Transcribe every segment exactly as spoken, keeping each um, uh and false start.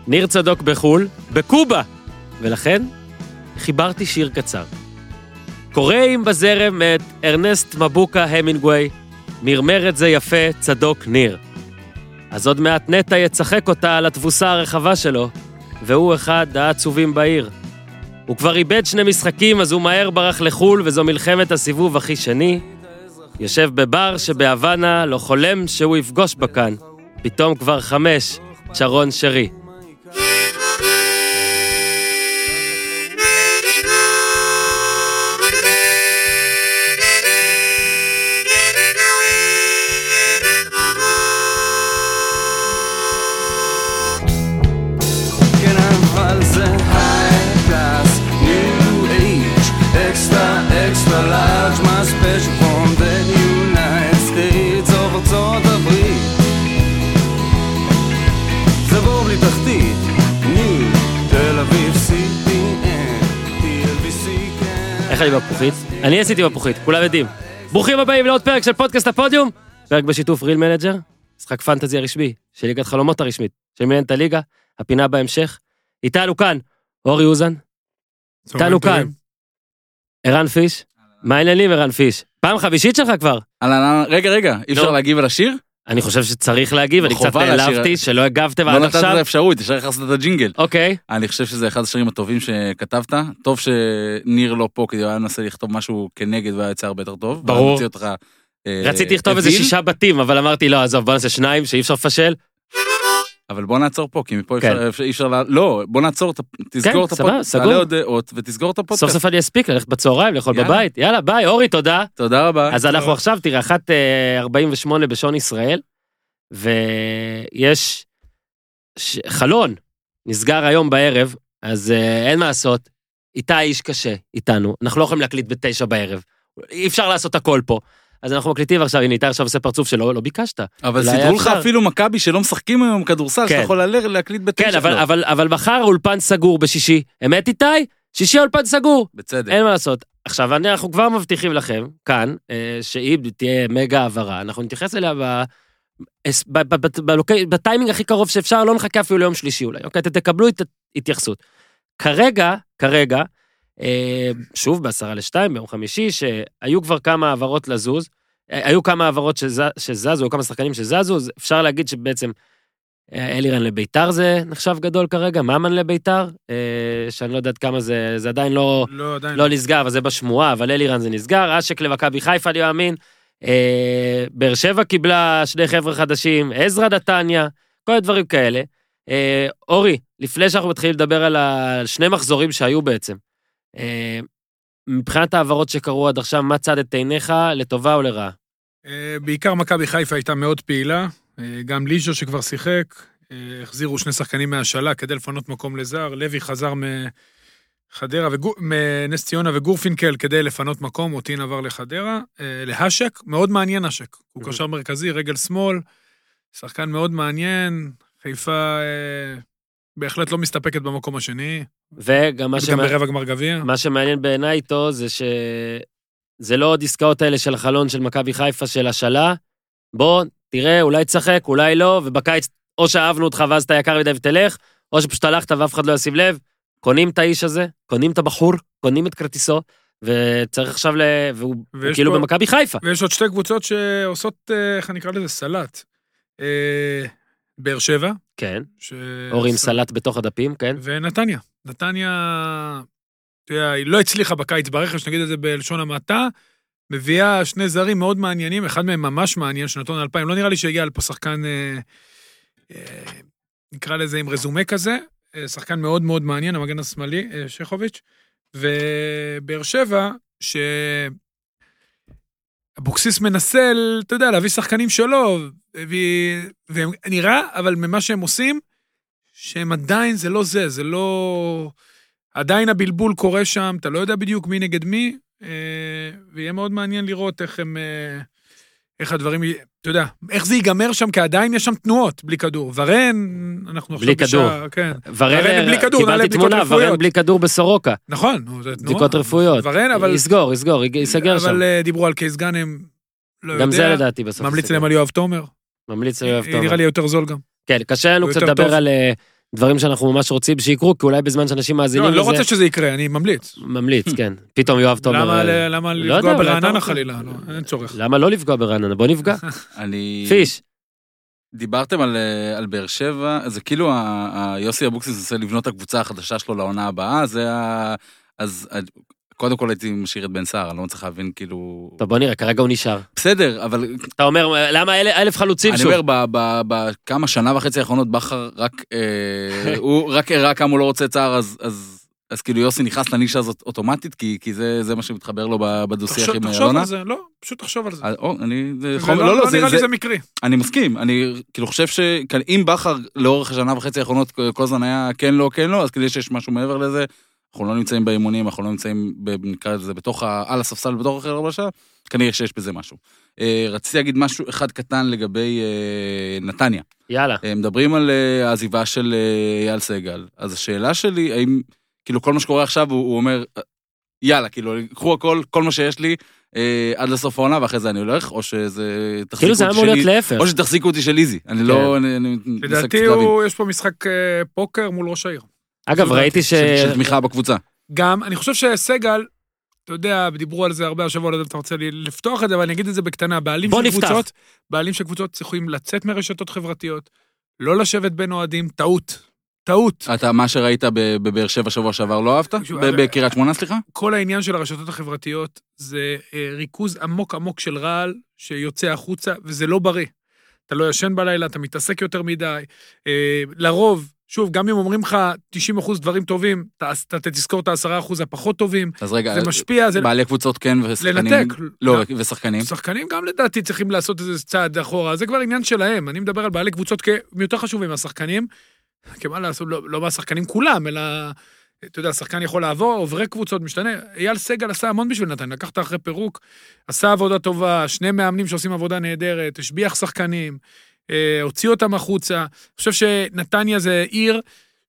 ניר צדוק בחול, בקובה, ולכן חיברתי שיר קצר. קוראים בזרם את ארנסט מבוקה המינגווי, מרמר את זה יפה צדוק ניר. אז עוד מעט נטה יצחק אותה על התבוסה הרחבה שלו, והוא אחד העצובים בעיר. הוא כבר איבד שני משחקים, אז הוא מהר ברח לחול, וזו מלחמת הסיבוב הכי שני. יושב בבר שבהוואנה, לא חולם שהוא יפגוש בכאן. פתאום כבר חמש, שרון שרי. איך אני בפוחית? אני עשיתי בפוחית, כולם יודעים. ברוכים הבאים לעוד פרק של פודקאסט הפודיום, פרק בשיתוף ריל מנג'ר, משחק פנטזי הרשמי, של ליגת חלומות הרשמית, של מנהלת הליגה, הפינה בהמשך. איתנו כאן, אורי אוזן. איתנו כאן, ערן פיש. מה העניינים ערן פיש? פעם חמישית שלך כבר. רגע, רגע, אי אפשר להגיב על השיר? אני חושב שצריך להגיב, אני קצת נעלבתי שלא הגבתם עד עכשיו. לא נתת את האפשרות, ישר יחסת את הג'ינגל. אוקיי. אני חושב שזה אחד השירים הטובים שכתבת. טוב שניר לא פה, כדי היה ננסה לכתוב משהו כנגד והיה יצא הרבה יותר טוב. ברור. רציתי לכתוב איזה שישה בתים, אבל אמרתי לא, עזוב, בוא נעשה שניים, שאי אפשר לפשל. אבל בוא נעצור פה, כי מפה אי אפשר, לא, בוא נעצור, תסגור את הפודקאסט, תעלה עוד דעות ותסגור את הפודקאסט. סוף סוף אני אספיק, ללכת בצהריים, לאכול בבית. יאללה, ביי, אורי, תודה. תודה רבה. אז אנחנו עכשיו, תראה, אחת ארבעים ושמונה בשעון ישראל, ויש חלון, נסגר היום בערב, אז אין מה לעשות, איתה איש קשה, איתנו, אנחנו לא יכולים להקליט בתשע בערב, אי אפשר לעשות הכל פה, אז אנחנו מקליטים עכשיו, הנה איתה עכשיו עושה פרצוף שלו, לא ביקשת. אבל סידרו לך אפילו מכבי שלא משחקים היום כדורסל, שאתה יכול להקליט בתשע. כן, אבל מחר אולפן סגור בשישי, אמת איתי? שישי אולפן סגור. בצדק. אין מה לעשות. עכשיו, אנחנו כבר מבטיחים לכם, כאן, שאם תהיה מגה העברה, אנחנו נתייחס אליה ב... בטיימינג הכי קרוב שאפשר, לא נחכה אפילו ליום שלישי אולי, אוקיי? אתם תקבלו את התייחסות. כרגע, כרגע, שוב בעשרה לשתיים, ביום חמישי, שהיו כבר כמה העברות לזוז, היו כמה העברות שזזו, היו כמה שחקנים שזזו, אז אפשר להגיד שבעצם אלירן לביתר זה נחשב גדול כרגע, מאמן לביתר, שאני לא יודעת כמה זה, זה עדיין לא, לא נסגר, אבל זה בשמועה, אבל אלירן זה נסגר, אשק למכבי חיפה, אני מאמין, באר שבע קיבלה שני חבר'ה חדשים, עזרא נתניה, כל הדברים כאלה. אורי, לפני שאנחנו מתחילים לדבר על שני מחזורים שהיו בעצם, מבחינת העברות שקרו עד עכשיו, מה צד את עיניך, לטובה או לרעה? בעיקר מכבי חיפה הייתה מאוד פעילה, גם ליז'ו שכבר שיחק, החזירו שני שחקנים מהשאלה כדי לפנות מקום לזר, לוי חזר מחדרה, מנס ציונה וגורפינקל כדי לפנות מקום, אותין עבר לחדרה, להשק, מאוד מעניין השק, הוא קשר מרכזי, רגל שמאל, שחקן מאוד מעניין, חיפה בהחלט לא מסתפקת במקום השני, וגם מה, שמע... ברבע גמר גביע. מה שמעניין בעיניי איתו זה שזה לא עוד עסקאות האלה של החלון של מכבי חיפה של השאלה, בוא תראה אולי תשחק, אולי לא, ובקיץ או שאהבנו אותך ואז אתה יקר מדי ותלך, או שפשוט הלכת ואף אחד לא ישים לב, קונים את האיש הזה, קונים את הבחור, קונים את כרטיסו, וצריך עכשיו ל... והוא כאילו פה... במכבי חיפה. ויש עוד שתי קבוצות שעושות, איך אני אקרא לזה, סלט. באר שבע. כן. ש... אורים סלט בתוך הדפים, כן. ונתניה. נתניה, תראה, היא לא הצליחה בקיץ ברכש, נגיד את זה בלשון המעטה, מביאה שני זרים מאוד מעניינים, אחד מהם ממש מעניין, שנתון אלפיים, לא נראה לי שהגיע לפה שחקן, אה, אה, נקרא לזה עם רזומה כזה, אה, שחקן מאוד מאוד מעניין, המגן השמאלי, אה, שחוביץ', ובאר שבע, ש... אבוקסיס מנסה, אתה יודע, להביא שחקנים שלו, ונראה, אבל ממה שהם עושים, שהם עדיין, זה לא זה, זה לא... עדיין הבלבול קורה שם, אתה לא יודע בדיוק מי נגד מי, ויהיה מאוד מעניין לראות איך הם... איך הדברים... אתה יודע, איך זה ייגמר שם, כי עדיין יש שם תנועות, בלי כדור. ורן, אנחנו עכשיו בשעה... כן. ורן בלי כדור, קיבלתי תמונה, ורן בלי כדור בסורוקה. נכון. בדיקות רפואיות. ורן, אבל... יסגור, יסגור, יסגר שם. אבל דיברו על קייס גאנם, לא יודע. גם זה לדעתי בסוף. ממליץ להם על יואב תומר. ממליץ ליואב תומר. נראה לי יותר זול גם. כן, קשה לנו קצת לדבר על דברים שאנחנו ממש רוצים שיקרו, כי אולי בזמן שאנשים מאזינים לזה... לא, לא רוצה שזה יקרה, אני ממליץ. ממליץ, כן. פתאום יואב תומר... למה לפגוע ברעננה חלילה? אין צורך. למה לא לפגוע ברעננה? בוא נפגע. פיש. דיברתם על, על באר שבע, זה כאילו יוסי אבוקסיס עושה לבנות הקבוצה החדשה שלו לעונה הבאה, זה ה... אז קודם כל הייתי משאיר את בן סער, אני לא מצליח להבין כאילו... טוב, בוא נראה, כרגע הוא נשאר. בסדר, אבל... אתה אומר, למה אלף חלוצים שוב? אני אומר, בכמה שנה וחצי האחרונות, בכר רק... הוא רק הראה כמה הוא לא רוצה את סער, אז... אז כאילו יוסי נכנס לנישה הזאת אוטומטית, כי, כי זה, זה מה שמתחבר לו בדו-שיח עם אלונה. תחשוב על זה, לא, פשוט תחשוב על זה. או, אני, זה, זה לא, לא, לא, נראה לי זה מקרי. אני מסכים, אני כאילו חושב שאם בכר לאורך השנה וחצי האחרונות כל הזמן היה כן לא, כן לא, אז כדי שיש משהו מעבר לזה, אנחנו לא נמצאים באימונים, אנחנו לא נמצאים, נקרא לזה, בתוך, על הספסל, בתוך אחר הרבשה, כנראה שיש בזה משהו. רציתי להגיד משהו אחד קטן לגבי נתניה. יאללה. מדברים על העזיבה של אייל סגל, אז השאלה שלי, האם כאילו כל מה שקורה עכשיו, הוא, הוא אומר, יאללה, כאילו, קחו הכל, כל מה שיש לי, אה, עד לסוף העונה, ואחרי זה אני הולך, או שזה תחזיקו כאילו זה אמור להיות להפך. או שתחזיקו אותי של איזי. אני לא... לדעתי, יש פה משחק פוקר מול ראש העיר. אגב, ראיתי ש... של תמיכה בקבוצה. גם, אני חושב שסגל, אתה יודע, דיברו על זה הרבה השבוע, לא יודע אם אתה רוצה לפתוח את זה, אבל אני אגיד את זה בקטנה, בעלים של קבוצות, בעלים של קבוצות צריכים לצאת מרשתות חברתיות, לא לשבת בין אוהדים, טעות. טעות. אתה, מה שראית בבאר שבע שבוע שעבר לא אהבת? בקריית שמונה, סליחה? כל העניין של הרשתות החברתיות זה ריכוז עמוק עמוק של רעל שיוצא החוצה, וזה לא בריא. אתה לא ישן בלילה, אתה מתעסק יותר מדי. לרוב, שוב, גם אם אומרים לך תשעים אחוז דברים טובים, אתה תזכור את ה-עשרה אחוז הפחות טובים. אז רגע, זה משפיע. זה... בעלי קבוצות כן ושחקנים... לנתק. לא, ושחקנים? שחקנים גם לדעתי צריכים לעשות איזה צעד אחורה. זה כבר עניין שלהם. אני מדבר על בעלי קבוצות כמיותר חשובים מהשחקנים. כמה לעשות, לא, לא מהשחקנים כולם, אלא, אתה יודע, השחקן יכול לעבור, עוברי קבוצות, משתנה. אייל סגל עשה המון בשביל נתניה, לקחת אחרי פירוק, עשה עבודה טובה, שני מאמנים שעושים עבודה נהדרת, השביח שחקנים, הוציא אותם החוצה. אני חושב שנתניה זה עיר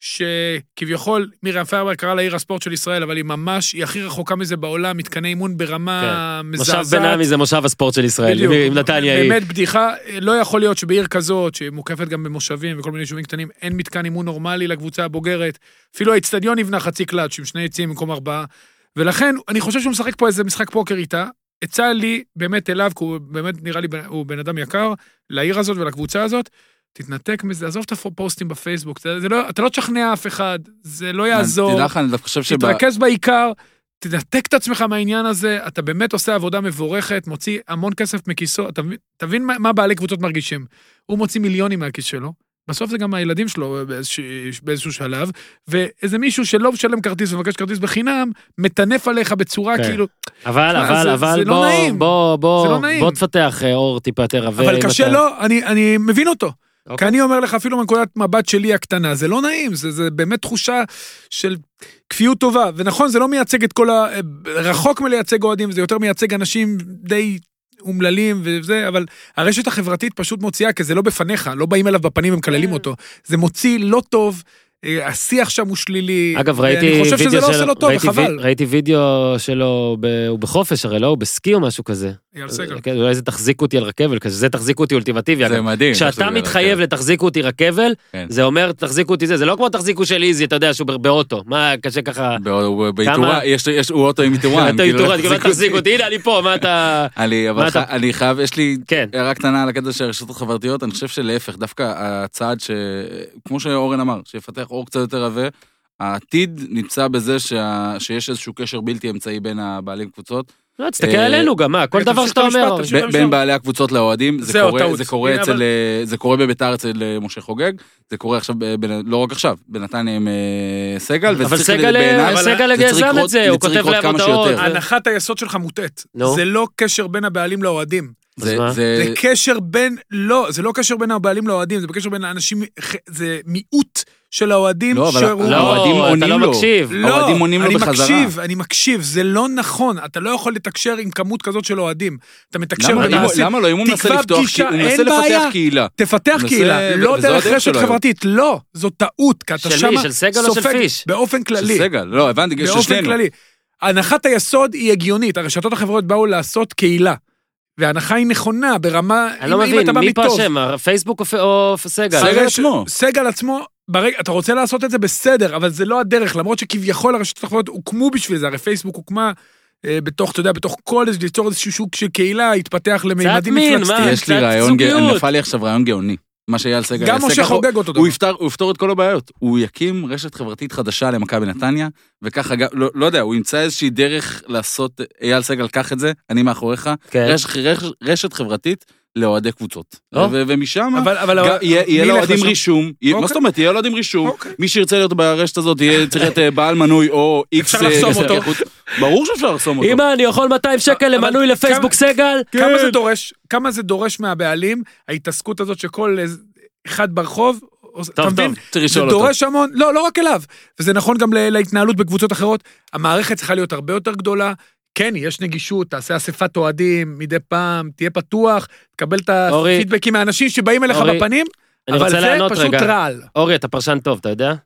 שכביכול, מירי פיירברג קרא לה עיר הספורט של ישראל, אבל היא ממש, היא הכי רחוקה מזה בעולם, מתקני אימון ברמה כן. מזעזעת. מושב בינמי זה מושב הספורט של ישראל, בדיוק, עם נתניה היא. באמת בדיחה, לא יכול להיות שבעיר כזאת, שמוקפת גם במושבים וכל מיני יישובים קטנים, אין מתקן אימון נורמלי לקבוצה הבוגרת, אפילו האצטדיון נבנה חצי קלאץ' עם שני עצים במקום ארבעה, ולכן אני חושב שהוא משחק פה איזה משחק פוקר איתה, הצע לי באמת אליו, כי הוא באמת נראה לי, הוא בן אדם יקר, לעיר הזאת ולקבוצה הזאת, תתנתק מזה, עזוב את הפוסטים בפייסבוק, זה, זה לא, אתה לא תשכנע אף אחד, זה לא יעזור, תדע לך, אני חושב שבא... תתרכז בעיקר, תנתק את עצמך מהעניין הזה, אתה באמת עושה עבודה מבורכת, מוציא המון כסף מכיסו, אתה תבין מה, מה בעלי קבוצות מרגישים, הוא מוציא מיליונים מהכיס שלו, בסוף זה גם הילדים שלו באיזשהו, באיזשהו שלב, ואיזה מישהו שלא משלם כרטיס ומבקש כרטיס בחינם, מטנף עליך בצורה כן. כאילו... אבל, אבל, זה, אבל, זה בוא, לא נעים. בוא, בוא, זה לא נעים. בוא תפתח אור טיפה יותר רבה. אבל קשה אתה... לא, אני, אני מבין אותו. Okay. כי אני אומר לך, אפילו מנקודת מבט שלי הקטנה, זה לא נעים, זה, זה באמת תחושה של כפיות טובה, ונכון, זה לא מייצג את כל ה... רחוק מלייצג אוהדים, זה יותר מייצג אנשים די אומללים וזה, אבל הרשת החברתית פשוט מוציאה, כי זה לא בפניך, לא באים אליו בפנים, הם כללים אותו, זה מוציא לא טוב, השיח שם הוא שלילי, אגב, ראיתי אני חושב שזה לא עושה לו טוב, וחבל. ראיתי וידאו שלו, הוא בחופש, הרי לא, הוא בסקי או משהו כזה. אייל סגל. אולי זה תחזיקו אותי על רכבל, כזה זה תחזיקו אותי אולטימטיבי. זה מדהים. כשאתה מתחייב לתחזיקו אותי רכבל, זה אומר תחזיקו אותי זה, זה לא כמו תחזיקו של איזי, אתה יודע, שהוא באוטו. מה, קשה ככה... באיתורה, יש הוא אוטו עם איתורן. תחזיקו אותי, הנה אני פה, מה אתה... אני חייב, יש לי הערה קטנה על הקטע של הרשתות החברתיות, אני חושב שלהפך, דווקא הצעד ש... כמו שאורן אמר, שיפתח אור קצת יותר רבה, העתיד נמצא בזה שה... שיש איזשהו קשר בלתי אמצעי בין הבעלים קבוצות. לא, תסתכל עלינו גם, מה? כל דבר שאתה אומר. בין בעלי הקבוצות לאוהדים, זה קורה בביתר אצל משה חוגג, זה קורה עכשיו, לא רק עכשיו, בנתניה עם סגל, אבל סגל גזם את זה, הוא כותב להם הודעות. הנחת היסוד שלך מוטט. זה לא קשר בין הבעלים לאוהדים. זה קשר בין, לא, זה לא קשר בין הבעלים לאוהדים, זה בקשר בין האנשים, זה מיעוט של האוהדים. לא, אבל האוהדים עונים לו. האוהדים עונים לו בחזרה. אני מקשיב, אני מקשיב, זה לא נכון, אתה לא יכול לתקשר עם כמות כזאת של אוהדים. אתה מתקשר ונעשה, למה לא? אם הוא מנסה לפתוח, הוא מנסה לפתח קהילה. תפתח קהילה, לא דרך רשת חברתית, לא, זו טעות, כי אתה שמה של סגל או של פיש? באופן כללי. של סגל, לא, הבנתי, באופן כללי. הנחת היסוד היא הגיונית, הרשתות החברות באו לעשות קהילה. וההנחה היא נכונה, ברמה... אני לא מבין, מי פה השם? פייסבוק או סגל? סגל עצמו. סגל עצמו, ברגע, אתה רוצה לעשות את זה בסדר, אבל זה לא הדרך, למרות שכביכול הרשתות החברתיות הוקמו בשביל זה, הרי פייסבוק הוקמה אה, בתוך, אתה יודע, בתוך כל איזה, ליצור איזשהו שוק של קהילה, התפתח לממדים מפלצתיים. יש לי רעיון, נפל לי עכשיו רעיון גאוני. מה שאייל סגל, גם משה חוגג אותו דבר. הוא יפתר, הוא יפתור את כל הבעיות. הוא יקים רשת חברתית חדשה למכבי נתניה, וככה, לא, לא יודע, הוא ימצא איזושהי דרך לעשות, אייל סגל, קח את זה, אני מאחוריך, כן. רש, רש, רשת חברתית לאוהדי קבוצות. או. ו- ומשם, אבל, אבל, גם, יהיה, יהיה לו אוהדים רישום, אוקיי. מה זאת אומרת, יהיה לו אוהדים רישום, אוקיי. מי שירצה להיות ברשת הזאת, יהיה צריך להיות בעל מנוי, או איקס... אפשר לחסום אותו. ברור שאפשר לחסום אותו. אמא, אני יכול מאתיים שקל למנוי לפייסבוק סגל? כמה זה דורש, כמה זה דורש מהבעלים, ההתעסקות הזאת שכל אחד ברחוב, אתה מבין? זה דורש המון, לא, לא רק אליו, וזה נכון גם להתנהלות בקבוצות אחרות, המערכת צריכה להיות הרבה יותר גדולה, כן, יש נגישות, תעשה אספת אוהדים מדי פעם, תהיה פתוח, תקבל את הפידבקים מהאנשים שבאים אליך בפנים, אבל זה פשוט רעל. אורי, אתה פרשן טוב, אתה יודע?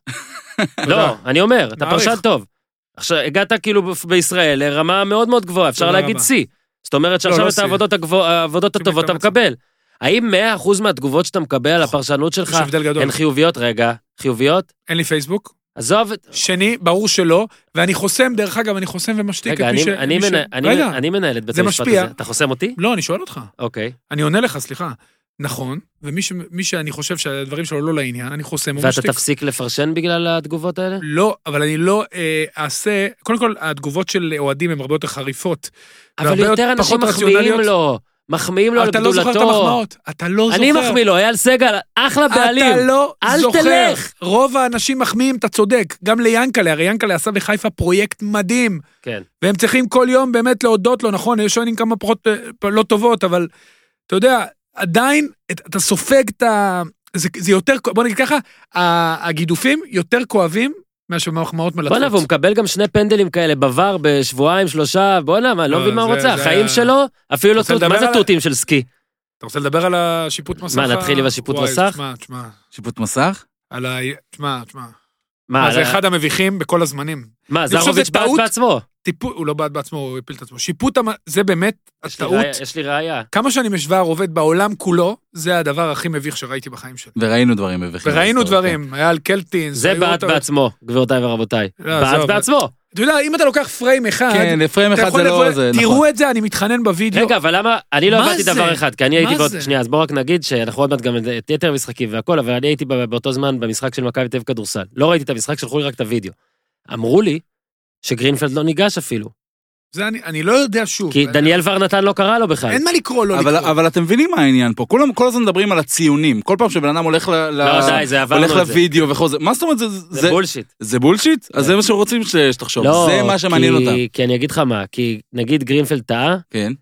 לא, אני אומר, אתה פרשן טוב. עכשיו, הגעת כאילו בישראל לרמה מאוד מאוד גבוהה, אפשר להגיד סי. זאת אומרת שעכשיו את העבודות הטובות אתה מקבל. האם מאה אחוז מהתגובות שאתה מקבל על הפרשנות שלך הן חיוביות? רגע, חיוביות? אין לי פייסבוק. עזוב. שני, ברור שלא, ואני חוסם, דרך אגב, אני חוסם ומשתיק את מי ש... רגע, אני מנהלת בית המשפט הזה. אתה חוסם אותי? לא, אני שואל אותך. אוקיי. אני עונה לך, סליחה. נכון, ומי שאני חושב שהדברים שלו לא לעניין, אני חוסם ומשתיק. ואתה תפסיק לפרשן בגלל התגובות האלה? לא, אבל אני לא אעשה... קודם כל, התגובות של אוהדים הן הרבה יותר חריפות. אבל יותר אנשים מחמיאים לו. מחמיאים לו על גדולתו. אתה לא זוכר את המחמאות. אתה לא זוכר. אני מחמיא לו, אייל סגל, אחלה בעלים. אתה לא זוכר. אל תלך. רוב האנשים מחמיאים, אתה צודק. גם ליאנקלה, הרי יאנקלה עשה בחיפה פרויקט מדהים. כן. והם צריכים כל יום באמת להודות לו, נכון, יש שנים כמה פחות לא טובות, אבל אתה יודע, עדיין, אתה סופג את ה... זה, זה יותר, בוא נגיד ככה, הגידופים יותר כואבים, מאשר מחמאות מלטות. בוא'נה, והוא מקבל גם שני פנדלים כאלה בבר בשבועיים, שלושה, בוא'נה, מה, לא מבין מה הוא רוצה, החיים שלו, אפילו לא תות, מה זה תותים של סקי? אתה רוצה לדבר על השיפוט מסך? מה, נתחיל עם השיפוט מסך? תשמע, תשמע. שיפוט מסך? על ה... תשמע, תשמע. מה, זה אחד המביכים בכל הזמנים. מה, זרוביץ' בעט בעצמו? הוא לא בעט בעצמו, הוא הפיל את עצמו. שיפוט, זה באמת הטעות. יש לי ראייה. כמה שאני משווה עובד בעולם כולו, זה הדבר הכי מביך שראיתי בחיים שלי. וראינו דברים מביכים. וראינו דברים, היה על קלטין. זה בעט בעצמו, גבירותיי ורבותיי. בעט בעצמו. אתה יודע, אם אתה לוקח פריים אחד, כן, פריים אחד זה לא זה, נכון. תראו את זה, אני מתחנן בווידאו. רגע, אבל למה, אני לא הבנתי דבר אחד, כי אני הייתי בעוד, שנייה, אז בוא רק נגיד שאנחנו עוד מעט גם את יתר המשחקים והכל, אבל אני הייתי באותו זמן במשחק של מכבי תל אביב כדורסל. לא ראיתי את המשחק, שלחו לי רק את הוידאו. אמרו לי שגרינפלד לא ניגש אפילו. זה אני, אני לא יודע שוב. כי דניאל ורנתן לא קרא לו בכלל. אין מה לקרוא לו אבל, לקרוא. אבל אתם מבינים מה העניין פה? כל, כל הזמן מדברים על הציונים. כל פעם שבן אדם הולך, ל, לא, די, זה הולך לוידאו וכל זה. מה זאת אומרת? זה, זה, זה בולשיט. זה בולשיט? אז זה מה שרוצים שתחשוב. לא, זה מה שמעניין כי, אותם. כי אני אגיד לך מה, כי נגיד גרינפלד טעה, כן.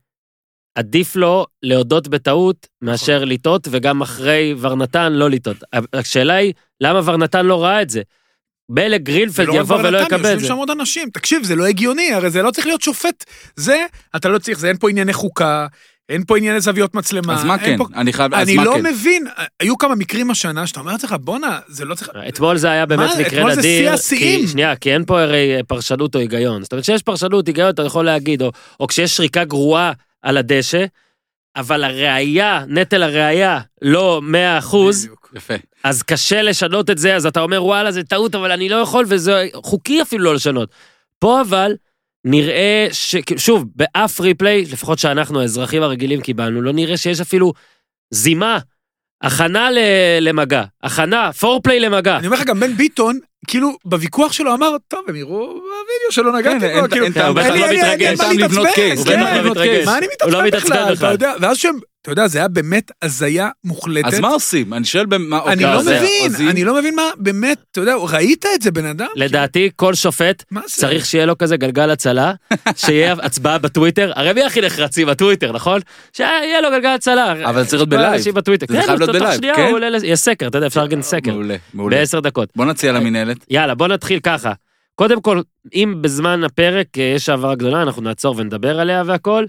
עדיף לו להודות בטעות מאשר לטעות, וגם אחרי ורנתן לא לטעות. השאלה היא, למה ורנתן לא ראה את זה? באלה גרינפלד יבוא ולא יקבל את זה. יושבים שם עוד אנשים, תקשיב, זה לא הגיוני, הרי זה לא צריך להיות שופט, זה, אתה לא צריך, זה אין פה ענייני חוקה, אין פה ענייני זוויות מצלמה. אז מה כן? פה... אני חייב, אני לא כן. מבין, היו כמה מקרים השנה, שאתה אומר לך, בונה, זה לא צריך... אתמול זה היה באמת מה? מקרה נדיר, כי, שנייה, כי אין פה הרי פרשנות או היגיון, זאת אומרת שיש פרשנות, היגיון, אתה יכול להגיד, או, או כשיש שריקה גרועה על הדשא, אבל הראייה, נטל הראייה, לא מאה אחוז, יפה. אז קשה לשנות את זה, אז אתה אומר, וואלה, זה טעות, אבל אני לא יכול, וזה חוקי אפילו לא לשנות. פה אבל, נראה ש... שוב, באף ריפליי, לפחות שאנחנו, האזרחים הרגילים קיבלנו, לא נראה שיש אפילו זימה, הכנה למגע, הכנה, פורפליי למגע. אני אומר לך, גם בן ביטון, כאילו, בוויכוח שלו אמר, טוב, הם יראו בווידאו שלו נגעתי בו, כאילו, הוא בכלל לא מתרגש, מה אני מתעצבן? מה אני מתעצבן בכלל, אתה יודע, ואז שהם, אתה יודע, זה היה באמת הזיה מוחלטת. אז מה עושים? אני שואל במה... אני לא מבין, אני לא מבין מה, באמת, אתה יודע, ראית את זה בן אדם? לדעתי, כל שופט צריך שיהיה לו כזה גלגל הצלה, שיהיה הצבעה בטוויטר, הרי מי הכי נחרצים בטוויטר, נכון? שיהיה לו גלגל הצלה. אבל צריך להיות בלייב. זה חייב להיות בלייב, כן? יש סקר, אתה יודע, אפשר להגיד סקר. מעולה, מעולה. בעשר דקות. בוא נציע למנהלת. יאללה, בוא נתחיל ככה. קודם כל, אם בזמן הפרק יש העברה גדולה, אנחנו נעצור ונדבר עליה והכל.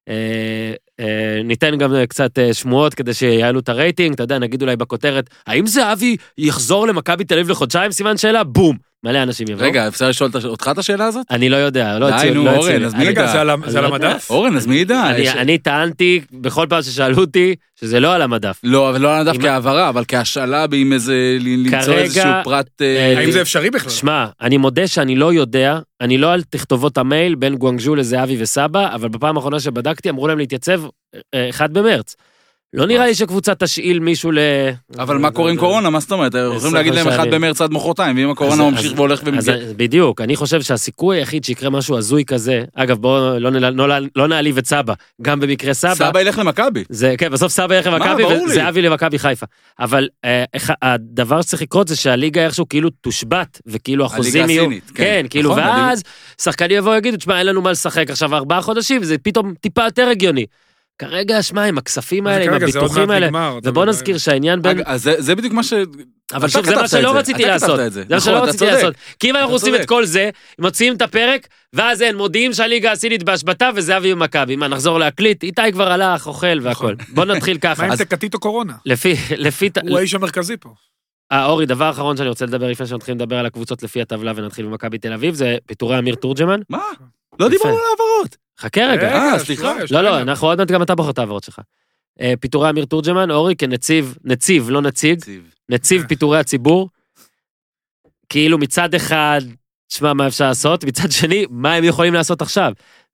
ניתן גם קצת שמועות כדי שיעלו את הרייטינג, אתה יודע, נגיד אולי בכותרת, האם זה אבי יחזור למכבי תל אביב לחודשיים? סימן שאלה, בום. מלא אנשים יבואו. רגע, אפשר לשאול אותך את השאלה הזאת? אני לא יודע, לא די, הציעו, נו, לא אורן, הציעו. אז אני- מי רגע, ידע? זה על ה- אני זה על לא יודע. המדף? אורן, אז מי ידע? אני- יש- אני טענתי, בכל פעם ששאלו אותי, שזה לא על המדף. לא, אבל לא על הדף אם- כהעברה, אבל כהשאלה, עם איזה, למצוא כרגע, איזשהו פרט... אה, האם זה אפשרי בכלל? שמע, אני מודה שאני לא יודע, אני לא על תכתובות המייל בין גואנגז'ו לזהבי וסבא, אבל בפעם האחרונה שבדקתי אמרו להם להתייצב אה, אחד במרץ. לא נראה לי שקבוצה תשאיל מישהו ל... אבל מה קורה עם קורונה? מה זאת אומרת? יכולים עשרה להגיד להם אחד שערים. במרץ עד מחרתיים, ואם אז- הקורונה ממשיך אז- והולך אז ומגיע... בדיוק, אני חושב שהסיכוי היחיד שיקרה משהו הזוי כזה, אגב בואו לא, נ- לא, לא נעליב את סבא, גם במקרה סבא, סבא ילך למכבי. זה, כן, בסוף סבא ילך למכבי ברור לי. וזהבי למכבי חיפה. אבל אה, איך- הדבר שצריך לקרות זה שהליגה איכשהו כאילו תושבת, וכאילו החוזים הליגה יהיו... הסינית, כן. כן, כאילו, נכון, ואז שחקנים יבואו ויגידו, תשמע, אין לנו מה לשחק עכשיו ארבעה חודשים, זה פתאום טיפה יותר הגיוני. כרגע, שמע, עם הכספים האלה, עם כרגע זה עוד הביטוחים מעט האלה, נגמר, אתה ובוא יודע. נזכיר שהעניין בין... אגב, אז זה- זה בדיוק מה ש... אבל אתה שוב, זה כתבת מה את שלא זה. רציתי אתה לעשות. כתבת את זה. זה מה נכון, שלא אתה רציתי צודק. לעשות. כי אם אנחנו אתה עושים צודק. את כל זה, מוציאים את הפרק, ואז אין, מודיעים שהליגה הסינית בהשבתה, וזהבי ומכבי. מה, נחזור להקליט? איתי כבר הלך, אוכל והכל. בוא נתחיל ככה. מה אם אז זה קטיטו קורונה? לפי, לפי, הוא האיש המרכזי פה. אה, אורי, דבר אחרון שאני רוצה לדבר לפני שנתחיל לדבר על הקבוצות לפי הטבלה ונתחיל במכבי תל אביב, זה פיטורי אמיר תורג'מן. מה? לא דיברנו על העברות. חכה רגע. אה, רגע, סליחה. שנייה, לא, שנייה. לא, אנחנו עוד מעט גם אתה בוחר את העברות שלך. אה, פיטורי אמיר תורג'מן, אורי כנציב, נציב, לא נציג, נציב פיטורי הציבור. כאילו מצד אחד, תשמע מה אפשר לעשות, מצד שני, מה הם יכולים לעשות עכשיו?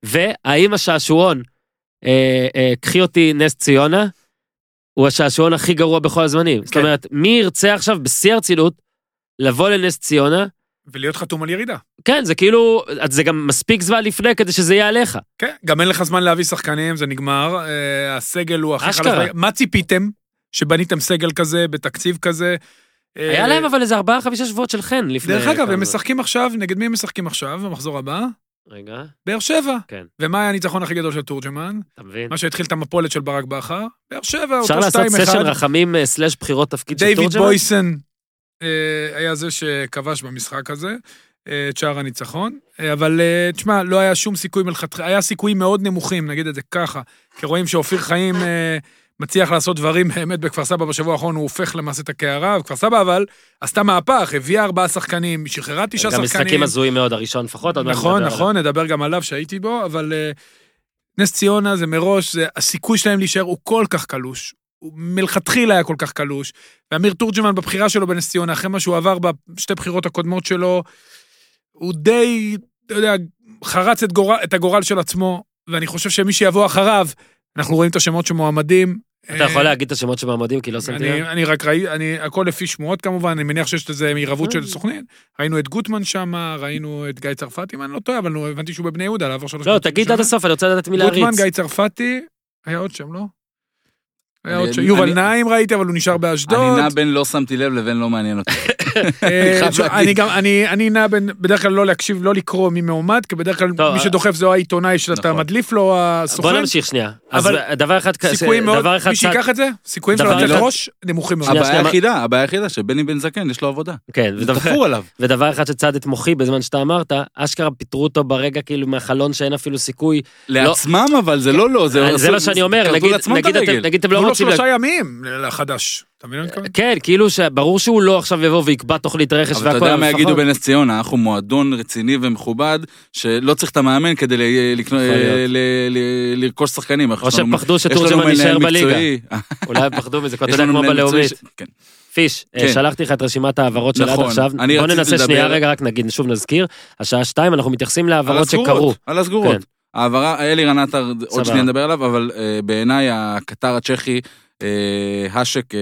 והאם השעשועון, אה, אה, קחי אותי נס ציונה, הוא השעשועון הכי גרוע בכל הזמנים. זאת אומרת, מי ירצה עכשיו בשיא הרצינות, לבוא לנס ציונה, ולהיות חתום על ירידה. כן, זה כאילו, זה גם מספיק זמן לפני כדי שזה יהיה עליך. כן, גם אין לך זמן להביא שחקנים, זה נגמר. אה, הסגל הוא הכי אשכרה. חלק. מה ציפיתם שבניתם סגל כזה, בתקציב כזה? אה, היה להם אבל איזה ארבעה, חמישה שבועות של חן לפני... דרך אגב, כמה הם זמן. משחקים עכשיו, נגד מי הם משחקים עכשיו, במחזור הבא? רגע, באר שבע. כן. ומה היה הניצחון הכי גדול של תורג'מן? אתה מבין? מה שהתחיל את המפולת של ברק בכר? באר שבע, אפשר אותו לעשות שתיים סשן אחד. רחמים אה, סלש בחירות תפקיד של דיוויד תורג'מן? בויסן אה, היה זה שכבש במשחק הזה, אה, את שער הניצחון, אה, אבל אה, תשמע, לא היה שום סיכוי מלכתחילה, היה סיכויים מאוד נמוכים, נגיד את זה ככה, כי רואים שאופיר חיים אה, מצליח לעשות דברים, באמת בכפר סבא בשבוע האחרון הוא הופך למעשה את הקערה, וכפר סבא אבל עשתה מהפך, הביאה ארבעה שחקנים, שחררה תשעה גם שחקנים. משחקים הזויים מאוד, הראשון לפחות. עוד מעט נכון, נדבר נכון, נדבר גם עליו שהייתי בו, אבל אה, נס ציונה זה מראש, זה, הסיכוי שלהם להישאר הוא כל כך קלוש, הוא מלכתחילה היה כל כך קלוש, ואמיר תורג'מן בבחירה שלו בנס ציונה, אחרי מה שהוא עבר בשתי בחירות הקודמות שלו, הוא די, אתה יודע, חרץ את, גורל, את הגורל של עצמו, ואני חושב שמי שיבוא אחריו, אנחנו רואים את השמות שמועמדים. אתה יכול להגיד את השמות שמעמדים, כי לא שמתי אני, לב. אני רק ראי, אני, הכל לפי שמועות כמובן, אני מניח שיש לזה מעירבות של סוכנים, ראינו את גוטמן שם, ראינו את גיא צרפתי, אם אני לא טועה, אבל נו, הבנתי שהוא בבני יהודה, לעבור שלוש... לא, תגיד עד הסוף, אני רוצה לדעת מי להריץ. גוטמן, גיא צרפתי, היה עוד שם, לא? היה אני- עוד שם, יובל אני- נעים ראיתי, אבל הוא נשאר באשדוד. אני נע בין לא שמתי לב לבין לא מעניין אותי. אה, חייב תשמע, להגיד. אני גם, אני, אני נע בין, בדרך כלל לא להקשיב, לא לקרוא מי מעומד, כי בדרך כלל טוב, מי שדוחף זה או העיתונאי שאתה נכון. מדליף לו, או הסוכן. בוא נמשיך שנייה. אז אבל דבר אחד... סיכויים מאוד, דבר אחד מי צד- שיקח את זה, סיכויים שלו דבר לתת אחד- ראש, נמוכים מאוד. שנייה, הבעיה שנייה, היחידה, הבעיה היחידה שבני בן זקן יש לו עבודה. כן, זה ודבר- תפור עליו. ודבר אחד שצד את מוחי בזמן שאתה אמרת, אשכרה פיטרו אותו ברגע כאילו מהחלון שאין אפילו סיכוי. לעצמם אבל זה לא לא. זה מה שאני אומר, כרתו נגיד לעצמם את נגיד אתם הרגל. נגיד אתם לא תנו לו רוצים... שלושה ימים לחדש. אתה מבין מה אני מתכוון? כן, כאילו שברור שהוא לא עכשיו יבוא ויקבע תוכנית רכש אבל אתה והכל. יודע מה לפחות- יגידו בנס ציונה, אנחנו מועדון רציני ומכובד, שלא צריך את המאמן כדי ל- לקנות- להיות. ל- ל- לרכוש שחקנים. או שהם פחדו יש לנו שתורג'מן מנהל יישאר בליגה. מקצועי. אולי הם פחדו מזה, אתה יש יודע לנו כמו מנהל מקצועי בלאומית. ש- כן. פיש, כן. שלחתי לך את רשימת העברות של עד נכון, עכשיו. אני בוא רציתי ננסה לדבר- שנייה רגע, רק נגיד, שוב נזכיר. השעה שתיים, אנחנו מתייחסים על להעברות הסגורות, שקרו. על הסגורות. כן. העברה, אלירן עטר, עוד סבבה. שנייה נדבר עליו, אבל אה, בעיניי הקטר הצ'כי, אה, השק, אה,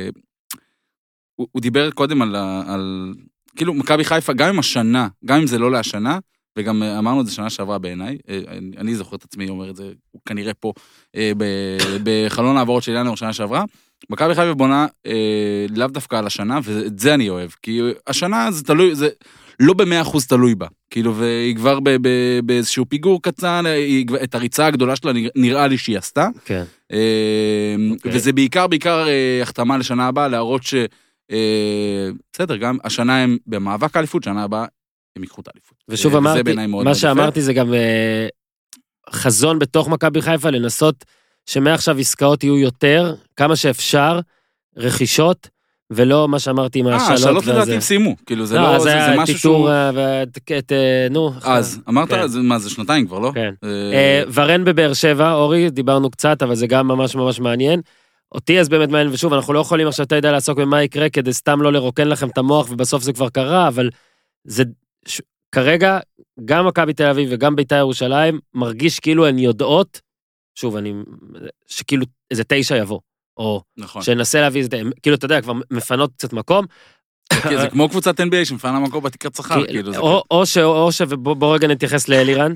הוא, הוא דיבר קודם על, ה- על, כאילו, מכבי חיפה, גם עם השנה, גם אם זה לא להשנה, וגם אה, אמרנו את זה שנה שעברה בעיניי, אה, אני, אני זוכר את עצמי, אומר את זה, הוא כנראה פה, אה, ב- בחלון העברות של ינואר שנה שעברה, מכבי חיפה בונה אה, לאו דווקא על השנה, ואת זה אני אוהב, כי השנה זה תלוי, זה לא במאה אחוז תלוי בה, כאילו, והיא כבר ב- ב- באיזשהו פיגור קצן, היא, כבר- את הריצה הגדולה שלה נראה לי שהיא עשתה, כן. אה, אוקיי. וזה בעיקר, בעיקר אה, החתמה לשנה הבאה, להראות ש... אה, בסדר, גם השנה הם במאבק האליפות, שנה הבאה הם ייקחו את האליפות. ושוב וזה אמרתי, בעיניי מאוד מה מאוד יפה. שאמרתי זה גם אה, חזון בתוך מכבי חיפה, לנסות שמעכשיו עסקאות יהיו יותר, כמה שאפשר, רכישות, ולא מה שאמרתי עם אה, השאלות. השאלות לדעתי הם סיימו, כאילו זה לא, זה משהו שהוא... ואת, נו. אז, אמרת, מה זה שנתיים כבר, לא? כן. ורן בבאר שבע, אורי, דיברנו קצת, אבל זה גם ממש ממש מעניין. אותי אז באמת מעניין, ושוב, אנחנו לא יכולים עכשיו, אתה יודע, לעסוק במה יקרה, כדי סתם לא לרוקן לכם את המוח, ובסוף זה כבר קרה, אבל זה, ש... כרגע, גם מכבי תל אביב וגם בית"ר ירושלים, מרגיש כאילו הן יודעות, שוב, אני, שכאילו איזה תשע יבוא, או נכון. שנסה להביא איזה, כאילו, אתה יודע, כבר מפנות קצת מקום. זה כמו קבוצת אן בי איי שמפנה מקום בתקרת שכר, כאילו. או ש, או ש, ובוא רגע נתייחס לאלירן,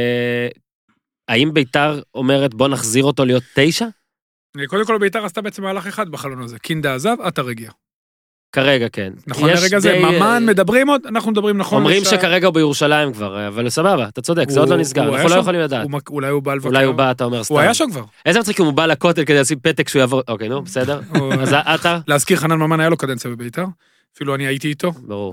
האם בית"ר אומרת, בוא נחזיר אותו להיות תשע? קודם כל בית"ר עשתה בעצם מהלך אחד בחלון הזה, קינדה עזב, אתה רגיע. כרגע כן. נכון, לרגע זה, ממן, מדברים עוד, אנחנו מדברים נכון. אומרים שכרגע הוא בירושלים כבר, אבל סבבה, אתה צודק, זה עוד לא נסגר, אנחנו לא יכולים לדעת. אולי הוא בא לבקר. אולי הוא בא, אתה אומר סתם. הוא היה שם כבר. איזה מצחיק, הוא בא לכותל כדי לשים פתק שהוא יעבור, אוקיי, נו, בסדר. אז אתה? להזכיר, חנן ממן היה לו קדנציה בבית"ר, אפילו אני הייתי איתו. ברור.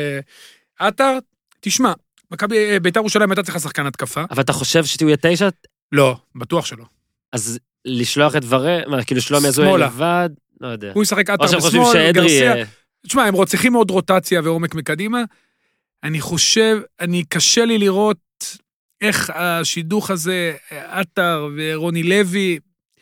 אתה, תשמע, בית"ר ירושלים הייתה צריכה שחקן התקפה. אבל אתה חושב שהוא יהיה תשע? לא, בטוח שלא. אז לשלוח את ורה, כאילו שלומי אזולאי לבד, לא יודע. הוא ישחק עטר בשמאל, גרסיה. תשמע, הם צריכים עוד רוטציה ועומק מקדימה. אני חושב, אני קשה לי לראות איך השידוך הזה, עטר ורוני לוי,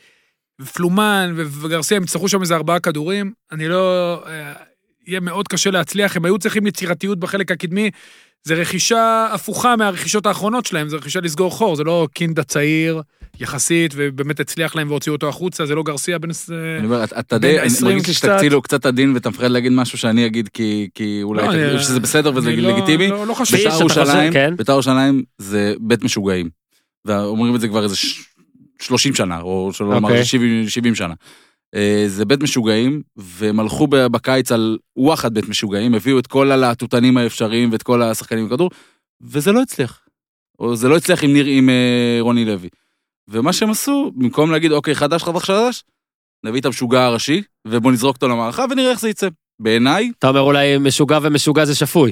ופלומן וגרסיה, הם יצטרכו שם איזה ארבעה כדורים. אני לא... יהיה מאוד קשה להצליח. הם היו צריכים יצירתיות בחלק הקדמי. זה רכישה הפוכה מהרכישות האחרונות שלהם, זה רכישה לסגור חור, זה לא קינדה צעיר יחסית, ובאמת הצליח להם והוציאו אותו החוצה, זה לא גרסיה בין עשרים. אני אומר, אתה די, אני מרגיש לי שתקצילו קצת עדין, ואתה מפחד להגיד משהו שאני אגיד, כי אולי תגיד שזה בסדר וזה לגיטימי. לא חושב. בית"ר ירושלים זה בית משוגעים, ואומרים את זה כבר איזה שלושים שנה, או שבעים שנה. זה בית משוגעים, והם הלכו בקיץ על וואחד בית משוגעים, הביאו את כל הלהטוטנים האפשריים, ואת כל השחקנים בכדור, וזה לא הצליח. או זה לא הצליח עם ניר, עם רוני לוי. ומה שהם עשו, במקום להגיד, אוקיי, חדש, חדש, חדש, נביא את המשוגע הראשי, ובוא נזרוק אותו למערכה, ונראה איך זה יצא. בעיניי... אתה אומר אולי משוגע ומשוגע זה שפוי.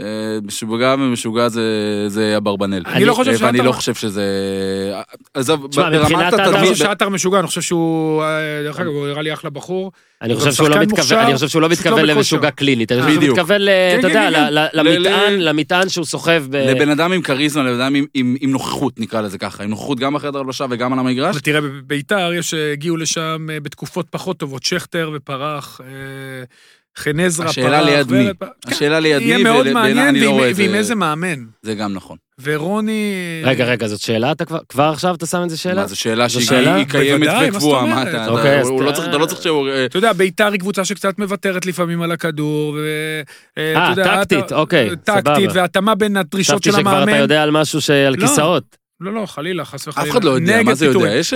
משוגע ומשוגע זה אברבנאל. אני לא חושב שאתה... ואני לא חושב שזה... תשמע, מבחינת האדם... שאתר משוגע, אני חושב שהוא... דרך אגב, הוא הראה לי אחלה בחור. אני חושב שהוא לא מתכוון למשוגע קלינית. אני חושב שהוא מתכוון, אתה יודע, למטען שהוא סוחב ב... לבן אדם עם קריזמה, לבן אדם עם נוכחות, נקרא לזה ככה. עם נוכחות גם בחדר הלבשה וגם על המגרש. ותראה, בבית"ר יש הגיעו לשם בתקופות פחות טובות, שכטר ופרח, חנזרה, פרח. השאלה ליד מי. השאלה ליד מי, יהיה מאוד מעניין, ועם איזה מאמן. זה גם נכון. ורוני... רגע, רגע, זאת שאלה? אתה כבר עכשיו אתה שם את זה שאלה? מה, זו שאלה שהיא קיימת וקבועה, מה אתה... אתה לא צריך שהוא... אתה יודע, בית"ר היא קבוצה שקצת מוותרת לפעמים על הכדור, ו... אה, טקטית, אוקיי, סבבה. טקטית, והתאמה בין הדרישות של המאמן. חשבתי שכבר אתה יודע על משהו שעל כיסאות. לא, לא, חלילה, חס וחלילה. אף אחד לא יודע, מה זה יודע? יש...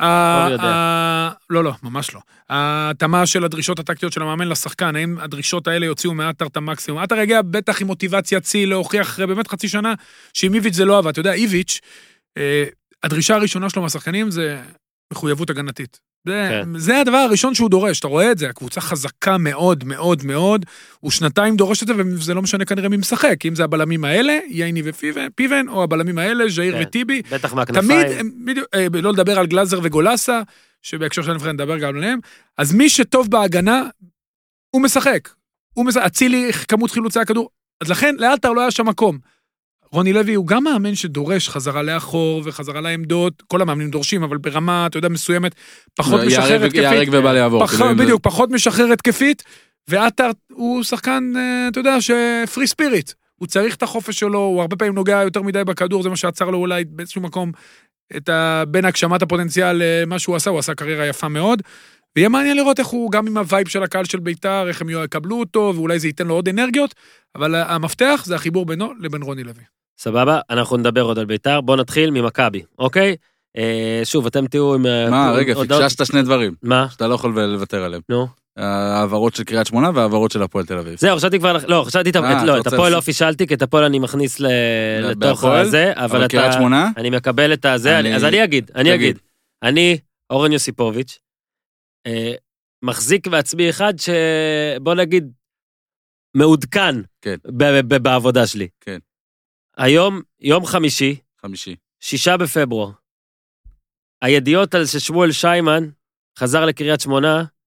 לא, לא, ממש לא. ההתאמה של הדרישות הטקטיות של המאמן לשחקן, האם הדרישות האלה יוציאו מעטר את המקסימום? עטר יגיע בטח עם מוטיבציה צי להוכיח באמת חצי שנה, שעם איביץ' זה לא עבד. אתה יודע, איביץ', הדרישה הראשונה שלו מהשחקנים זה מחויבות הגנתית. זה, זה הדבר הראשון שהוא דורש, אתה רואה את זה, הקבוצה חזקה מאוד מאוד מאוד, הוא שנתיים דורש את זה, וזה לא משנה כנראה מי משחק, אם זה הבלמים האלה, ייני ופיבן, או הבלמים האלה, ז'איר וטיבי, בטח מהכנפיים. תמיד, לא לדבר על גלאזר וגולסה, שבהקשר של הנבחרת נדבר גם עליהם, אז מי שטוב בהגנה, הוא משחק, הוא משחק, אצילי כמות חילוצי הכדור, אז לכן לאלתר לא היה שם מקום. רוני לוי הוא גם מאמן שדורש חזרה לאחור וחזרה לעמדות, כל המאמנים דורשים, אבל ברמה, אתה יודע, מסוימת, פחות משחררת כפית. יערק ובא לעבור. בדיוק, פחות משחררת כפית, ועטר הוא שחקן, אתה יודע, שפרי ספיריט. הוא צריך את החופש שלו, הוא הרבה פעמים נוגע יותר מדי בכדור, זה מה שעצר לו אולי באיזשהו מקום, את בין הגשמת הפוטנציאל למה שהוא עשה, הוא עשה קריירה יפה מאוד, ויהיה מעניין לראות איך הוא, גם עם הווייב של הקהל של בית"ר, איך הם יקבלו אותו, ואולי זה ייתן לו עוד אנרגיות, אבל המפתח זה החיבור בינו לבין רוני לוי. סבבה, אנחנו נדבר עוד על בית"ר, בוא נתחיל ממכבי, אוקיי? אה, שוב, אתם תהיו עם... מה, רגע, פיקששת שני דברים. מה? שאתה לא יכול לוותר עליהם. נו. העברות של קריית שמונה והעברות של הפועל תל אביב. זהו, חשבתי כבר, לא, חשבתי, את הפועל לא פישלתי, כי את הפועל אני מכניס לתוך הזה, אבל קריית שמונה? אני מקבל את הזה, אז אני אגיד, אני אגיד. אני, אורן יוסיפוביץ', מחזיק בעצמי אחד שבוא נגיד, מעודכן בעבודה שלי. כן. היום, יום חמישי, חמישי. שישה בפברואר, הידיעות על ששמואל שיימן חזר לקריית שמונה,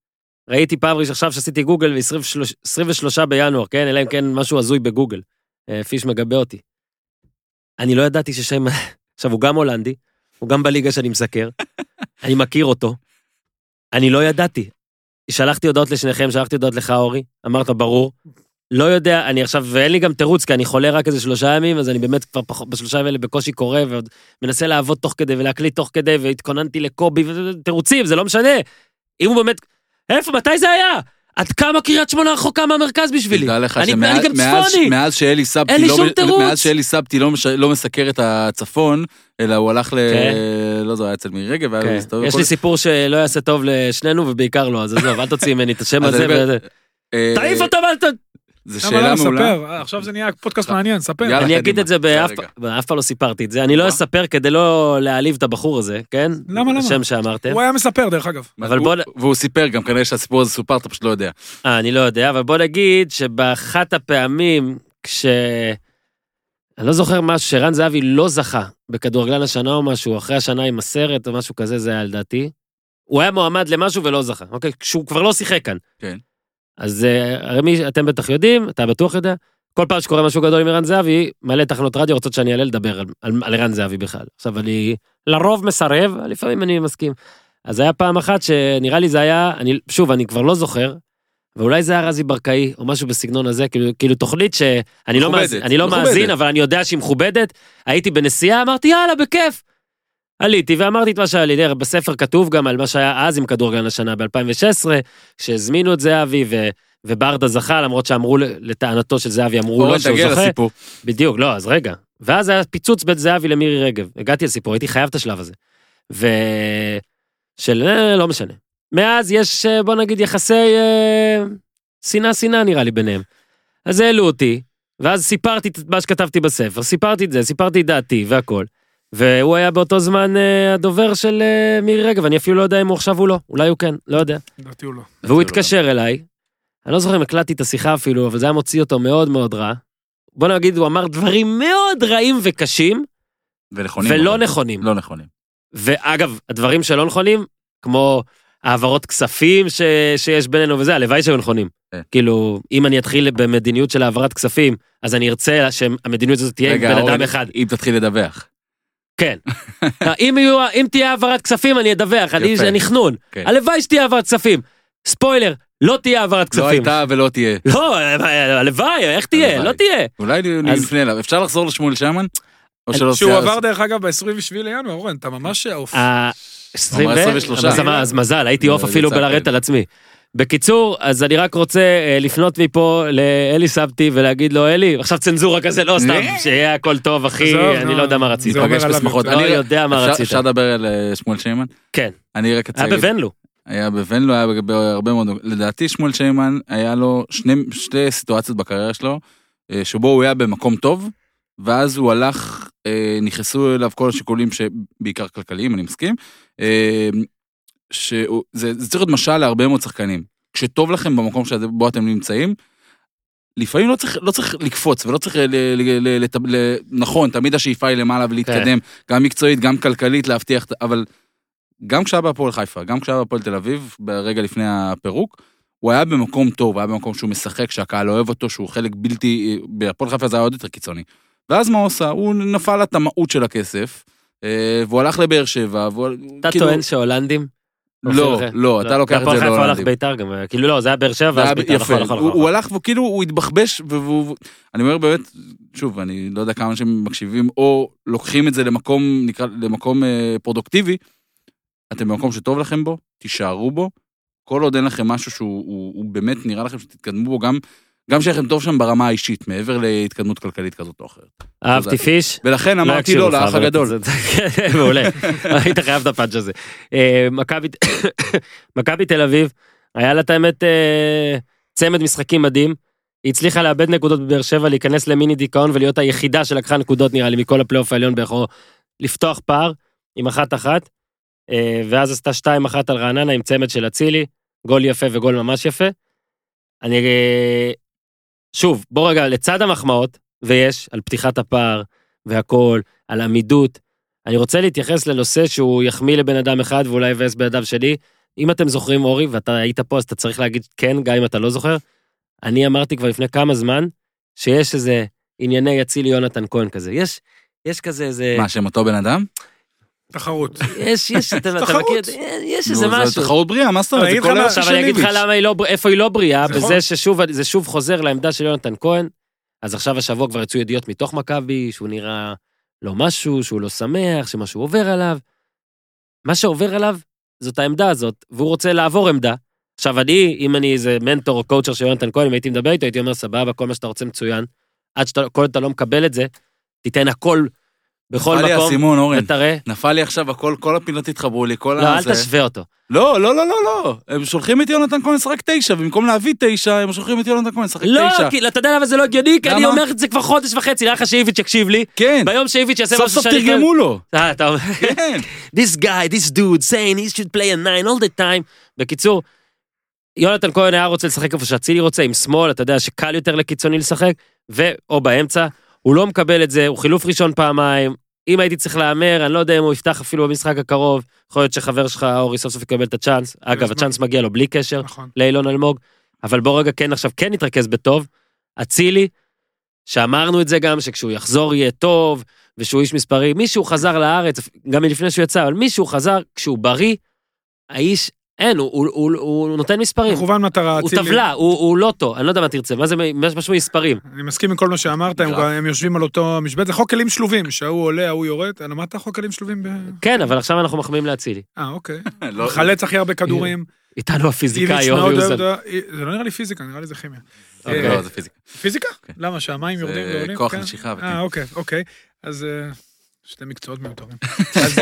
ראיתי פעם ראש עכשיו שעשיתי גוגל, ב-עשרים ושלושה בינואר, כן? אלא אם כן משהו הזוי בגוגל. פיש מגבה אותי. אני לא ידעתי ששם, עכשיו הוא גם הולנדי, הוא גם בליגה שאני מסקר, אני מכיר אותו, אני לא ידעתי. שלחתי הודעות לשניכם, שלחתי הודעות לך, אורי, אמרת ברור, לא יודע, אני עכשיו, ואין לי גם תירוץ, כי אני חולה רק איזה שלושה ימים, אז אני באמת כבר פחות, בשלושה ימים האלה בקושי קורא, ועוד מנסה לעבוד תוך כדי, ולהקליט תוך כדי, והתכוננתי לקובי, ותירוצים, זה לא משנה. אם הוא באמת, איפה, מתי זה היה? עד כמה קריית שמונה רחוקה מהמרכז בשבילי? תדע לך אני, אני גם צפוני. מאז שאלי סבתי, אין לי לא, שום תירוץ. מאז שאלי סבתי לא, מש, לא מסקר את הצפון, אלא הוא הלך ל... לא זו, היה אצל מירי רגב. יש לי סיפור שלא יעשה טוב לשנינו, ובעיקר לא, אז עזוב, אל תוציא ממני את השם הזה. תעיף אותו, זה שאלה מעולה. עכשיו זה נהיה פודקאסט מעניין, ספר. אני אגיד את זה, באף פעם לא סיפרתי את זה, אני לא אספר כדי לא להעליב את הבחור הזה, כן? למה, למה? השם שאמרתם. הוא היה מספר דרך אגב. והוא סיפר גם, כנראה שהסיפור הזה סופר, אתה פשוט לא יודע. אה, אני לא יודע, אבל בוא נגיד שבאחת הפעמים, כש... אני לא זוכר משהו, שרן זהבי לא זכה בכדורגלן השנה או משהו, אחרי השנה עם הסרט או משהו כזה, זה היה לדעתי. הוא היה מועמד למשהו ולא זכה, אוקיי? כשהוא כבר לא שיחק כאן. כן. אז הרי מי, אתם בטח יודעים, אתה בטוח יודע, כל פעם שקורה משהו גדול עם ערן זהבי, מלא תחנות רדיו רוצות שאני אעלה לדבר על, על, על ערן זהבי בכלל. עכשיו אני לרוב מסרב, לפעמים אני מסכים. אז היה פעם אחת שנראה לי זה היה, אני, שוב, אני כבר לא זוכר, ואולי זה היה רזי ברקאי, או משהו בסגנון הזה, כאילו, כאילו תוכנית שאני לא, מאזין, אני לא מאזין, אבל אני יודע שהיא מכובדת, הייתי בנסיעה, אמרתי, יאללה, בכיף. עליתי ואמרתי את מה שהיה לי, בספר כתוב גם על מה שהיה אז עם כדורגלן השנה ב-אלפיים ושש עשרה, שהזמינו את זהבי ו... וברדה זכה, למרות שאמרו לטענתו של זהבי, אמרו לו שהוא זוכה. בדיוק, לא, אז רגע. ואז היה פיצוץ בין זהבי למירי רגב. הגעתי לסיפור, הייתי חייב את השלב הזה. ו... של... לא משנה. מאז יש, בוא נגיד, יחסי שנאה שנאה נראה לי ביניהם. אז העלו אותי, ואז סיפרתי את מה שכתבתי בספר, סיפרתי את זה, סיפרתי את דעתי והכל. והוא היה באותו זמן הדובר של מירי רגב, אני אפילו לא יודע אם הוא עכשיו הוא לא, אולי הוא כן, לא יודע. דעתי הוא לא. והוא התקשר אליי, אני לא זוכר אם הקלטתי את השיחה אפילו, אבל זה היה מוציא אותו מאוד מאוד רע. בוא נגיד, הוא אמר דברים מאוד רעים וקשים, ולא ולא נכונים. לא נכונים. ואגב, הדברים שלא נכונים, כמו העברות כספים ש... שיש בינינו וזה, הלוואי שהיו נכונים. כאילו, אם אני אתחיל במדיניות של העברת כספים, אז אני ארצה שהמדיניות הזאת תהיה עם בן אדם אחד. אם תתחיל לדווח. כן. אם, יהיו, אם תהיה העברת כספים, אני אדווח, אני נכנון. הלוואי שתהיה העברת כספים. ספוילר, לא תהיה העברת כספים. לא הייתה ולא תהיה. לא, הלוואי, איך תהיה? לא תהיה. אולי נפנה אליו. אפשר לחזור לשמואל שמן? שהוא עבר דרך אגב ב-עשרים ושבעה לינואר, אורן, אתה ממש אוף. עשרים ושלוש. אז מזל, הייתי אוף אפילו בלרדת על עצמי. בקיצור, אז אני רק רוצה לפנות מפה לאלי סבתי ולהגיד לו, אלי, עכשיו צנזורה כזה, לא סתם, שיהיה הכל טוב, אחי, אני לא יודע מה רצית. ניפגש בשמחות. אני לא יודע מה רצית. אפשר לדבר על שמואל שיימן? כן. אני רק אציין. היה בוונלו. היה בוונלו, היה בהרבה מאוד. לדעתי שמואל שיימן, היה לו שתי סיטואציות בקריירה שלו, שבו הוא היה במקום טוב, ואז הוא הלך, נכנסו אליו כל השיקולים שבעיקר כלכליים, אני מסכים, שזה זה צריך להיות משל להרבה מאוד שחקנים. כשטוב לכם במקום שבו אתם נמצאים, לפעמים לא צריך, לא צריך לקפוץ, ולא צריך, ל, ל, ל, ל, נכון, תמיד השאיפה היא למעלה ולהתקדם, גם מקצועית, גם כלכלית, להבטיח, אבל גם כשהיה בהפועל חיפה, גם כשהיה בהפועל תל אביב, ברגע לפני הפירוק, הוא היה במקום טוב, היה במקום שהוא משחק, שהקהל אוהב אותו, שהוא חלק בלתי, בהפועל חיפה זה היה עוד יותר קיצוני. ואז מה עושה? הוא נפל לתמאות של הכסף, והוא הלך לבאר שבע, אתה טוען שהולנדים? לא, לא, אתה לוקח את זה להולנדים. הלך ביתר גם, כאילו לא, זה היה באר שבע, ואז ביתר, נכון, נכון, נכון. הוא הלך וכאילו הוא התבחבש, ואני אומר באמת, שוב, אני לא יודע כמה אנשים מקשיבים, או לוקחים את זה למקום, נקרא, למקום פרודוקטיבי, אתם במקום שטוב לכם בו, תישארו בו, כל עוד אין לכם משהו שהוא באמת נראה לכם שתתקדמו בו, גם גם שלכם טוב שם ברמה האישית, מעבר להתקדמות כלכלית כזאת או אחרת. אהבתי פיש. ולכן אמרתי לו, לאח הגדול. מעולה, היית חייב את הפאנץ' הזה. מכבי תל אביב, היה לה את האמת צמד משחקים מדהים, היא הצליחה לאבד נקודות בבאר שבע, להיכנס למיני דיכאון ולהיות היחידה שלקחה נקודות נראה לי מכל הפלייאוף העליון באחור, לפתוח פער עם אחת אחת, ואז עשתה שתיים אחת על רעננה עם צמד של אצילי, גול יפה וגול ממש יפה. אני, שוב, בוא רגע, לצד המחמאות, ויש, על פתיחת הפער והכל, על עמידות, אני רוצה להתייחס לנושא שהוא יחמיא לבן אדם אחד, ואולי יבאס בן אדם שלי, אם אתם זוכרים אורי, ואתה היית פה, אז אתה צריך להגיד כן, גם אם אתה לא זוכר, אני אמרתי כבר לפני כמה זמן, שיש איזה ענייני יצילי יונתן כהן כזה. יש, יש כזה איזה... מה, שם אותו בן אדם? תחרות. יש, יש, אתה מכיר, יש איזה משהו. זה תחרות בריאה, מה זאת אומרת? זה כל עכשיו אני אגיד לך למה היא לא, איפה היא לא בריאה, בזה ששוב, זה שוב חוזר לעמדה של יונתן כהן, אז עכשיו השבוע כבר יצאו ידיעות מתוך מכבי, שהוא נראה לא משהו, שהוא לא שמח, שמשהו עובר עליו. מה שעובר עליו, זאת העמדה הזאת, והוא רוצה לעבור עמדה. עכשיו אני, אם אני איזה מנטור או קואוצ'ר של יונתן כהן, אם הייתי מדבר איתו, הייתי אומר סבבה, כל מה שאתה רוצה מצוין, עד שכל אתה לא מקבל את זה, תיתן הכל בכל מקום. נפל לי הסימון, אורן. ותראה. נפל לי עכשיו הכל, כל הפינות התחברו לי, כל לא, אל תשווה אותו. לא, לא, לא, לא, לא. הם שולחים את יונתן כהן לשחק תשע, במקום להביא תשע, הם שולחים את יונתן כהן לשחק תשע. לא, כי אתה יודע למה זה לא הגיוני, כי אני אומר את זה כבר חודש וחצי, נראה לך שאיביץ' יקשיב לי. כן. ביום שאיביץ' יעשה משהו שאני... סוף סוף תרגמו לו. אה, אתה אומר. כן. This guy, this dude, saying he should play a nine all the time. בקיצור, יונתן כהן היה רוצה לשחק איפה שהצילי רוצה, עם שמאל, אתה יודע שקל יותר לקיצוני לשחק, או באמצע, הוא לא מקבל את זה, הוא חילוף ראשון פעמיים, אם הייתי צריך לאמר, אני לא יודע אם הוא יפתח אפילו במשחק הקרוב, יכול להיות שחבר שלך, אורי, סוף סוף יקבל את הצ'אנס, אגב, הצ'אנס מגיע לו בלי קשר, לאילון אלמוג, אבל בוא רגע כן, עכשיו כן נתרכז בטוב, אצילי, שאמרנו את זה גם, שכשהוא יחזור יהיה טוב, ושהוא איש מספרי, מישהו חזר לארץ, גם מלפני שהוא יצא, אבל מישהו חזר, כשהוא בריא, האיש, אין, הוא, הוא, הוא, הוא נותן מספרים. מכוון מטרה, הוא טבלה, הוא, הוא לא טוב, אני לא יודע מה תרצה, מה זה משהו מספרים? אני מסכים עם כל מה שאמרת, הם, הם יושבים על אותו משבט, זה חוק כלים שלובים, שההוא עולה, ההוא יורד, למדת חוק כלים שלובים? ב... כן, אבל עכשיו אנחנו מחמיאים להצילי. אה, אוקיי. חלץ הכי הרבה כדורים. איתנו הפיזיקאי, אורי אוזן. זה לא נראה לי פיזיקה, נראה לי זה כימיה. לא, זה פיזיקה. פיזיקה? למה, שהמים יורדים ועולים? זה כוח משיכה. אה, אוקיי, אוקיי. אז... שתי מקצועות מיותרים. אז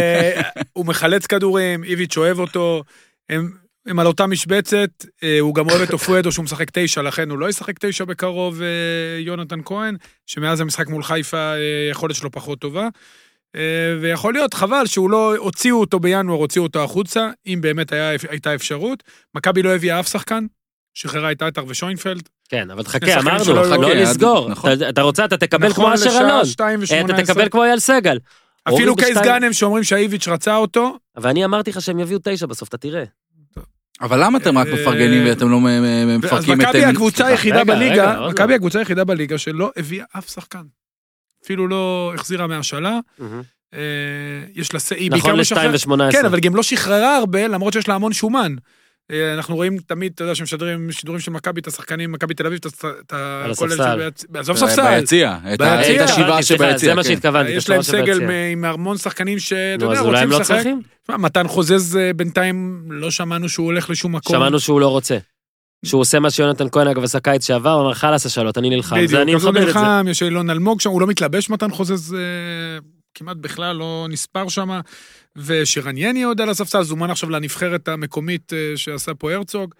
הוא מחלץ כדורים, איביץ' אוהב אותו, הם, הם על אותה משבצת, הוא גם אוהב את אופואדו שהוא משחק תשע, לכן הוא לא ישחק תשע בקרוב, יונתן כהן, שמאז המשחק מול חיפה יכולת שלו פחות טובה, ויכול להיות חבל שהוא לא הוציאו אותו בינואר, הוציאו אותו החוצה, אם באמת היה, הייתה אפשרות, מכבי לא הביאה אף שחקן, שחררה את עטר ושוינפלד. כן, אבל חכה, אמרנו, לא לסגור, אתה רוצה, אתה תקבל כמו אשר אלון, אתה תקבל כמו אייל סגל. אפילו קייס גאנם שאומרים שהאיביץ' רצה אותו. אבל אני אמרתי לך שהם יביאו תשע בסוף, אתה תראה. אבל למה אתם רק מפרגנים ואתם לא מפרקים את... אז מכבי הקבוצה היחידה בליגה, מכבי הקבוצה היחידה בליגה שלא הביאה אף שחקן. אפילו לא החזירה מהשאלה. יש לה... נכון ל-שתיים ושמונה עשרה. כן, אבל גם לא שחררה הרבה, למרות שיש לה המון שומן. אנחנו רואים תמיד, אתה יודע, שמשדרים שידורים של מכבי, את השחקנים, מכבי תל אביב, את הספסל. בעזוב ספסל. ביציע. את השבעה שבביציע. זה מה שהתכוונתי. יש להם סגל עם המון שחקנים שאתה יודע, רוצים לשחק. מתן חוזז בינתיים לא שמענו שהוא הולך לשום מקום. שמענו שהוא לא רוצה. שהוא עושה מה שיונתן כהן, אגב, עשה קיץ שעבר, הוא אומר, חלס השאלות, אני נלחם. ואני מכבד את זה. יש אילון אלמוג שם, הוא לא מתלבש מתן חוזז כמעט בכלל לא נספר שם, ושירנייני עוד על הספסל, זומן עכשיו לנבחרת המקומית שעשה פה הרצוג.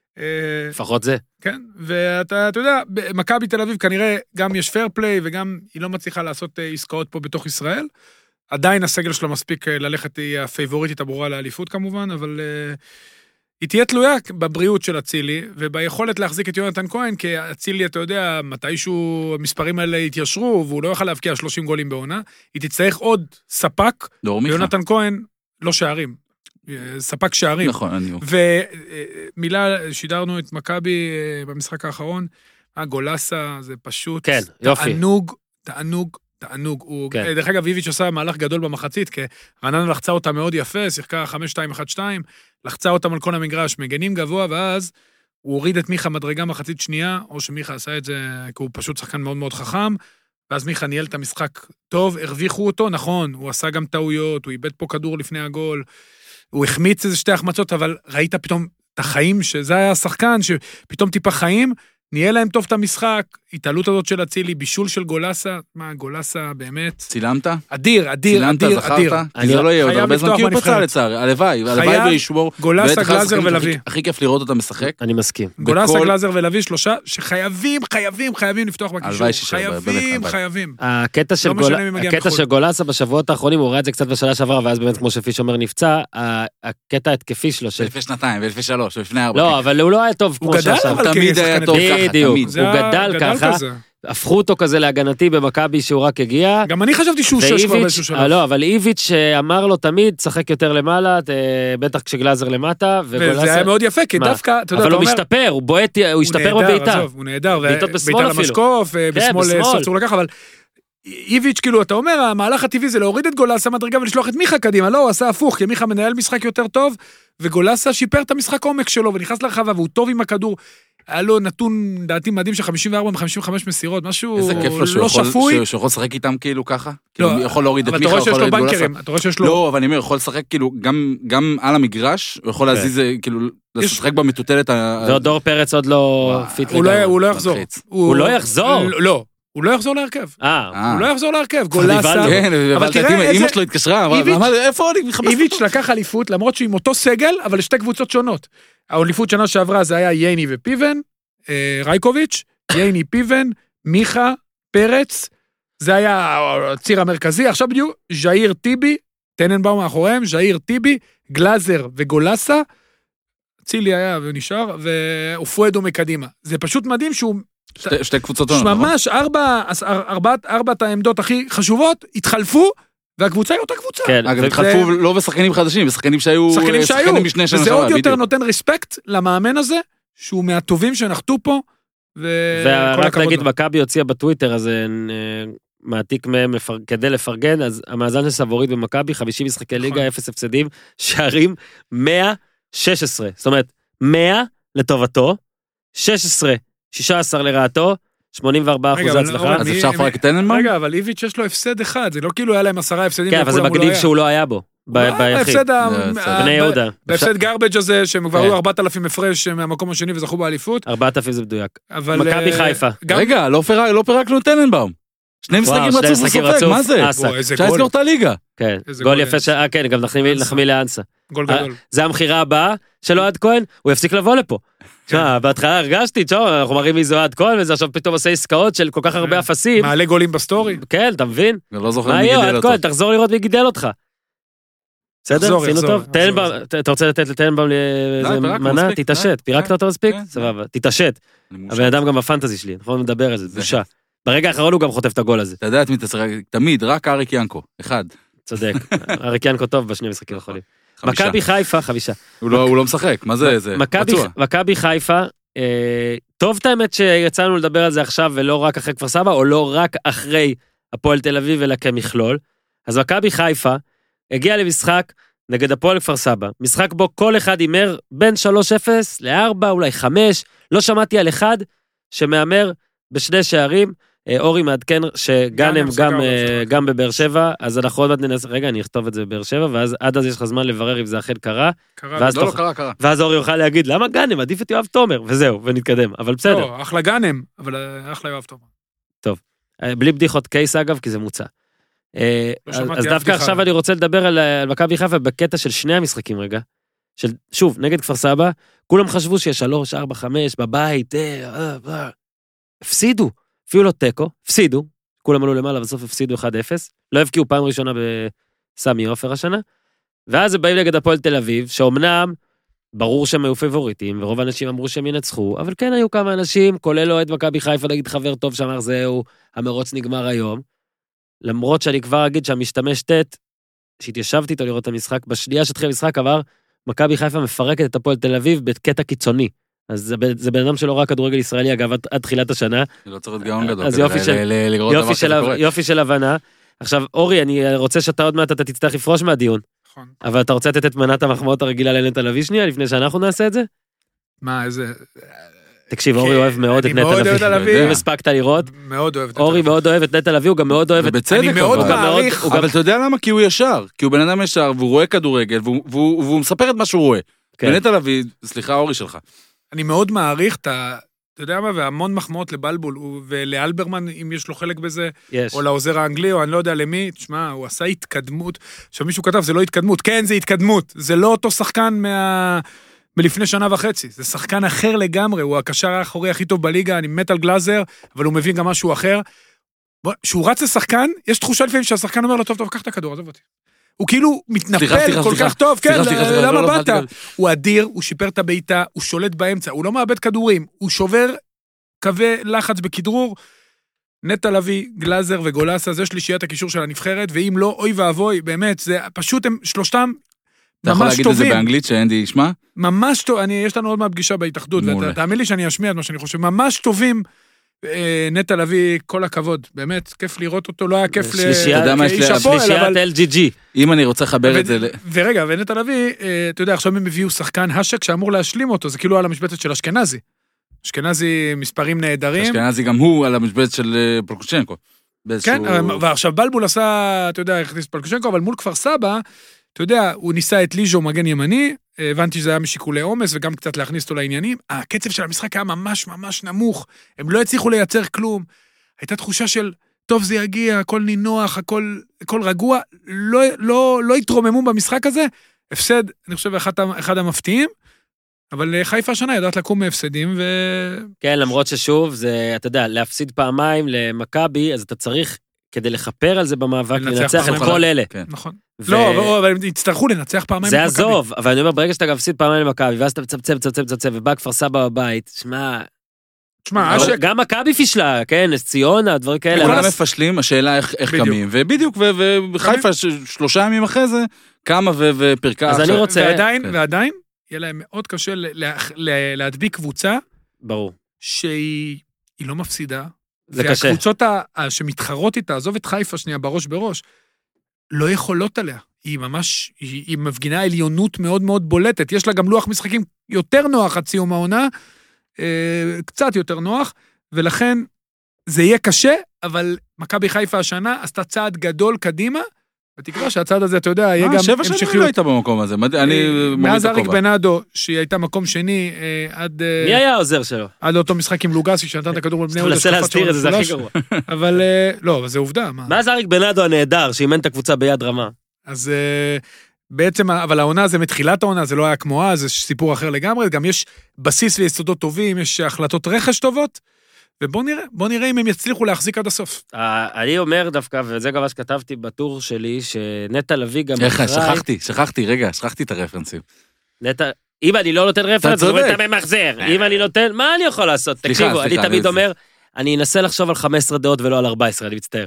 לפחות זה. כן, ואתה אתה יודע, מכבי תל אביב כנראה גם יש פייר פליי, וגם היא לא מצליחה לעשות עסקאות פה בתוך ישראל. עדיין הסגל שלו מספיק ללכת, היא הפייבוריטית הברורה לאליפות כמובן, אבל היא תהיה תלויה בבריאות של אצילי, וביכולת להחזיק את יונתן כהן, כי אצילי, אתה יודע, מתישהו המספרים האלה יתיישרו, והוא לא יוכל להבקיע שלושים גולים בעונה, היא תצטרך עוד ספק, ויונתן כהן לא שערים, ספק שערים. נכון, אני... ומילה, שידרנו את מכבי במשחק האחרון, גולסה, זה פשוט... כן, יופי. תענוג, תענוג, תענוג. הוא, כן. דרך אגב, איביץ' עשה מהלך גדול במחצית, כי רעננה לחצה אותה מאוד יפה, שיחקה חמש שתיים אחת שתיים, לחצה אותם על כל המגרש, מגנים גבוה, ואז הוא הוריד את מיכה מדרגה מחצית שנייה, או שמיכה עשה את זה, כי הוא פשוט שחקן מאוד מאוד חכם, ואז מיכה ניהל את המשחק טוב, הרוויחו אותו, נכון, הוא עשה גם טעויות, הוא איבד פה כדור לפני הגול, הוא החמיץ איזה שתי החמצות, אבל ראית פתאום את החיים, שזה היה השחקן, שפתאום טיפה חיים, נהיה להם טוב את המשחק, התעלות הזאת של אצילי, בישול של גולסה, מה, גולסה באמת... צילמת? אדיר, אדיר, אדיר, אדיר. כי זה לא יהיה עוד הרבה זמן, כי הוא פצע לצער, הלוואי, הלוואי וישמור. גולסה, גלאזר ולוי. הכי כיף לראות אותם משחק. אני מסכים. גולסה, גלאזר ולוי, שלושה שחייבים, חייבים, חייבים לפתוח בקישור. חייבים, חייבים. הקטע של גולסה בשבועות האחרונים, הוא ראה את זה קצת בשנה שעברה, ואז באמת כמו שפיש אומר נפצע, הקטע התקפי שלו של... לפני שנתיים, ולפני שלוש, ולפני ארבע. לא, אבל הוא לא היה טוב כמו שעכשיו. תמיד היה טוב ככה, בדיוק, הוא גדל ככה, הפכו אותו כזה להגנתי במכבי שהוא רק הגיע. גם אני חשבתי שהוא שש כבר באיזשהו שלב. לא, אבל איביץ' אמר לו תמיד, צחק יותר למעלה, בטח כשגלאזר למטה, וזה היה מאוד יפה, כי דווקא, אתה יודע, אבל הוא משתפר, הוא בועט, הוא השתפר בביתה. הוא נהדר, בעיטות בשמאל אפילו. המשקוף, בשמאל ספצור לקח, אבל איביץ' כאילו, אתה אומר, המהלך הטבעי זה להוריד את גולסה מדרגה ולשלוח את מיכה קדימה, לא, הוא עשה הפוך, כי מיכה מנהל משחק יותר טוב, וגולסה שיפר את המשחק עומק שלו, ונכנס לרחבה, והוא טוב עם הכדור. היה לו נתון, דעתי מדהים של חמישים וארבע וחמישים וחמש מסירות, משהו לא שפוי. שהוא יכול לשחק איתם כאילו ככה? כאילו, יכול להוריד את מיכה, אבל אתה רואה שיש לו בנקרים, אתה רואה שיש לו... לא, אבל אני אומר, יכול לשחק כאילו, גם על המגרש, הוא יכול להזיז, כאילו, לשחק במטוטלת... ודור פרץ עוד לא פיט לגמרי. הוא לא יחזור. הוא לא יחזור? לא. הוא לא יחזור להרכב. אה. הוא לא יחזור להרכב. גולסה. כן, אבל תראה, אמא שלו התקשרה, אבל איפה אני מחפש? איביץ' לקח אליפות, למרות שהוא עם אותו סגל, אבל לשתי קבוצות שונות. האליפות שנה שעברה זה היה ייני ופיבן, רייקוביץ', ייני פיבן, מיכה, פרץ, זה היה הציר המרכזי, עכשיו בדיוק, ז'איר טיבי, טננבאום מאחוריהם, ז'איר טיבי, גלאזר וגולסה, צילי היה ונשאר, ופואדו מקדימה. זה פשוט מדהים שהוא... שתי, שתי קבוצות ממש ארבע, ארבע, ארבעת העמדות הכי חשובות התחלפו, והקבוצה היא אותה קבוצה. כן, אגב, התחלפו לא בשחקנים חדשים, בשחקנים שהיו שחקנים משני שנה וזה עוד יותר נותן רספקט למאמן הזה, שהוא מהטובים שנחתו פה, ורק להגיד, מכבי הוציאה בטוויטר, אז מעתיק מהם כדי לפרגן, אז המאזן של סבורית במכבי, חמישים משחקי ליגה, אפס הפסדים, שערים מאה ושש עשרה, זאת אומרת, מאה לטובתו, שש עשרה שישה עשר לרעתו, שמונים וארבעה אחוז הצלחה. אז אפשר לפרק את טננבאום? רגע, אבל איביץ' יש לו הפסד אחד, זה לא כאילו היה להם עשרה הפסדים. כן, אבל זה מגניב שהוא לא היה בו, ביחיד. בני יהודה. בהפסד גרבג' הזה, שהם כבר היו ארבעת אלפים הפרש מהמקום השני וזכו באליפות. ארבעת אלפים זה מדויק. מכבי חיפה. רגע, לא פירקנו את טננבאום. שני משחקים רצוף וסופק, מה זה? אפשר לסגור את הליגה. כן, גול יפה, כן, גם נחמיא לאנסה. גול גדול. זה המחירה הבאה של אוהד כהן, הוא יפסיק לבוא לפה. תשמע, בהתחלה הרגשתי, תשמע, אנחנו מראים מי זה אוהד כהן, וזה עכשיו פתאום עושה עסקאות של כל כך הרבה אפסים. מעלה גולים בסטורי. כן, אתה מבין? אני לא זוכר מי גידל אותו. אוהד כהן, תחזור לראות מי גידל אותך. בסדר? עשינו טוב? אתה רוצה לתת לטננבאום מנה? תתעשת. פירקת אותו מספיק? סבבה, תתעשת. הבן אדם גם בפנטזי שלי, אנחנו נדבר על זה, בושה. ברגע האחרון הוא גם חוטף את הגול הזה. אתה יודע את מי תשחק, תמיד, רק אריק ינקו, אחד. צודק, אריק ינקו טוב בשני משחקים האחרונים. מכבי חיפה, חמישה. הוא לא משחק, מה זה? זה פצוע. מכבי חיפה, טוב את האמת שיצאנו לדבר על זה עכשיו, ולא רק אחרי כפר סבא, או לא רק אחרי הפועל תל אביב, אלא כמכלול. אז מכבי חיפה הגיע למשחק נגד הפועל כפר סבא, משחק בו כל אחד אימר בין שלוש אפס ל-ארבע, אולי חמש, לא שמעתי על אחד שמאמר בשני שערים, אורי מעדכן שגאנם גם, גם בבאר שבע, אז אנחנו עוד מעט ננסה, רגע, אני אכתוב את זה בבאר שבע, ואז עד אז יש לך זמן לברר אם זה אכן קרה. קרה, ואז, לא, תוך, לא קרה, קרה. ואז אורי יוכל להגיד, למה גאנם? עדיף את יואב תומר, וזהו, ונתקדם, אבל בסדר. לא, אחלה גאנם, אבל אחלה יואב תומר. טוב, בלי בדיחות קייס אגב, כי זה מוצא. לא אז דווקא עכשיו אני רוצה לדבר על, על מכבי חיפה בקטע של שני המשחקים רגע, של, שוב, נגד כפר סבא, כולם חשבו שיש שלוש, ארבע, חמש, בבית, אה, אה, אה. הפסידו, אפילו לא טקו, הפסידו, כולם עלו למעלה, בסוף הפסידו אחד אפס, לא הבקיעו פעם ראשונה בסמי עופר השנה, ואז הם באים נגד הפועל תל אביב, שאומנם ברור שהם היו פבוריטים, ורוב האנשים אמרו שהם ינצחו, אבל כן היו כמה אנשים, כולל אוהד מכבי חיפה, נגיד חבר טוב שאמר זהו, המרוץ נגמר היום, למרות שאני כבר אגיד שהמשתמש תת, שהתיישבתי איתו לראות את המשחק, בשנייה שהתחיל המשחק עבר, מכבי חיפה מפרקת את הפועל תל אביב בקטע קיצוני, אז זה, זה בן אדם שלא רק כדורגל ישראלי, אגב, עד, עד תחילת השנה. לא צריך להיות גאון גדול. אז יופי של, יופי של, יופי של הבנה. עכשיו, אורי, אני רוצה שאתה עוד מעט, אתה תצטרך לפרוש מהדיון. נכון. אבל אתה רוצה לתת את מנת המחמאות הרגילה לנטע לביא שנייה, לפני שאנחנו נעשה את זה? מה, איזה... תקשיב, אורי אוהב מאוד את נטע לביא. אם הספקת לראות. מאוד אוהב את נטע לביא. אורי מאוד אוהב את נטע לביא, הוא גם מאוד אוהב את... אני מאוד מעריך. אבל אתה יודע למה? כי הוא ישר. כי הוא בן אדם ישר, והוא רואה כדורגל, והוא מספר את מה שהוא רואה. ונטע לביא, סליחה, אורי שלך. אני מאוד מעריך את ה... אתה יודע מה, והמון מחמאות לבלבול, ולאלברמן, אם יש לו חלק בזה, יש. או לעוזר האנגלי, או אני לא יודע למי, תשמע, הוא עשה התקדמות, עכשיו מישהו כתב, זה לא התקדמות, כן, זה התקדמות, זה לא אותו שחקן מה... מלפני שנה וחצי, זה שחקן אחר לגמרי, הוא הקשר האחורי הכי טוב בליגה, אני מת על גלאזר, אבל הוא מבין גם משהו אחר, שהוא רץ לשחקן, יש תחושה לפעמים שהשחקן אומר לו, טוב, טוב, קח את הכדור, עזוב אותי. הוא כאילו מתנפל כל כך טוב, כן, למה באת? הוא אדיר, הוא שיפר את הביתה, הוא שולט באמצע, הוא לא מאבד כדורים, הוא שובר קווי לחץ בכדרור, נטע לביא, גלאזר וגולסה, זה שלישיית הקישור של הנבחרת, ואם לא, אוי ואבוי, באמת, זה פשוט הם שלושתם אתה יכול ממש להגיד את זה טובים. באנגלית שאנדי ישמע? ממש טוב, אני, יש לנו עוד מעט פגישה בהתאחדות, ותאמין לי שאני אשמיע את מה שאני חושב, ממש טובים, נטע לביא, כל הכבוד, באמת, כיף לראות אותו, לא היה כיף לשלישיית אל ג'י ג'י. אם אני רוצה לחבר את זה... ורגע, ונטע לביא, אתה יודע, עכשיו הם הביאו שחקן השק שאמור להשלים אותו, זה כאילו על המשבצת של אשכנזי. אשכנזי מספרים נהדרים. אשכנזי גם הוא על המשבצת של פלקושצ'נקו. כן, ועכשיו בלבול עשה, אתה יודע, הכניס פלקושצ'נקו, אבל מול כפר סבא, אתה יודע, הוא ניסה את ליז'ו מגן ימני, הבנתי שזה היה משיקולי עומס, וגם קצת להכניס אותו לעניינים. הקצב של המשחק היה ממש ממש נמוך, הם לא הצליחו לייצר כלום. הייתה תחושה של, טוב זה יגיע, הכל נינוח, הכל, הכל רגוע, לא, לא, לא התרוממו במשחק הזה, הפסד, אני חושב, אחד, אחד המפתיעים, אבל חיפה השנה יודעת לקום מהפסדים, ו... כן, למרות ששוב, זה, אתה יודע, להפסיד פעמיים למכבי, אז אתה צריך, כדי לחפר על זה במאבק, לנצח את כל אלה. נכון. לא, אבל הם יצטרכו לנצח פעמיים זה עזוב, אבל אני אומר, ברגע שאתה גם הפסיד פעמיים למכבי, ואז אתה מצפצף, מצפצף, מצפצף, ובא כפר סבא בבית, שמע... גם מכבי פישלה, כן, נס ציונה, דברים כאלה. כולם מפשלים, השאלה איך קמים, ובדיוק, וחיפה שלושה ימים אחרי זה, קמה ופרקה. אז אני רוצה... ועדיין, יהיה להם מאוד קשה להדביק קבוצה, ברור. שהיא לא מפסידה, זה קשה. והקבוצות שמתחרות איתה, עזוב את חיפה שנייה בראש בראש, לא יכולות עליה. היא ממש, היא, היא מפגינה עליונות מאוד מאוד בולטת. יש לה גם לוח משחקים יותר נוח עד סיום העונה, אה, קצת יותר נוח, ולכן זה יהיה קשה, אבל מכבי חיפה השנה עשתה צעד גדול קדימה, ותקווה שהצעד הזה, אתה יודע, יהיה גם המשכיות. שבע שנים לא הייתה במקום הזה, אני מאז אריק בנאדו, שהיא הייתה מקום שני, עד... מי היה העוזר שלו? עד אותו משחק עם לוגסי, שנתן את הכדור בבני יהודה. תנסה להסתיר את זה, זה הכי גרוע. אבל לא, אבל זה עובדה. מאז אריק בנאדו הנהדר, שאימן את הקבוצה ביד רמה. אז בעצם, אבל העונה זה מתחילת העונה, זה לא היה כמוה, זה סיפור אחר לגמרי, גם יש בסיס ויסודות טובים, יש החלטות רכש טובות, ובוא נראה, בוא נראה אם הם יצליחו להחזיק עד הסוף. אני אומר דווקא, וזה גם מה שכתבתי בטור שלי, שנטע לביא גם... איך, שכחתי, שכחתי, רגע, שכחתי את הרפרנסים. נטע, אם אני לא נותן רפרנס, זה אומר, אתה ממחזר. אם אני נותן, מה אני יכול לעשות? תקשיבו, אני תמיד אומר, אני אנסה לחשוב על חמש עשרה דעות ולא על ארבע עשרה, אני מצטער.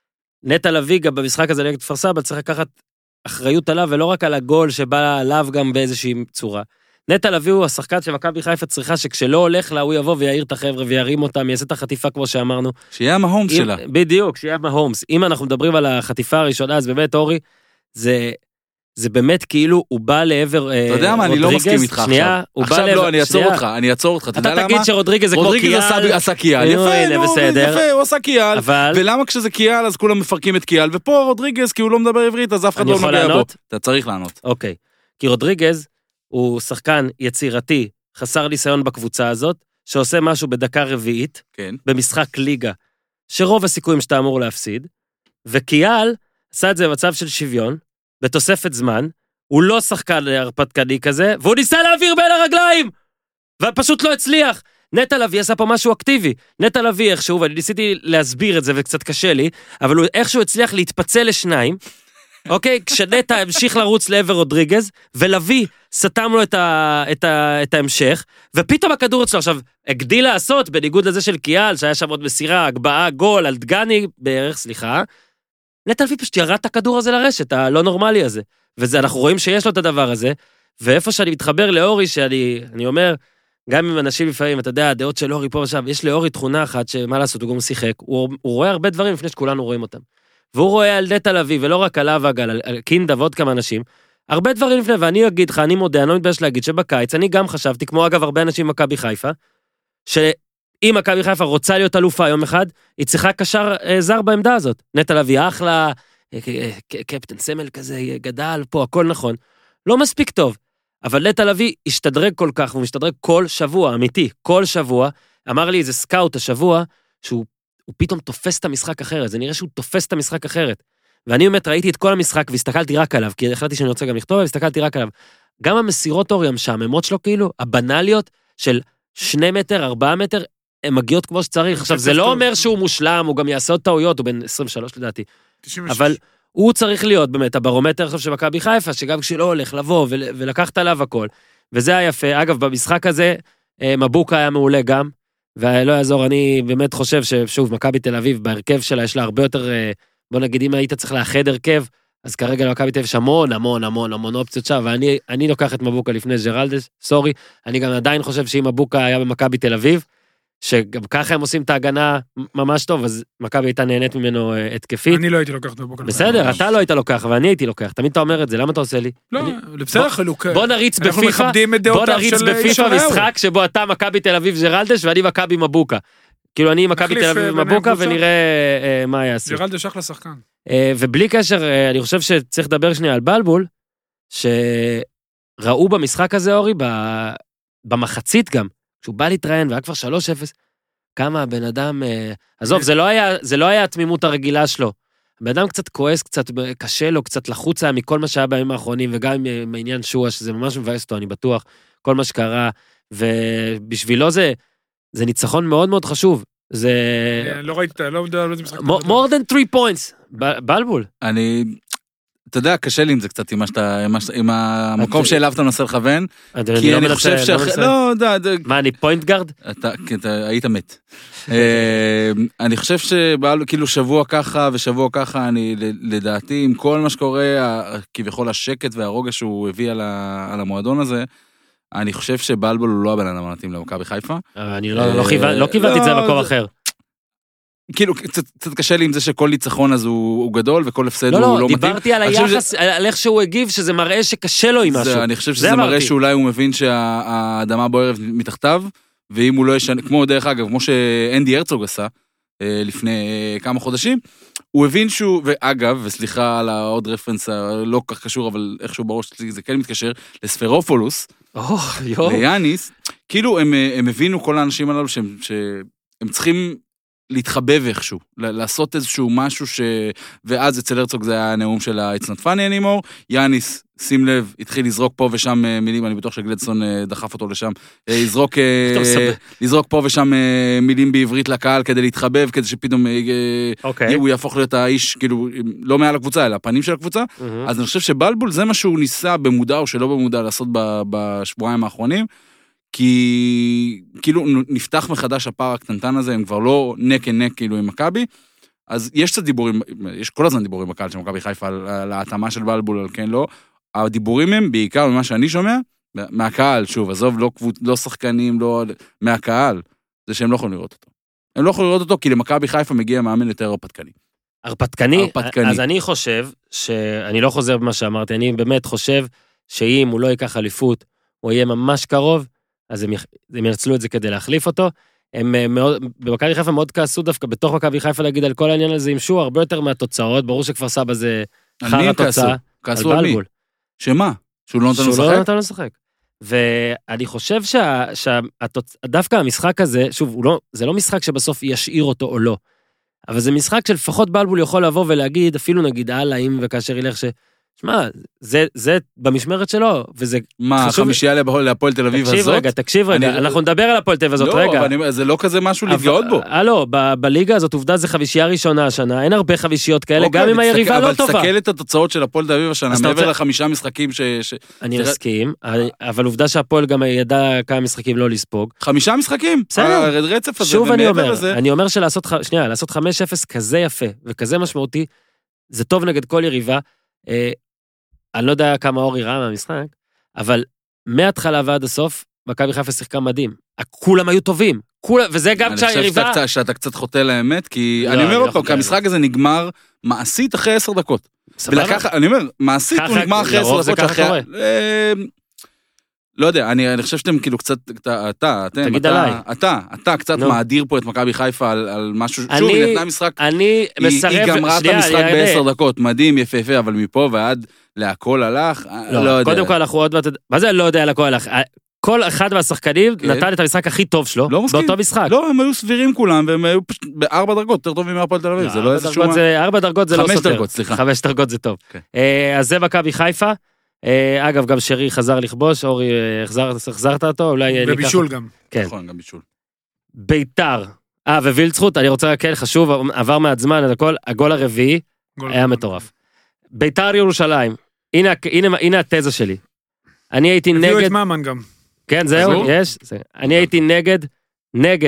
נטע לביא גם במשחק הזה נגד כפר סבא, צריך לקחת אחריות עליו, ולא רק על הגול שבא עליו גם באיזושהי צורה. נטע לביא הוא השחקן שמכבי חיפה צריכה שכשלא הולך לה, הוא יבוא ויעיר את החבר'ה וירים אותם, יעשה את החטיפה כמו שאמרנו. שיהיה מההומס שלה. בדיוק, שיהיה מההומס. אם אנחנו מדברים על החטיפה הראשונה, אז באמת, אורי, זה, זה באמת כאילו הוא בא לעבר אתה יודע מה, אני לא מסכים איתך עכשיו. עכשיו לא, אני אעצור אותך, אני אעצור אותך. אתה תגיד שרודריגז זה כמו קיאל. רודריגז עשה קיאל, יפה, יפה, הוא עשה קיאל. ולמה כשזה קיאל, אז כולם מפרקים את קיאל, ופה רודריגז, כי הוא לא מדבר עברית, אז אף אחד לא נוגע בו. אתה צריך לענות. אוקיי. כי רודריגז הוא שחקן יצירתי, חסר ניסיון בקבוצה הזאת, שעושה משהו בדקה רביעית, כן. במשחק ליגה, שרוב הסיכויים שאתה אמור להפסיד, וקיאל עשה את זה במצב של שוויון, בתוספת זמן, הוא לא שחקן הרפתקני כזה, והוא ניסה להעביר בין הרגליים, ופשוט לא הצליח. נטע לביא עשה פה משהו אקטיבי, נטע לביא איכשהו, ואני ניסיתי להסביר את זה וקצת קשה לי, אבל הוא איכשהו הצליח להתפצל לשניים, אוקיי? כשנטע המשיך לרוץ לעבר רודריגז, ולוי סתם לו את, ה, את, ה, את ההמשך, ופתאום הכדור אצלו עכשיו הגדיל לעשות, בניגוד לזה של קיאל, שהיה שם עוד מסירה, הגבהה, גול, על דגני, בערך, סליחה, נטע לביא פשוט ירד את הכדור הזה לרשת, הלא נורמלי הזה, וזה, אנחנו רואים שיש לו את הדבר הזה, ואיפה שאני מתחבר לאורי, שאני אני אומר, גם עם אנשים לפעמים, אתה יודע, הדעות של אורי פה ושם, יש לאורי תכונה אחת שמה לעשות, הוא גם שיחק, הוא, הוא רואה הרבה דברים לפני שכולנו רואים אותם. והוא רואה על נטע לביא, ולא רק עליו אגל, על, על קינדה ועוד כמה אנשים, הרבה דברים לפני, ואני אגיד לך, אני מודה, אני לא מתבייש להגיד שבקיץ, אני גם חשבתי, כמו אגב הרבה אנשים מכבי חיפה, שאם מכבי חיפה רוצה להיות אלופה יום אחד, היא צריכה קשר אה, זר בעמדה הזאת. נטע לביא אחלה, אה, אה, קפטן סמל כזה, גדל פה, הכל נכון. לא מספיק טוב, אבל נטע לביא השתדרג כל כך, הוא משתדרג כל שבוע, אמיתי, כל שבוע, אמר לי איזה סקאוט השבוע, שהוא הוא פתאום תופס את המשחק אחרת, זה נראה שהוא תופס את המשחק אחרת. ואני באמת ראיתי את כל המשחק והסתכלתי רק עליו, כי החלטתי שאני רוצה גם לכתוב, והסתכלתי רק עליו. גם המסירות אור המשעממות שלו כאילו, הבנליות של שני מטר, ארבעה מטר, הן מגיעות כמו שצריך. עכשיו, זה לא אומר שהוא מושלם, הוא גם יעשה עוד טעויות, הוא בן עשרים ושלוש לדעתי. אבל הוא צריך להיות באמת הברומטר עכשיו של מכבי חיפה, שגם כשלא הולך לבוא ולקחת עליו הכל. וזה היה יפה. אגב, במשחק הזה, מבוקה היה מעולה גם. ולא יעזור, אני באמת חושב ששוב, מכבי תל אביב, בהרכב שלה יש לה הרבה יותר, בוא נגיד, אם היית צריך לאחד הרכב, אז כרגע למכבי תל אביב יש המון, המון, המון, המון אופציות שם, ואני אני לוקח את מבוקה לפני ג'רלדש, סורי, אני גם עדיין חושב שאם מבוקה היה במכבי תל אביב, שגם ככה הם עושים את ההגנה ממש טוב, אז מכבי הייתה נהנית ממנו התקפית. אני לא הייתי לוקח את מבוקה. בסדר, אתה לא היית לוקח, ואני הייתי לוקח. תמיד אתה אומר את זה, למה אתה עושה לי? לא, בסדר חלוק. בוא נריץ בפיפה, בוא נריץ בפיפה משחק שבו אתה מכבי תל אביב ג'רלדש, ואני מכבי מבוקה. כאילו אני מכבי תל אביב מבוקה, ונראה מה יעשו. ג'רלדש אחלה שחקן. ובלי קשר, אני חושב שצריך לדבר שנייה על בלבול, שראו במשחק הזה, אורי, במחצית גם, כשהוא בא להתראיין, והיה כבר שלוש אפס, כמה הבן אדם, עזוב, זה לא היה, זה לא היה התמימות הרגילה שלו. הבן אדם קצת כועס, קצת קשה לו, קצת לחוץ היה מכל מה שהיה בימים האחרונים, וגם עם העניין שואה, שזה ממש מבאס אותו, אני בטוח, כל מה שקרה, ובשבילו זה, זה ניצחון מאוד מאוד חשוב. זה... לא ראית, לא יודע על איזה משחק. more than three points, בלבול. אני... אתה יודע, קשה לי עם זה קצת, עם המקום שאליו אתה מנסה לכוון, כי אני חושב ש... לא, יודע... מה, אני פוינט גארד? אתה היית מת. אני חושב שכאילו שבוע ככה ושבוע ככה, אני לדעתי, עם כל מה שקורה, כביכול השקט והרוגע שהוא הביא על המועדון הזה, אני חושב שבלבול הוא לא הבן אדם המתאים למכבי חיפה. אני לא כיוונתי את זה במקום אחר. כאילו, קצת קשה לי עם זה שכל ניצחון אז הוא גדול, וכל הפסד הוא לא מתאים. לא, לא, דיברתי על היחס, על איך שהוא הגיב, שזה מראה שקשה לו עם משהו. אני חושב שזה מראה שאולי הוא מבין שהאדמה בוערת מתחתיו, ואם הוא לא ישנה, כמו דרך אגב, כמו שאנדי הרצוג עשה, לפני כמה חודשים, הוא הבין שהוא, ואגב, וסליחה על העוד רפרנס הלא כך קשור, אבל איכשהו בראש זה כן מתקשר, לספרופולוס, ליאניס, כאילו הם הבינו כל האנשים הללו שהם צריכים להתחבב איכשהו, לעשות איזשהו משהו ש... ואז אצל הרצוג זה היה הנאום של ה-It's not funny anymore, יאניס, שים לב, התחיל לזרוק פה ושם מילים, אני בטוח שגלדסון דחף אותו לשם, לזרוק, לזרוק פה ושם מילים בעברית לקהל כדי להתחבב, כדי שפתאום okay. הוא יהפוך להיות האיש, כאילו, לא מעל הקבוצה, אלא הפנים של הקבוצה, mm-hmm. אז אני חושב שבלבול זה מה שהוא ניסה במודע או שלא במודע לעשות בשבועיים האחרונים, כי כאילו נפתח מחדש הפער הקטנטן הזה, הם כבר לא נק נק כאילו עם מכבי, אז יש קצת דיבורים, יש כל הזמן דיבורים בקהל של מכבי חיפה על ההתאמה של בלבול, על כן לא, הדיבורים הם בעיקר ממה שאני שומע, מהקהל, שוב, עזוב, לא, לא שחקנים, לא, מהקהל, זה שהם לא יכולים לראות אותו. הם לא יכולים לראות אותו כי למכבי חיפה מגיע מאמן יותר הרפתקני. הרפתקני? הרפתקני. אז אני חושב, שאני לא חוזר במה שאמרתי, אני באמת חושב שאם הוא לא ייקח אליפות, הוא יהיה ממש קרוב, אז הם, הם ינצלו את זה כדי להחליף אותו. הם מאוד, במכבי חיפה מאוד כעסו דווקא, בתוך מכבי חיפה להגיד על כל העניין הזה, עם שור הרבה יותר מהתוצאות, ברור שכפר סבא זה חר התוצאה. כעסו על מי? שמה? שהוא לא נתן לשחק? שהוא לא נתן לשחק. ואני חושב שדווקא המשחק הזה, שוב, לא, זה לא משחק שבסוף ישאיר אותו או לא, אבל זה משחק שלפחות בלבול יכול לבוא ולהגיד, אפילו נגיד הלאה, אם וכאשר ילך ש... שמע, זה, זה במשמרת שלו, וזה מה, חשוב... חמישייה להפועל תל אביב הזאת? תקשיב רגע, תקשיב רגע, אני... אנחנו נדבר על הפועל תל אביב הזאת, לא, רגע. אני... זה לא כזה משהו להתגאות בו. אה, לא, ב- בליגה הזאת, עובדה זה חמישייה ראשונה השנה, אין הרבה חמישיות כאלה, אוקיי, גם אם היריבה אבל לא טובה. אבל תסתכל את התוצאות של הפועל תל אביב השנה, מעבר רוצה... לחמישה משחקים ש... ש... אני מסכים, אבל עובדה שהפועל גם ידע כמה משחקים לא לספוג. חמישה משחקים? בסדר. הרצף הזה, שוב אני אומר, אני אומר שלעשות, שנייה, לעשות חמש אפס כזה יפה, וכזה משמעותי, זה טוב נגד כל יריבה. אני לא יודע כמה אורי ראה מהמשחק, אבל מההתחלה ועד הסוף, מכבי חיפה שיחקה מדהים. כולם היו טובים. וזה גם כשהיריבה... אני חושב שאתה קצת חוטא לאמת, כי אני אומר אותו, כי המשחק הזה נגמר מעשית אחרי עשר דקות. אני אומר, מעשית הוא נגמר אחרי עשר דקות. לא יודע, אני חושב שאתם כאילו קצת, אתה, אתם, אתה, אתה קצת מאדיר פה את מכבי חיפה על משהו, שוב, היא נתנה משחק, אני מסרב, היא גם ראתה משחק בעשר דקות, מדהים, יפה יפה, אבל מפה ועד להכל הלך, לא יודע. קודם כל אנחנו עוד, מה זה לא יודע להכל הלך? כל אחד מהשחקנים נתן את המשחק הכי טוב שלו, באותו משחק. לא, הם היו סבירים כולם, והם היו פשוט בארבע דרגות, יותר טובים מהפועל תל אביב, זה לא איזשהו... ארבע דרגות זה לא סותר. חמש דרגות, סליחה. חמש דרגות זה טוב. אז זה מכבי חיפה. אגב, גם שרי חזר לכבוש, אורי, החזרת אותו, אולי... בבישול גם. כן. נכון, גם בישול. ביתר. אה, ווילצחוט, אני רוצה, כן, חשוב, עבר מעט זמן, את הכל, הגול הרביעי היה מטורף. ביתר ירושלים. הנה התזה שלי. אני הייתי נגד... הביאו את מאמן גם. כן, זהו, יש. אני הייתי נגד, נגד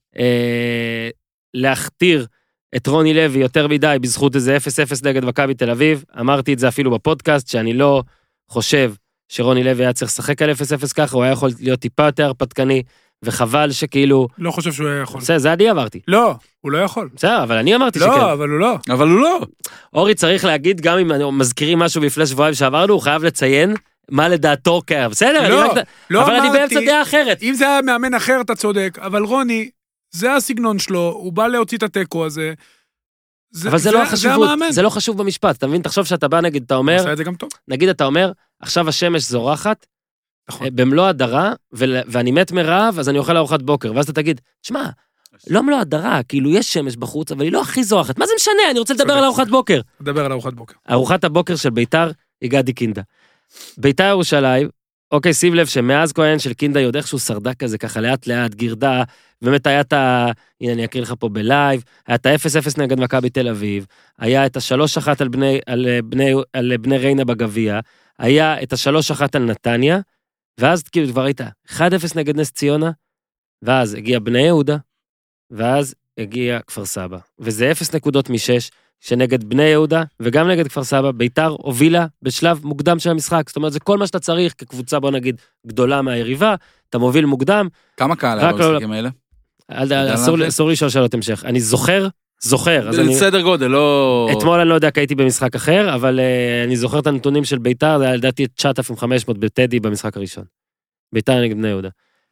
אה, להכתיר את רוני לוי יותר מדי בזכות איזה אפס אפס נגד מכבי תל אביב, אמרתי את זה אפילו בפודקאסט, שאני לא חושב שרוני לוי היה צריך לשחק על אפס אפס ככה, הוא היה יכול להיות טיפה יותר הרפתקני, וחבל שכאילו... לא חושב שהוא היה יכול. זה, זה אני אמרתי. לא, הוא לא יכול. בסדר, אבל אני אמרתי לא, שכן. לא, אבל הוא לא. אבל הוא לא. אורי צריך להגיד, גם אם מזכירים משהו בפני שבועיים שעברנו, הוא חייב לציין מה לדעתו קרה. בסדר, לא, אני רק... לא אבל אמרתי, אני באמצע דעה אחרת. אם זה היה מאמן אחר, אתה צודק, אבל רוני, זה הסגנון שלו, הוא בא להוציא את הטקו הזה. זה, אבל זה, זה, לא חשיבות, זה, זה לא חשוב במשפט, אתה מבין? תחשוב שאתה בא, נגיד, אתה אומר... עושה את זה גם טוב. נגיד, אתה אומר, עכשיו השמש זורחת, נכון. במלוא הדרה, ואני מת מרעב, אז אני אוכל ארוחת בוקר, ואז אתה תגיד, תשמע, לא מלוא הדרה, כאילו יש שמש בחוץ, אבל היא לא הכי זורחת, מה זה משנה? אני רוצה לדבר על ארוחת בוקר. לדבר על ארוחת בוקר. ארוחת הבוקר של ביתר, היא גדי קינדה. ביתר ירושלים, אוקיי, שים לב שמאז כהן של קינדה יודע שהוא שרדה כזה, ככה לאט לאט, גירדה, באמת היה את ה... הנה אני אקריא לך פה בלייב, היה את ה-אפס אפס נגד מכבי תל אביב, היה את ה-שלוש אחת על בני, על בני, על בני ריינה בגביע, היה את ה-שלוש אחת על נתניה, ואז כאילו כבר הייתה אחד אפס נגד נס ציונה, ואז הגיע בני יהודה, ואז הגיע כפר סבא, וזה אפס נקודות משש, שנגד בני יהודה, וגם נגד כפר סבא, ביתר הובילה בשלב מוקדם של המשחק, זאת אומרת, זה כל מה שאתה צריך, כקבוצה, בוא נגיד, גדולה מהיריבה, אתה מוביל מוקדם. כמה קהל היה במשחקים האלה? אסור לשאול שאלות המשך. אני זוכר, זוכר. סדר גודל, לא... אתמול אני לא יודע, כי הייתי במשחק אחר, אבל אני זוכר את הנתונים של ביתר, זה היה לדעתי תשעת אלפים וחמש מאות בטדי במשחק הראשון. ביתר נגד בני יהודה.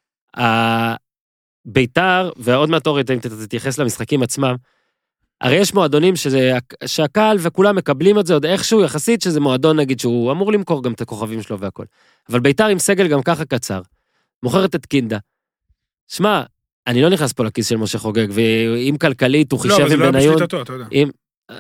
ביתר, ועוד מעט אורי, אם תתייחס למשחקים עצמם, הרי יש מועדונים שזה, שהקהל וכולם מקבלים את זה עוד איכשהו, יחסית שזה מועדון נגיד שהוא אמור למכור גם את הכוכבים שלו והכל. אבל ביתר עם סגל גם ככה קצר, מוכרת את קינדה. שמע, אני לא נכנס פה לכיס של משה חוגג, ואם כלכלית הוא חישב עם בניון, אם,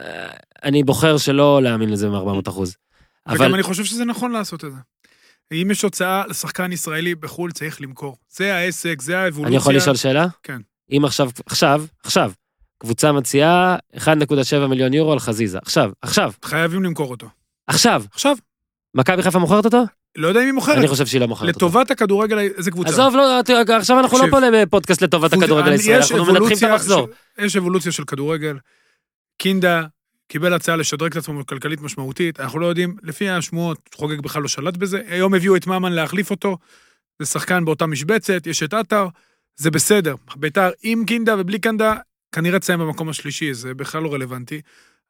אני בוחר שלא להאמין לזה מ-ארבע מאות אחוז. וגם אבל... אני חושב שזה נכון לעשות את זה. אם יש הוצאה לשחקן ישראלי בחול, צריך למכור. זה העסק, זה האבולוציה. אני יכול לשאול שאלה? כן. אם עכשיו, עכשיו, עכשיו, קבוצה מציעה אחד נקודה שבע מיליון יורו על חזיזה. עכשיו, עכשיו. חייבים למכור אותו. עכשיו. עכשיו. מכבי חיפה מוכרת אותו? לא יודע אם היא מוכרת. אני חושב שהיא לא מוכרת אותו. לטובת הכדורגל, איזה קבוצה? עזוב, לא, עכשיו אנחנו לא פה לפודקאסט לטובת הכדורגל הישראלי, אנחנו מנתחים את המחזור. יש אבולוציה של כדורגל. קינדה קיבל הצעה לשדרג את עצמו כלכלית משמעותית, אנחנו לא יודעים, לפי השמועות, חוגג בכלל לא שלט בזה, היום הביאו את מאמן להחליף אותו, זה שחקן באותה משבצת, יש את אתר, זה בסדר. ביתר עם קינדה ובלי קינדה, כנראה תסיים במקום השלישי, זה בכלל לא רלוונטי.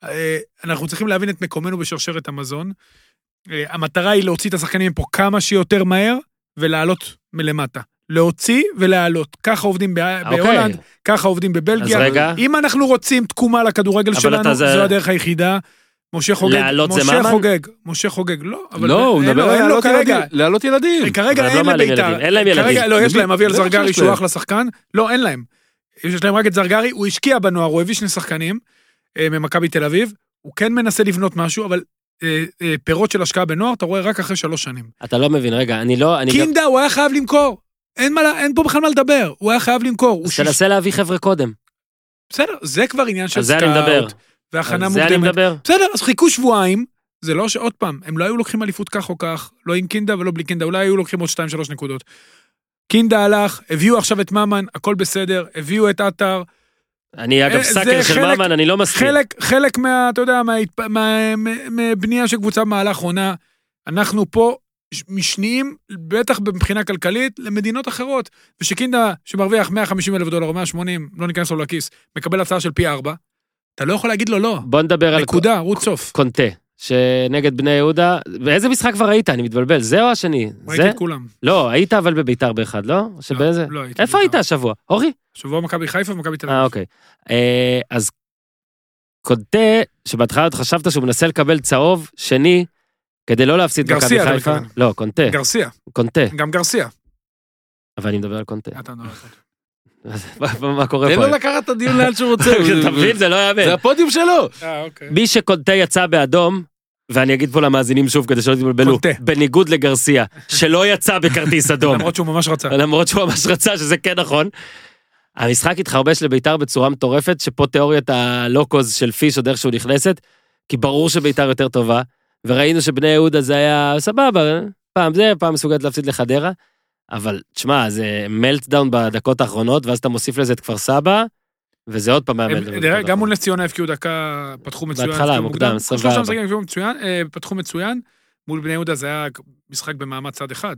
אנחנו צריכים להבין את מקומנו בשרשרת המזון. המטרה היא להוציא את השחקנים פה כמה שיותר מהר, ולעלות מלמטה. להוציא ולעלות. ככה עובדים בהולנד, ככה עובדים בבלגיה. אם אנחנו רוצים תקומה לכדורגל שלנו, זו הדרך היחידה. משה חוגג, משה חוגג, משה חוגג, לא, לא, הוא מדבר על לעלות ילדים. כרגע אין לביתר. אין להם ילדים. לא, יש להם אביאל זרגרי שהוא אחלה שחקן. לא, אין להם. יש להם רק את זרגרי, הוא השקיע בנוער, הוא הביא שני שחקנים, ממכבי תל אביב, הוא כן מנסה לבנות משהו, אבל פירות של השקעה בנוער, אתה רואה רק אחרי שלוש שנים. אתה לא מבין, רגע, אני לא... קינדה, הוא היה חייב למכור. אין פה בכלל מה לדבר, הוא היה חייב למכור. אז תנסה להביא חבר'ה קודם. בסדר, זה כבר עניין של סקאוט. זה אני מדבר. והכנה זה אני מדבר. בסדר, אז חיכו שבועיים, זה לא שעוד פעם, הם לא היו לוקחים אליפות כך או כך, לא עם קינדה ולא בלי קינדה, אולי היו לוקחים עוד שתיים שלוש נקודות. קינדה הלך, הביאו עכשיו את מאמן, הכל בסדר, הביאו את אתר. אני אגב סקר של מאמן, אני לא מסכים. חלק, חלק מה, אתה יודע, מבנייה של קבוצה במהלך עונה, אנחנו פה משניים, בטח מבחינה כלכלית, למדינות אחרות, ושקינדה שמרוויח מאה וחמישים אלף דולר או מאה ושמונים, לא ניכנס לו לכיס, מקבל הצעה של פי ארבע, אתה לא יכול להגיד לו לא. בוא נדבר על... נקודה, רות סוף. קונטה, שנגד בני יהודה, ואיזה משחק כבר היית? אני מתבלבל, זה או השני? ראיתי את כולם. לא, היית אבל בביתר באחד, לא? לא, לא הייתי. איפה היית השבוע? אורי? שבוע מכבי חיפה ומכבי תל אביב. אה, אוקיי. אז קונטה, שבהתחלה עוד חשבת שהוא מנסה לקבל צהוב שני, כדי לא להפסיד מכבי חיפה. לא, קונטה. גרסיה. קונטה. גם גרסיה. אבל אני מדבר על קונטה. אתה מדבר על קונטה. מה קורה פה? תן לו לקחת את הדיון לאן שהוא רוצה. אתה מבין, זה לא יאמן. זה הפודיום שלו. מי שקונטה יצא באדום, ואני אגיד פה למאזינים שוב, כדי שלא תתבלבלו, בניגוד לגרסיה, שלא יצא בכרטיס אדום. למרות שהוא ממש רצה. למרות שהוא ממש רצה, שזה כן נכון. המשחק התחרבש לביתר בצורה מטורפת, שפה תיאוריית הלוקוז של פיש עוד איכשהו נכנסת, כי ברור שביתר יותר טובה, וראינו שבני יהודה זה היה סבבה, פעם זה, פעם מסוגלת להפסיד לחדרה, אבל, תשמע, זה מלטדאון בדקות האחרונות, ואז אתה מוסיף לזה את כפר סבא, וזה עוד פעם המלטדאון. גם מול נס ציונה הבקיעו דקה, פתחו מצוין. בהתחלה, מוקדם, עשרים וארבע. פתחו מצוין, מול בני יהודה זה היה משחק במעמד צד אחד.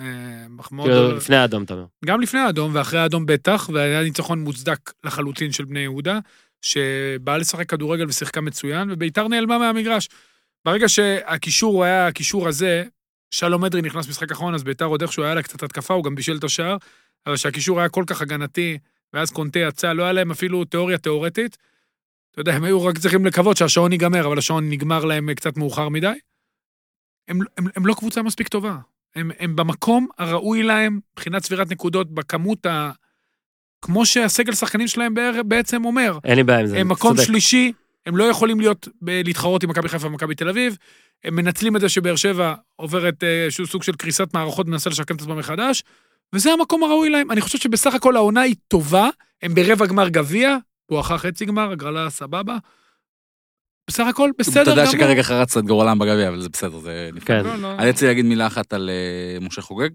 לפני האדום, אתה אומר. גם לפני האדום, ואחרי האדום בטח, והיה ניצחון מוצדק לחלוטין של בני יהודה, שבא לשחק כדורגל ושיחקה מצוין, וביתר נעלמה מהמגרש. ברגע שהקישור היה הקישור הזה, שלום אדרי נכנס משחק אחרון, אז ביתר עוד איכשהו היה לה קצת התקפה, הוא גם בישל את השער, אבל שהקישור היה כל כך הגנתי, ואז קונטה יצא, לא היה להם אפילו תיאוריה תיאורטית. אתה יודע, הם היו רק צריכים לקוות שהשעון ייגמר, אבל השעון נגמר להם קצת מאוחר מדי. הם, הם, הם לא קבוצה מספיק טובה. הם, הם במקום הראוי להם, מבחינת סבירת נקודות, בכמות ה... כמו שהסגל שחקנים שלהם בעצם אומר. אין לי בעיה עם זה. הם מקום צודק. שלישי, הם לא יכולים להיות, להתחרות עם מכבי חיפה ומכבי תל אביב, הם מנצלים את זה שבאר שבע עוברת איזשהו סוג של קריסת מערכות, מנסה לשקם את עצמם מחדש, וזה המקום הראוי להם. אני חושב שבסך הכל העונה היא טובה, הם ברבע גמר גביע, הוא אחר חצי גמר, הגרלה סבבה, בסך הכל בסדר גמור. אתה יודע שכרגע חרץ את גורלם בגביע, אבל זה בסדר, זה נפגע. אני רוצה להגיד מילה אחת על משה חוגג,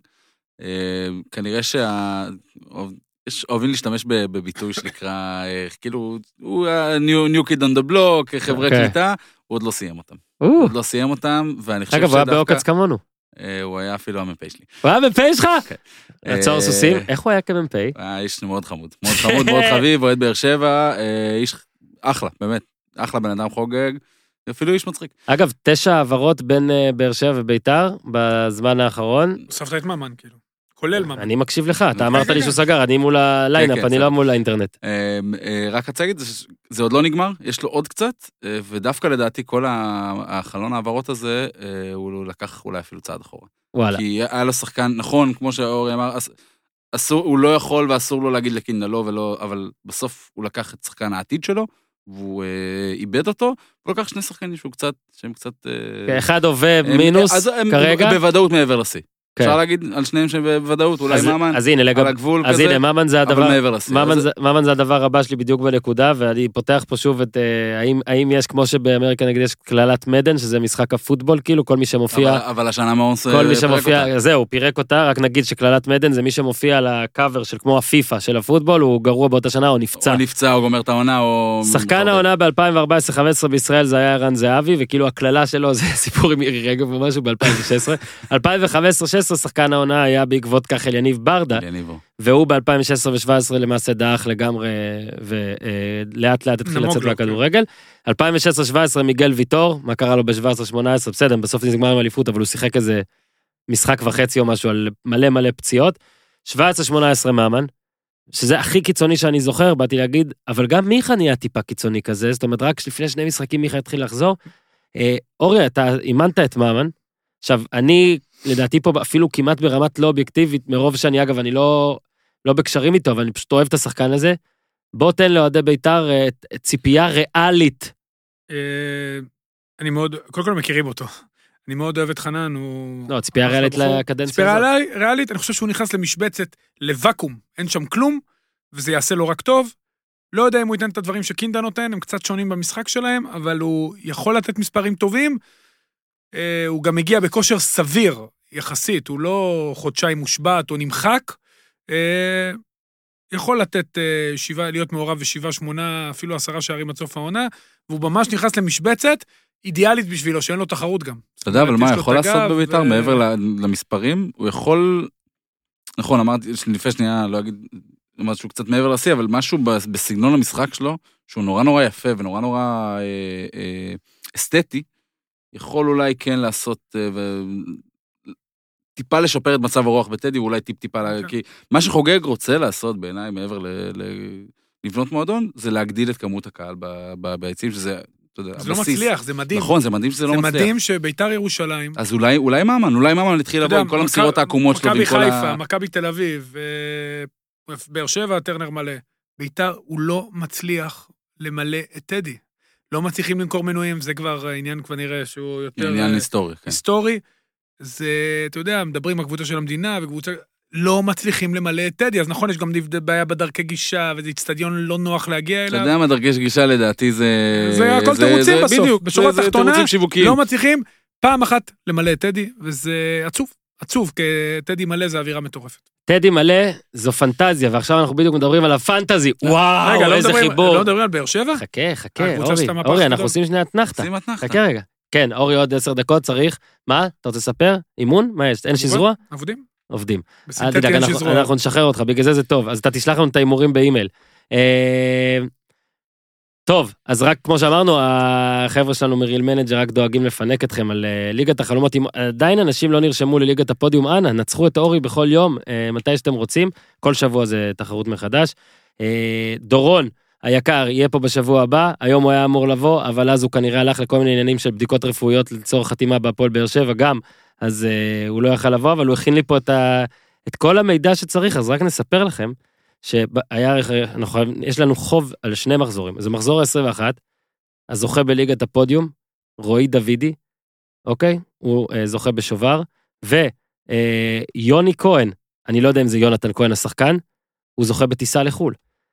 כנראה שה... יש אוהבים להשתמש בביטוי שנקרא, כאילו, הוא ה-new kid on the block, חברי קליטה, הוא עוד לא סיים אותם. הוא עוד לא סיים אותם, ואני חושב שדווקא... אגב, הוא היה בעוקץ כמונו. הוא היה אפילו המ"פ שלי. הוא היה המ"פ שלך? עצור סוסים, איך הוא היה כמ"פ? הוא היה איש מאוד חמוד, מאוד חמוד, מאוד חביב, אוהד באר שבע, איש אחלה, באמת, אחלה בן אדם חוגג, אפילו איש מצחיק. אגב, תשע העברות בין באר שבע וביתר, בזמן האחרון. הוספת את ממן, כאילו. כולל מה. אני מקשיב לך, אתה אמרת לי שהוא סגר, אני מול הליינאפ, אני לא מול האינטרנט. רק רוצה להגיד, זה עוד לא נגמר, יש לו עוד קצת, ודווקא לדעתי כל החלון העברות הזה, הוא לקח אולי אפילו צעד אחורה. וואלה. כי היה לו שחקן, נכון, כמו שאורי אמר, הוא לא יכול ואסור לו להגיד לקינדה לא ולא, אבל בסוף הוא לקח את שחקן העתיד שלו, והוא איבד אותו, הוא לקח שני שחקנים שהוא קצת, שהם קצת... אחד עובד מינוס כרגע. בוודאות מעבר לשיא. אפשר להגיד על שניהם שבוודאות, אולי ממן, על הגבול כזה, אז הנה, ממן זה הדבר, אבל מעבר לסי. ממן זה הדבר הבא שלי בדיוק בנקודה, ואני פותח פה שוב את, האם יש, כמו שבאמריקה נגיד, יש כללת מדן, שזה משחק הפוטבול, כאילו, כל מי שמופיע, אבל השנה מאונס כל מי שמופיע, זהו, פירק אותה, רק נגיד שכללת מדן זה מי שמופיע על הקאבר של כמו הפיפה של הפוטבול, הוא גרוע באותה שנה, או נפצע. או נפצע, או גומר את העונה, או... שחקן העונה ב-אלפיים וארבע עשרה חמש עשרה בישראל זה היה ערן זהבי, וכאילו הכללה שלו זה סיפור עם מירי רגב או משהו ב-אלפיים ושש עשרה. אלפיים וחמש עשרה שש עשרה שחקן העונה היה בעקבות כך אל יניב ברדה, והוא ב-אלפיים ושש עשרה ו-שבע עשרה למעשה דאח לגמרי, ולאט לאט התחיל לצאת מהכדורגל. אלפיים ושש עשרה שבע עשרה מיגל ויטור, מה קרה לו ב-שבע עשרה שמונה עשרה, בסדר, בסוף זה נגמר עם אליפות, אבל הוא שיחק איזה משחק וחצי או משהו על מלא מלא פציעות. שבע עשרה שמונה עשרה מאמן, שזה הכי קיצוני שאני זוכר, באתי להגיד, אבל גם מיכה נהיה טיפה קיצוני כזה, זאת אומרת, רק לפני שני משחקים מיכה התחיל לחזור. אורי, אתה אימנת את מאמן, עכשיו, אני, לדעתי פה אפילו כמעט ברמת לא אובייקטיבית, מרוב שאני, אגב, אני לא, לא בקשרים איתו, אבל אני פשוט אוהב את השחקן הזה. בוא תן לאוהדי בית"ר ציפייה ריאלית. אני מאוד, קודם כל מכירים אותו. אני מאוד אוהב את חנן, הוא... לא, ציפייה ריאלית לקדנציה הזאת. ציפייה ריאלית, אני חושב שהוא נכנס למשבצת, לוואקום, אין שם כלום, וזה יעשה לו רק טוב. לא יודע אם הוא ייתן את הדברים שקינדה נותן, הם קצת שונים במשחק שלהם, אבל הוא יכול לתת מספרים טובים, הוא גם מגיע בכושר סביר, יחסית, הוא לא חודשיים מושבת או נמחק, יכול לתת שבעה, להיות מעורב בשבעה, שמונה, אפילו עשרה שערים עד סוף העונה, והוא ממש נכנס למשבצת, אידיאלית בשבילו, שאין לו תחרות גם. אתה יודע, אבל מה יכול לעשות בבית"ר מעבר למספרים? הוא יכול, נכון, אמרתי, לפני שנייה, לא אגיד משהו קצת מעבר לשיא, אבל משהו בסגנון המשחק שלו, שהוא נורא נורא יפה ונורא נורא אסתטי, יכול אולי כן לעשות, טיפה לשפר את מצב הרוח בטדי, ואולי טיפ טיפה, כי מה שחוגג רוצה לעשות בעיניי, מעבר לבנות מועדון, זה להגדיל את כמות הקהל ביציעים, שזה, אתה יודע, זה לא מצליח, זה מדהים. נכון, זה מדהים שזה לא מצליח. זה מדהים שבית"ר ירושלים. אז אולי מאמן, אולי מאמן התחיל לבוא עם כל המסירות העקומות שלו. מכבי חיפה, מכבי תל אביב, באר שבע, טרנר מלא. בית"ר הוא לא מצליח למלא את טדי. לא מצליחים למכור מנויים, זה כבר עניין כבר נראה שהוא יותר... עניין היסטורי. היסטורי. זה, אתה יודע, מדברים על קבוצה של המדינה, וקבוצה... לא מצליחים למלא את טדי, אז נכון, יש גם בעיה בדרכי גישה, וזה אצטדיון לא נוח להגיע אליו. אתה יודע מה דרכי גישה לדעתי זה... זה הכל תירוצים בסוף. בדיוק, בשורה התחתונה, לא מצליחים פעם אחת למלא את טדי, וזה עצוב. עצוב, כי טדי מלא זה אווירה מטורפת. טדי מלא זו פנטזיה, ועכשיו אנחנו בדיוק מדברים על הפנטזי. וואו, רגע, איזה לא מדברים, חיבור. לא מדברים על באר שבע? חכה, חכה, הקבוצה אורי, שאתה מפח אורי, גדול. אנחנו עושים שנייה אתנחתא. שים אתנחתא. חכה רגע. כן, אורי עוד עשר דקות צריך. מה? אתה רוצה לספר? אימון? מה יש? אין שזרוע? עבודים? עובדים. אל בסינתטי תדאג, אין אנחנו- שזרוע. אנחנו נשחרר אותך, בגלל זה זה טוב. אז אתה תשלח לנו את האימורים באימייל. אה, טוב, אז רק כמו שאמרנו, החבר'ה שלנו מריל מנג'ר רק דואגים לפנק אתכם על אה, ליגת החלומות. אם עדיין אנשים לא נרשמו לליגת הפודיום, אנא, נצחו את אורי בכל יום, אה, מתי שאתם רוצים. כל שבוע זה תחרות מחדש. אה, דורון היקר יהיה פה בשבוע הבא, היום הוא היה אמור לבוא, אבל אז הוא כנראה הלך לכל מיני עניינים של בדיקות רפואיות לצורך חתימה בהפועל באר שבע גם, אז אה, הוא לא יכל לבוא, אבל הוא הכין לי פה את, ה, את כל המידע שצריך, אז רק נספר לכם, שהיה, אנחנו, יש לנו חוב על שני מחזורים, זה מחזור ה-עשרים ואחת, הזוכה בליגת הפודיום, רועי דוידי, אוקיי? הוא אה, זוכה בשובר, ויוני כהן, אני לא יודע אם זה יונתן כהן השחקן, הוא זוכה בטיסה לחול.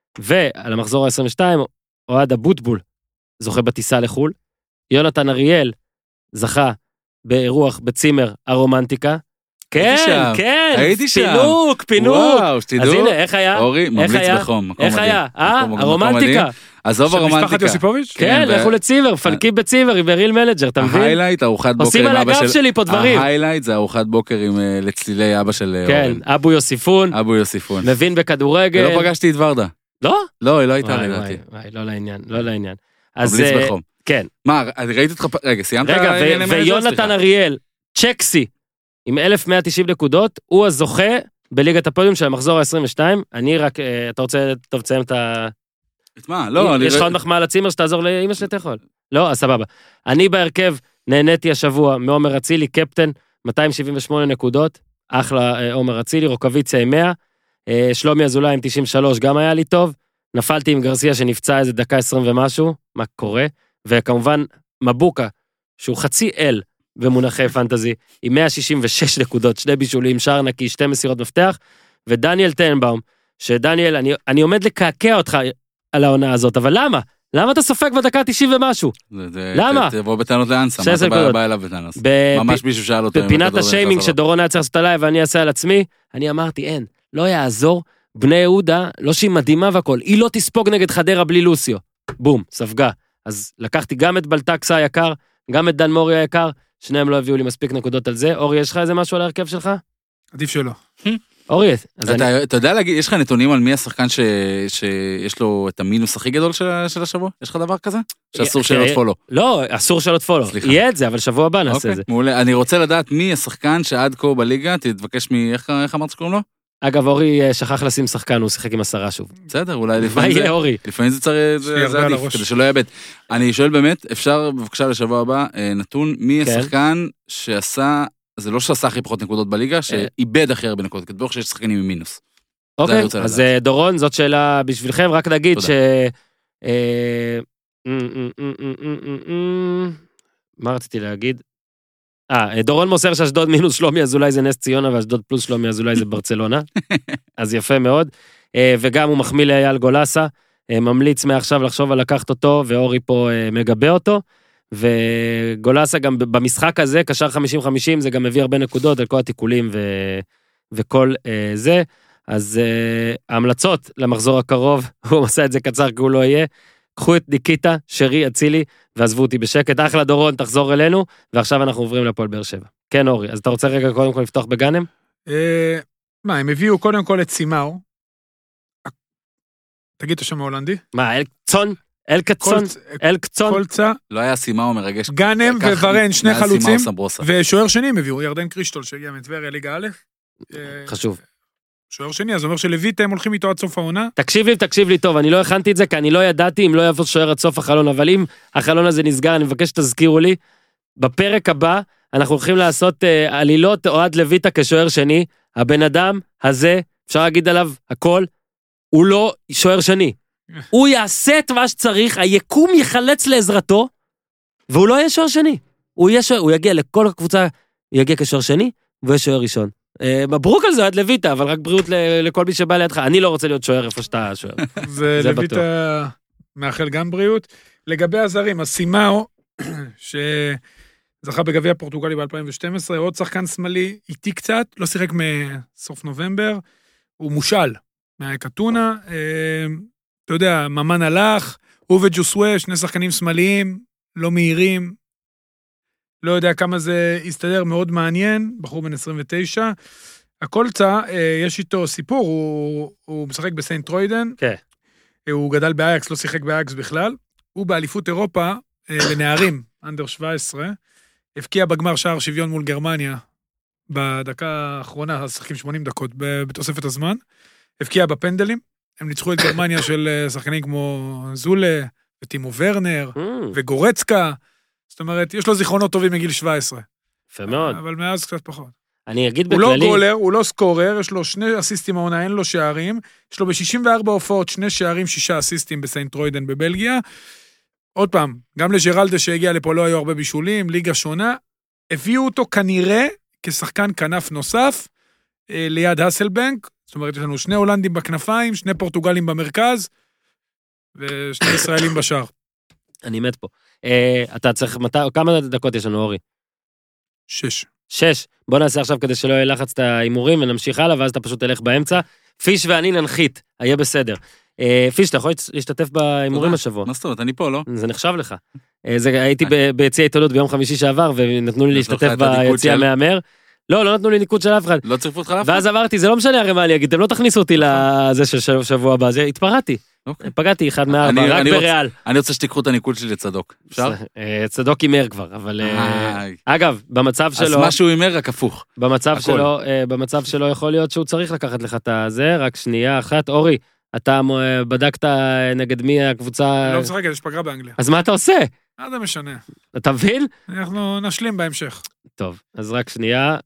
ועל המחזור ה-עשרים ושתיים, אוהד אבוטבול זוכה בטיסה לחול, יונתן אריאל זכה באירוח בצימר הרומנטיקה, כן, שם. כן, הייתי שם. פינוק, פינוק. וואו, שתדעו. אז הנה, איך היה? אורי, ממליץ היה? בחום. מקום איך מדהים. היה? אה, מקום- מקום הרומנטיקה. מדהים. עזוב של משפחת הרומנטיקה. יוסיפוביץ'? כן, ו- לכו לצימר, מפנקים בצימר, עם בריל מנג'ר, אתה מבין? ההיילייט, ארוחת בוקר עושים עם על אבא הגב של... שלי פה דברים. ההיילייט זה ארוחת בוקר עם אה, לצלילי אבא של אה, כן, אורן. אבו יוסיפון, אבו יוסיפון. מבין בכדורגל. ולא פגשתי את ורדה. לא? לא, היא לא הייתה וואי, לדעתי. וואי, וואי, לא לעניין, לא לעניין. אז ממליץ אה, בחום. כן. מה, אני ראיתי אותך... פ- רגע, סיימת? רגע, הענייני ו- מנג'ר? ויונתן סליחה. אריאל, צ'קסי, עם אלף מאה ותשעים נקודות, הוא הזוכה בליגת הפודיום של המחזור ה-עשרים ושתיים. אני רק, אה, אתה רוצה, טוב, תסיים את ה... את מה? לא, אני... יש לך עוד מחמאה לצימר שתעזור לאמא שלי, אתה יכול. לא, אז סבבה. אני בהרכב נהניתי השבוע מעומר אצילי, קפטן, מאתיים שבעים ושמונה נקודות, אחלה אה, עומר אצילי, רוקוויציה עם מאה, אה, שלומי אזולאי עם תשעים ושלוש, גם היה לי טוב, נפלתי עם גרסיה שנפצע איזה דקה עשרים ומשהו, מה קורה, וכמובן מבוקה, שהוא חצי אל במונחי פנטזי, עם מאה שישים ושש נקודות, שני בישולים, שער נקי, שתי מסירות מפתח, ודניאל טנבאום, שדניאל, אני, אני עומד לקעקע אותך על העונה הזאת, אבל למה? למה אתה סופק בדקה תשעים ומשהו? זה- זה- למה? ת- תבוא בטענות לאנסה, שש מה אתה בא- נקודות. בא אליו בטענות? בפ- ממש מישהו שאל אותו. אם בפינת הכדור זה השיימינג נכנס או לא. שדורון היה צריך לעשות עליי ואני אעשה על עצמי, אני אמרתי, אין, לא יעזור, בני יהודה, לא שהיא מדהימה והכל, היא לא תספוג נגד חדרה בלי לוסיו. בום, ספגה. אז לקחתי גם את בלטקסה היקר, גם את דן מורי היקר, שניהם לא הביאו לי מספיק נקודות על זה. אורי, יש לך איזה משהו על ההרכב שלך? עדיף שלא. אורי, אז אני... אתה אתה יודע להגיד, יש לך נתונים על מי השחקן ש- שיש לו את המינוס הכי גדול של ה- של השבוע? יש לך דבר כזה? שאסור אה, שלא אה, פולו. לא, אסור שלא תפולו. סליחה. יהיה את זה, אבל שבוע הבא נעשה אוקיי, את זה. מעולה. אני רוצה לדעת מי השחקן שעד כה בליגה, תתבקש מ... איך איך אמרת שקוראים לו? אגב, אורי אה, שכח לשים שחקן, הוא שיחק עם עשרה שוב. בסדר, אולי מה לפעמים יהיה, זה... אורי? לפעמים זה צריך, יש לי זה הרבה זה על עדיף, הראש. כדי שלא יאבד. אני שואל באמת, אפשר בבקשה לשבוע הבא, אה, נתון, מי כן. השחקן שעשה, זה לא שעשה הכי פחות נקודות בליגה, שאיבד הכי הרבה נקודות, כי בטוח שיש שחקנים עם מינוס. אני אוקיי, רוצה אז לדעת. אה, דורון, זאת שאלה בשבילכם, רק נגיד תודה. ש... אה, אמ, אמ, אמ, אמ, אמ, אמ, אמ, מה רציתי להגיד? אה, דורון מוסר שאשדוד מינוס שלומי אזולאי זה נס ציונה, ואשדוד פלוס שלומי אזולאי זה ברצלונה. אז יפה מאוד. אה, וגם הוא מחמיא לאייל גולסה, אה, ממליץ מעכשיו לחשוב על לקחת אותו, ואורי פה אה, מגבה אותו. וגולסה גם במשחק הזה, קשר חמישים חמישים, זה גם מביא הרבה נקודות על כל התיקולים ו... וכל אה, זה. אז uh, ההמלצות למחזור הקרוב, הוא עושה את זה קצר כי הוא לא יהיה, קחו את ניקיטה, שרי, אצילי, ועזבו אותי בשקט, אחלה דורון, תחזור אלינו, ועכשיו אנחנו עוברים לפועל באר שבע. כן, אורי, אז אתה רוצה רגע קודם כל לפתוח בגאנם? אה, מה, הם הביאו קודם כל את סימאו. תגיד את השם ההולנדי. מה, אלקצון? אלקצון? אלקצון? קולצה, לא היה סימאו מרגש. גאנם כך וורן, שני מאז חלוצים, סימאו סברוסה. ושוער שני הם הביאו, ירדן קרישטול שהגיע מטבריה ליגה א'. אה, חשוב. שוער שני, אז אומר שלויטה הם הולכים איתו עד סוף העונה. תקשיב לי, תקשיב לי טוב, אני לא הכנתי את זה, כי אני לא ידעתי אם לא יבוא שוער עד סוף החלון, אבל אם החלון הזה נסגר, אני מבקש שתזכירו לי, בפרק הבא, אנחנו הולכים לעשות אה, עלילות אוהד לויטה כשוער שני, הבן אדם הזה, אפשר להגיד עליו הכל, הוא לא שוער שני. הוא יעשה את מה שצריך, היקום יחלץ לעזרתו, והוא לא יהיה שוער שני. הוא יהיה שוער, הוא יגיע לכל הקבוצה, הוא יגיע כשוער שני, והוא יהיה שוער ראשון. אה, מברוק על זה, עד לויטה, אבל רק בריאות ל- לכל מי שבא לידך. אני לא רוצה להיות שוער איפה שאתה שוער. זה זה לויטה מאחל גם בריאות. לגבי הזרים, אז סימאו, שזה זכה בגביע פורטוגלי ב-אלפיים ושתים עשרה, עוד שחקן שמאלי, איטי קצת, לא שיחק מסוף נובמבר, הוא מושל מהקטונה, אתה יודע, ממן הלך, הוא וג'וסווה, שני שחקנים שמאליים, לא מהירים, לא יודע כמה זה יסתדר, מאוד מעניין, בחור בן עשרים ותשע, הקולצה, יש איתו סיפור, הוא, הוא משחק בסיינט טרוידן, כן. הוא גדל באייקס, לא שיחק באייקס בכלל, הוא באליפות אירופה, לנערים, אנדר שבע עשרה, הבקיע בגמר שער שוויון מול גרמניה, בדקה האחרונה, שחקים שמונים דקות, בתוספת הזמן, הבקיע בפנדלים, הם ניצחו את גרמניה של שחקנים כמו זולה, וטימו ורנר, וגורצקה, זאת אומרת, יש לו זיכרונות טובים מגיל שבע עשרה. יפה מאוד. אבל מאז קצת פחות. אני אגיד הוא בכללי... לא גולר, הוא לא סקורר, יש לו שני אסיסטים העונה, אין לו שערים, יש לו ב-שישים וארבע הופעות, שני שערים, שישה אסיסטים בסיינט טרוידן בבלגיה. עוד פעם, גם לג'רלדה שהגיע לפה לא היו הרבה בישולים, ליגה שונה, הביאו אותו כנראה כשחקן כנף נוסף, ליד הסלבנק, זאת אומרת, יש לנו שני הולנדים בכנפיים, שני פורטוגלים במרכז, ושני ישראלים בשער. אני מת פה. אתה צריך, כמה דקות יש לנו, אורי? שש. שש. בוא נעשה עכשיו כדי שלא יהיה לחץ את האימורים, ונמשיך הלאה, ואז אתה פשוט תלך באמצע. פיש ואני ננחית, היה בסדר. פיש, אתה יכול להשתתף באימורים השבוע? מה זאת אומרת? אני פה, לא? זה נחשב לך. הייתי ביציע עיתונות ביום חמישי שעבר, ונתנו לי להשתתף ביציע מהמר. לא, לא נתנו לי ניקוד של אף אחד. לא צירפו אותך לאף אחד? ואז אמרתי, זה לא משנה הרי מה אני אגיד, אתם לא תכניסו אותי לזה של שבוע הבא, זה התפרעתי. פגעתי אחד מארבע, רק בריאל. אני רוצה שתיקחו את הניקוד שלי לצדוק. אפשר? צדוק אימר כבר, אבל... אגב, במצב שלו... אז משהו אימר רק הפוך. במצב שלו יכול להיות שהוא צריך לקחת לך את זה, רק שנייה אחת. אורי, אתה בדקת נגד מי הקבוצה... לא משחק, יש פגרה באנגליה. אז מה אתה עושה? מה זה משנה? אתה מבין? אנחנו נשלים בהמשך. טוב, אז רק שנייה.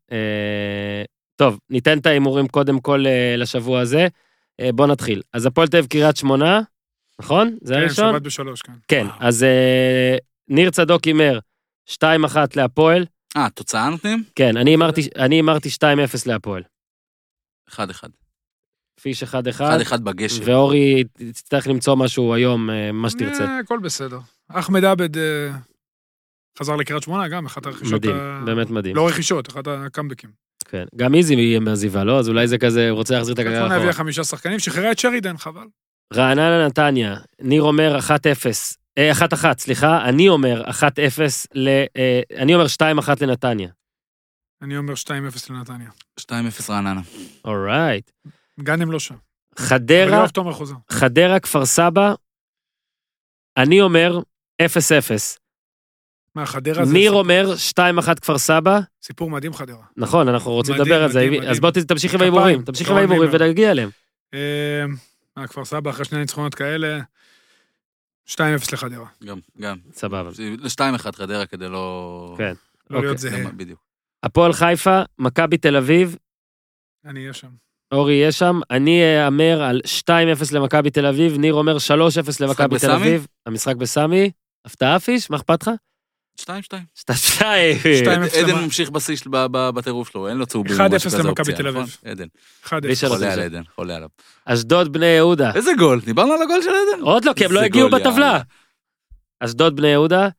טוב, ניתן את האימורים קודם כל לשבוע הזה. בוא נתחיל. אז הפועל תל אביב קריית שמונה, נכון? זה הראשון? כן, שבת בשלוש, כן. כן, אז ניר צדוק אימר שתיים אחת להפועל. אה, תוצאה נותנים? כן, אני אמרתי שתיים אפס להפועל. אחד אחד. פיש אחד אחד. אחד אחד בגשר. ואורי תצטרך למצוא משהו היום, מה שתרצה. הכל בסדר. אחמד עבד חזר לקריית שמונה, גם אחת הרכישות. מדהים, באמת מדהים. לא רכישות, אחת הקאמבקים. כן, גם איזי יהיה מהזיבה, לא? אז אולי זה כזה, רוצה להחזיר את הקריירה אחורה. אחורה. הביאה חמישה שחקנים, שחררה את שרידן, חבל. רעננה נתניה, ניר אומר אחת אפס, אחת אחת, סליחה, אני אומר אחת אפס, אני אומר שתיים אחת לנתניה. אני אומר שתיים אפס לנתניה. שתיים אפס רעננה. אורייט. גן לא שם. חדרה, חדרה כפר סבא, אני אומר אפס אפס. מה, חדרה זה... ניר אומר שתיים אחת כפר סבא. סיפור מדהים חדרה. נכון, אנחנו רוצים לדבר על זה. אז בוא תמשיך עם האימורים, תמשיך עם האימורים ונגיע אליהם. כפר סבא אחרי שני ניצחונות כאלה, שתיים אפס לחדרה. גם, גם. סבבה. ל-שתיים אחת חדרה כדי לא... כן. לא להיות זהה. בדיוק. הפועל חיפה, מכבי תל אביב. אני אהיה שם. אורי יהיה שם, אני אאמר על שתיים אפס למכבי תל אביב, ניר אומר שלוש אפס למכבי תל אביב. המשחק בסמי. הפתעה פיש, מה אכפת לך? שתיים שתיים. שתיים. עדן ממשיך בסיס בטירוף שלו, אין לו צהובים. אחד אפס למכבי תל אביב. עדן. אחד אפס. חולה על עדן, חולה עליו. אשדוד בני יהודה. איזה גול? דיברנו על הגול של עדן? עוד לא, כי הם לא הגיעו בטבלה. אשדוד בני יהודה,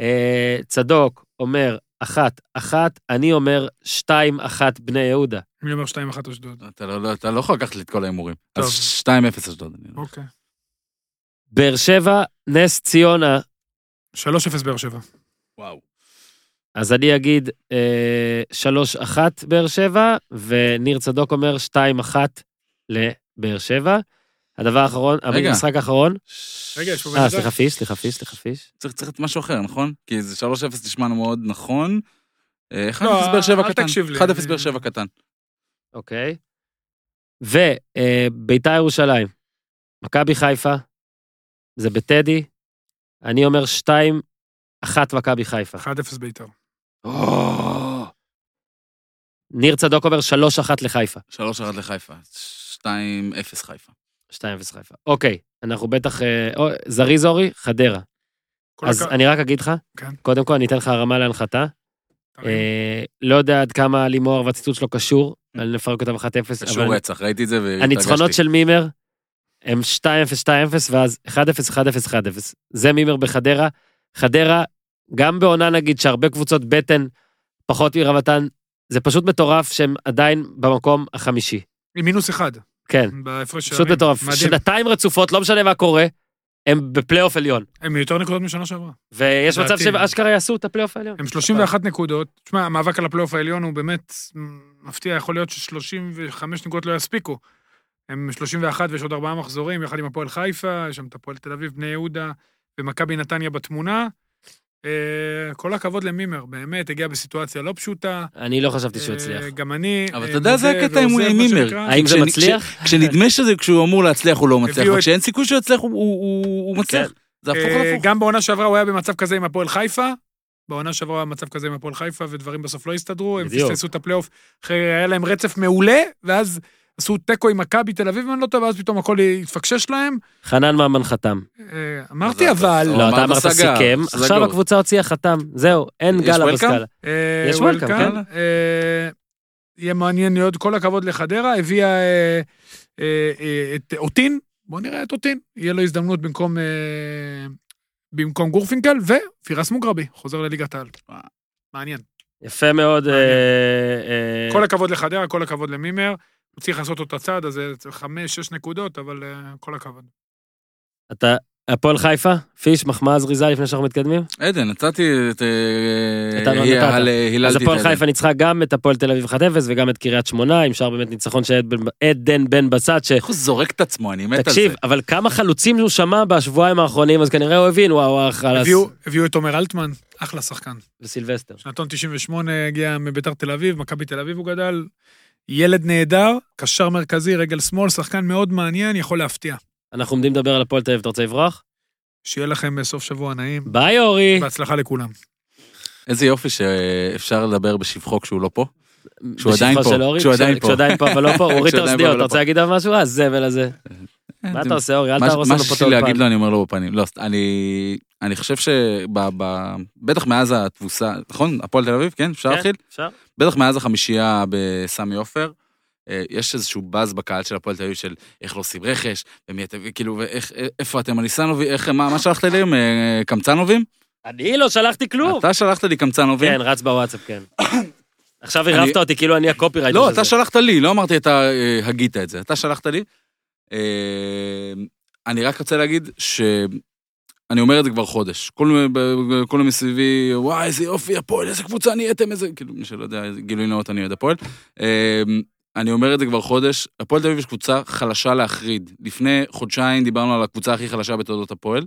צדוק אומר אחת, אחת, אני אומר שתיים, אחת בני יהודה. אני אומר שתיים, אחת אשדוד. אתה לא יכול לקחת לי את כל האימורים. אז שתיים אפס אשדוד. אוקיי. באר שבע, נס ציונה. שלוש אפס באר שבע. וואו. אז אני אגיד שלוש אחת באר שבע, וניר צדוק אומר שתיים אחת לבאר שבע. הדבר האחרון, המשחק האחרון. רגע, יש פה בנדע. אה, סליחה פיש, סליחה פיש, סליחה פיש. צריך צריך משהו אחר, נכון? כי זה שלוש אפס תשמענו מאוד נכון. אחד אפס באר שבע קטן. אחד אפס באר שבע קטן. אוקיי. וביתר ירושלים. מכבי חיפה. זה בטדי. אני אומר שתיים אחת מכבי חיפה. אחד אפס ביתר. ניר צדוק אומר שלוש אחת לחיפה. שלוש אחת לחיפה. שתיים אפס חיפה. שתיים אפס חיפה. אוקיי, אנחנו בטח... זריז אורי, חדרה. אז אני רק אגיד לך, קודם כל אני אתן לך הרמה להנחתה. לא יודע עד כמה לימור והציטוט שלו קשור, אני נפרק אותם אחת אפס. קשור רצח, ראיתי את זה והתרגשתי. הניצחונות של מימר, הם שתיים אפס שתיים אפס, ואז אחד אפס אחד אפס אחד אפס. זה מימר בחדרה. חדרה, גם בעונה נגיד שהרבה קבוצות בטן פחות מרבתן, זה פשוט מטורף שהם עדיין במקום החמישי. עם מינוס אחד. כן, בהפרש פשוט מטורף. שנתיים רצופות, לא משנה מה קורה, הם בפלייאוף עליון. הם יותר נקודות משנה שעברה. ויש מצב שאשכרה יעשו את הפלייאוף העליון. הם שלושים ואחת נקודות. תשמע, המאבק על הפלייאוף העליון הוא באמת מפתיע, יכול להיות ש-שלושים וחמש נקודות לא יספיקו. הם שלושים ואחת ויש עוד ארבעה מחזורים, יחד עם הפועל חיפה, יש שם את הפועל תל אביב, בני יהודה, ומכבי נתניה בתמונה. כל הכבוד למימר, באמת, הגיע בסיטואציה לא פשוטה. אני לא חשבתי שהוא הצליח. גם אני... אבל אתה יודע, זה הקטע עם מימר. האם זה מצליח? כשנדמה שזה, כשהוא אמור להצליח, הוא לא מצליח, וכשאין סיכוי שהוא יצליח, הוא מצליח. זה הפוך על הפוך. גם בעונה שעברה הוא היה במצב כזה עם הפועל חיפה, בעונה שעברה הוא היה במצב כזה עם הפועל חיפה, ודברים בסוף לא הסתדרו, הם פספסו את הפלייאוף, היה להם רצף מעולה, ואז עשו טקו עם מכבי תל אביב, ואני לא טוב, ואז פתאום הכל התפקשש להם. חנן ממן חתם. אמרתי אבל... לא, אתה אמרת סיכם, עכשיו הקבוצה הוציאה חתם, זהו, אין גל הבסקאלה. יש וולקאם, כן? יהיה מעניין להיות, כל הכבוד לחדרה, הביאה את אוטין, בואו נראה את אוטין, יהיה לו הזדמנות במקום... במקום גורפינקל, ופירס מוגרבי, חוזר לליגת העל. מעניין. יפה מאוד. כל הכבוד לחדרה, כל הכבוד למימר, הוא צריך לעשות אותו צעד, אז זה חמש, שש נקודות, אבל כל הכבוד. אתה, הפועל חיפה, פיש, מחמאה זריזה לפני שאנחנו מתקדמים? עדן, נתתי את... אז הפועל חיפה ניצחה גם את הפועל תל אביב אחת אפס, וגם את קריית שמונה, עם שער באמת ניצחון שעדן בן בסט, איך הוא זורק את עצמו, אני מת על זה. תקשיב, אבל כמה חלוצים הוא שמע בשבועיים האחרונים, אז כנראה הוא הבין, וואו, חלס. הביאו את עומר אלטמן, אחלה שחקן. וסילבסטר. שנתון תשעים ושמונה הגיע מביתר תל אביב, מכבי תל אביב הוא גדל, ילד נהדר, קשר מרכזי, רגל שמאל, שחקן מאוד מעניין, יכול להפתיע. אנחנו עומדים לדבר על הפועל תל אביב, אתה רוצה לברוח? שיהיה לכם סוף שבוע נעים. ביי אורי. בהצלחה לכולם. איזה יופי שאפשר לדבר בשבחו כשהוא לא פה. כשהוא עדיין פה. כשהוא עדיין פה, אבל לא פה. אורי תרסדיות, אתה רוצה להגיד על משהו? אה, זה ולזה. מה אתה עושה אורי? אל תהרוס לנו פה מה שלי להגיד לו אני אומר לו בפנים. לא, אני חושב שבטח מאז התבוסה, נכון? הפועל תל אביב, כן? אפשר להתחיל? אפשר. בטח מאז החמישייה בסמי עופר, יש איזשהו באז בקהל של הפועל תל אביב של איך לא עושים רכש, כאילו, איפה אתם הניסנובים, מה שלחת אליהם? קמצנובים? אני לא שלחתי כלום. אתה שלחת לי קמצנובים? כן, רץ בוואטסאפ, כן. עכשיו הרבת אותי, כאילו אני הקופירייטר של זה. לא, אתה שלחת לי, לא אמרתי, אתה הגית את זה. אתה שלחת לי. אני רק רוצה להגיד ש... אני אומר את זה כבר חודש. כל מסביבי, וואי, איזה יופי, הפועל, איזה קבוצה נהייתם, איזה... כאילו, מי שלא יודע, גילוי נאות, אני יודע הפועל. אני אומר את זה כבר חודש, הפועל תל אביב יש קבוצה חלשה להחריד. לפני חודשיים דיברנו על הקבוצה הכי חלשה בתולדות הפועל.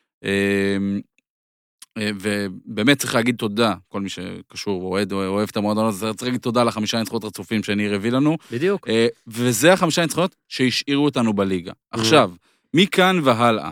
ובאמת צריך להגיד תודה, כל מי שקשור, אוהד, אוהב את המועדון הזה, צריך להגיד תודה לחמישה ניצחונות רצופים שניר הביא לנו. בדיוק. וזה החמישה ניצחונות שהשאירו אותנו בליגה. עכשיו, מכאן והלאה,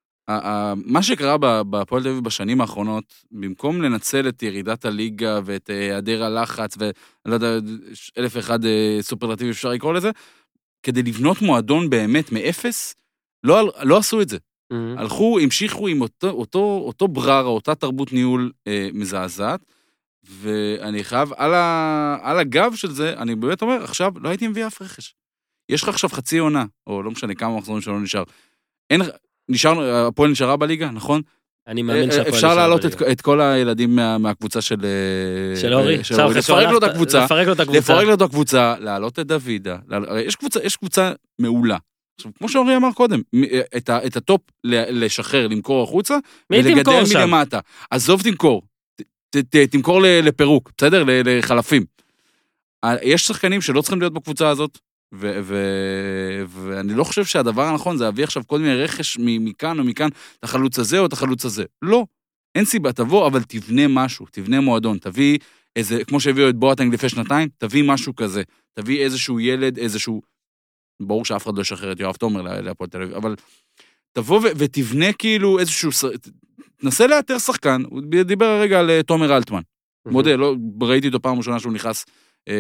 מה שקרה בהפועל תל אביב בשנים האחרונות, במקום לנצל את ירידת הליגה ואת היעדר הלחץ, ולא יודע, אלף ואחד סופרלטיב אפשר לקרוא לזה, כדי לבנות מועדון באמת מאפס, לא, לא עשו את זה. Mm-hmm. הלכו, המשיכו עם אותו, אותו, אותו בררה, אותה תרבות ניהול אה, מזעזעת, ואני חייב, על, ה, על הגב של זה, אני באמת אומר, עכשיו לא הייתי מביא אף רכש. יש לך עכשיו חצי עונה, או לא משנה כמה מחזורים שלא נשאר. אין, נשאר, הפועל נשארה בליגה, נכון? אני מאמין שהפועל נשארה בליגה. אפשר להעלות את, את כל הילדים מה, מהקבוצה של... של אורי? של אורי. לפרק לו את הקבוצה. לפרק לו את הקבוצה. לפרק לו את הקבוצה, להעלות את דוידה. יש קבוצה, יש קבוצה מעולה. עכשיו, כמו שאורי אמר קודם, את, ה, את הטופ לשחרר, למכור החוצה, ולגדל מלמטה. עזוב תמכור, ת, ת, תמכור לפירוק, בסדר? לחלפים. יש שחקנים שלא צריכים להיות בקבוצה הזאת, ו, ו, ואני לא חושב שהדבר הנכון זה להביא עכשיו כל מיני רכש מכאן או מכאן, את החלוץ הזה או את החלוץ הזה. לא, אין סיבה, תבוא, אבל תבנה משהו, תבנה מועדון, תביא איזה, כמו שהביאו את בואטנג לפני שנתיים, תביא משהו כזה, תביא איזשהו ילד, איזשהו, ברור שאף אחד לא ישחרר את יואב תומר להפועל תל אביב, אבל תבוא ו- ותבנה כאילו איזשהו, תנסה לאתר שחקן, הוא דיבר הרגע על תומר אלטמן, מודה, לא, ראיתי אותו פעם ראשונה שהוא נכנס אה,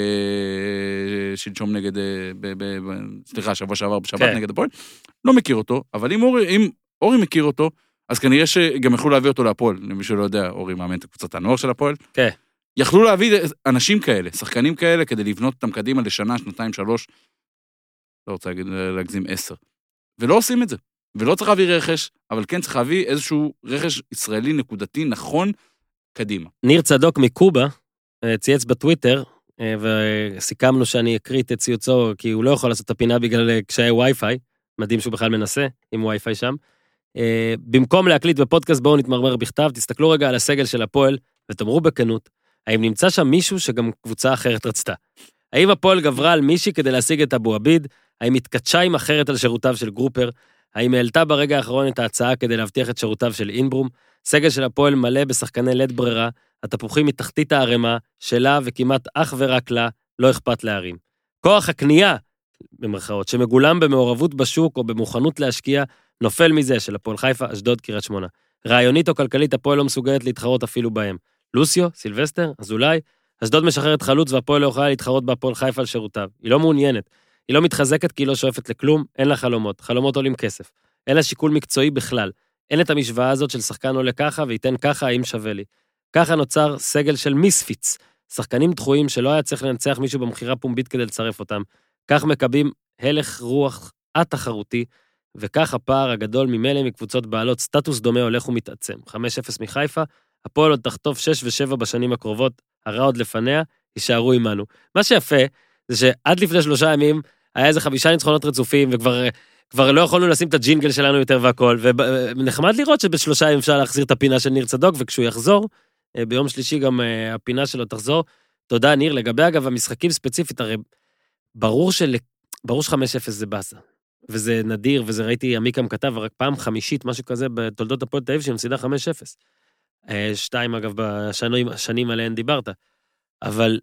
שלשום נגד, אה, ב- ב- ב- סליחה, שבוע שעבר בשבת כן. נגד הפועל, לא מכיר אותו, אבל אם אורי, אם אורי מכיר אותו, אז כנראה שגם יכלו להביא אותו להפועל, למי שלא יודע, אורי מאמן את קבוצת הנוער של הפועל, כן. יכלו להביא אנשים כאלה, שחקנים כאלה, כדי לבנות אותם קדימה לשנה, שנתיים, שלוש, לא רוצה להגיד, להגזים עשר. ולא עושים את זה. ולא צריך להביא רכש, אבל כן צריך להביא איזשהו רכש ישראלי נקודתי נכון, קדימה. ניר צדוק מקובה, צייץ בטוויטר, וסיכמנו שאני אקריא את ציוצו, כי הוא לא יכול לעשות את הפינה בגלל קשיי וי-פיי, מדהים שהוא בכלל מנסה, עם וי-פיי שם. במקום להקליט בפודקאסט, בואו נתמרמר בכתב, תסתכלו רגע על הסגל של הפועל, ותאמרו בכנות, האם נמצא שם מישהו שגם קבוצה אחרת רצתה? האם הפועל גברה על מישהי כדי להשיג את אבו עביד? האם התקדשה עם אחרת על שירותיו של גרופר? האם העלתה ברגע האחרון את ההצעה כדי להבטיח את שירותיו של אינברום? סגל של הפועל מלא בשחקני לית ברירה, התפוחים מתחתית הערמה, שלה וכמעט אך ורק לה, לא אכפת להרים. כוח הקנייה, במרכאות, שמגולם במעורבות בשוק או במוכנות להשקיע, נופל מזה של הפועל חיפה, אשדוד, קריית שמונה. רעיונית או כלכלית, הפועל לא מסוגלת להתחרות אפילו בהם. לוסיו, סילבסטר, אזולאי, אשדוד משחררת חלוץ והפועל לא יכולה להתחרות בהפועל חיפה על שירותיו. היא לא מעוניינת. היא לא מתחזקת כי היא לא שואפת לכלום, אין לה חלומות. חלומות עולים כסף. אין לה שיקול מקצועי בכלל. אין את המשוואה הזאת של שחקן עולה ככה וייתן ככה האם שווה לי. ככה נוצר סגל של מיספיץ. שחקנים דחויים שלא היה צריך לנצח מישהו במחירה פומבית כדי לצרף אותם. כך מקבים הלך רוח התחרותי, וכך הפער הגדול ממילא מקבוצות בעלות סטטוס דומה הולך ומתעצם. חמש אפס מחיפה, הפועל עוד תחטוף שש ושבע בשנים הקרובות, הרע עוד לפניה, יישארו עמנו. מה שיפה, זה שעד לפני שלושה ימים, היה איזה חמישה ניצחונות רצופים, וכבר כבר לא יכולנו לשים את הג'ינגל שלנו יותר והכל, ונחמד לראות שבשלושה ימים אפשר להחזיר את הפינה של ניר צדוק, וכשהוא יחזור, ביום שלישי גם הפינה שלו תחזור. תודה ניר, לגבי אגב המשחקים ספציפית, הרי ברור של... ברור ש-חמש אפס זה בסה, וזה נדיר, וזה ראיתי עמיקם כתב, רק פעם חמישית, משהו כזה, בתולדות הפועל תל אביב, שמסידה חמש אפס. שתיים, אגב, בשנים, השנים עליהן דיברת. אבל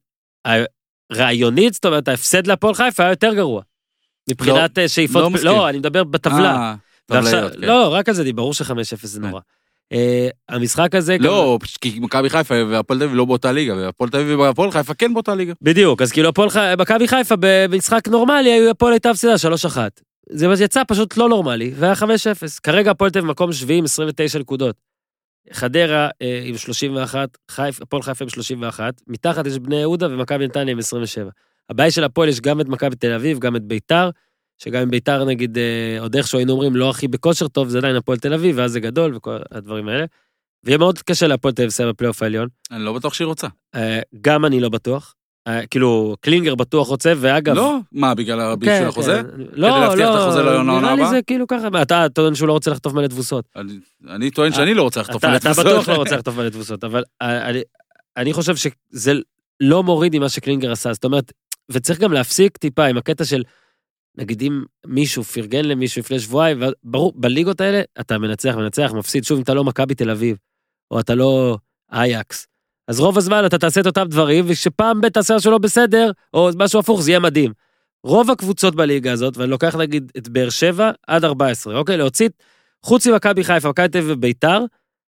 רעיונית, זאת אומרת, ההפסד להפועל חיפה היה יותר גרוע. מבחינת לא, שאיפות... לא, לא, אני מדבר בטבלה. אה, ועכשיו, כן. לא, רק על זה, ברור ש-חמש אפס זה נורא. המשחק הזה... לא, כי מכבי חיפה והפועל תל אביב לא באותה ליגה, והפועל תל אביב והפועל חיפה כן באותה ליגה. בדיוק, אז כאילו מכבי חיפה במשחק נורמלי, הפועל הייתה הפסידה שלוש אחת. זה יצא פשוט לא נורמלי, והיה חמש אפס. כרגע הפועל תל אביב מקום שביעי עם עשרים ותשע נקודות. חדרה עם שלושים ואחת, הפועל חיפה עם שלושים ואחת, מתחת יש בני יהודה ומכבי נתניה עם עשרים ושבע. הבעיה של הפועל יש גם את מכבי תל אביב, גם את ביתר, שגם עם ביתר נגיד, עוד איכשהו היינו אומרים, לא הכי בכושר טוב, זה עדיין הפועל תל אביב, ואז זה גדול וכל הדברים האלה. ויהיה מאוד קשה להפועל תל אביב לסיים בפלייאוף העליון. אני לא בטוח שהיא רוצה. גם אני לא בטוח. כאילו, קלינגר בטוח רוצה, ואגב... לא, מה, בגלל החוזה? לא, לא, כדי להבטיח את החוזה לעונה הבאה? נראה לי זה כאילו ככה, אתה טוען שהוא לא רוצה לחטוף מלא תבוסות. אני טוען שאני לא רוצה לחטוף מלא תבוסות. אתה בטוח לא רוצה לחטוף מלא תבוסות, אבל אני חושב שזה לא מוריד עם מה שקלינגר עשה, זאת אומרת, וצריך גם להפסיק טיפה עם הקטע של, נגיד אם מישהו פרגן למישהו לפני שבועיים, ברור, בליגות האלה אתה מנצח, מנצח, מפסיד, שוב אם אתה לא מכבי תל אביב, או אתה לא אייקס, אז רוב הזמן אתה תעשה את אותם דברים, ושפעם בית תעשה משהו לא בסדר, או משהו הפוך, זה יהיה מדהים. רוב הקבוצות בליגה הזאת, ואני לוקח נגיד את באר שבע עד ארבע עשרה, אוקיי, להוציא, חוץ ממכבי חיפה, מכבי תל אביב וביתר,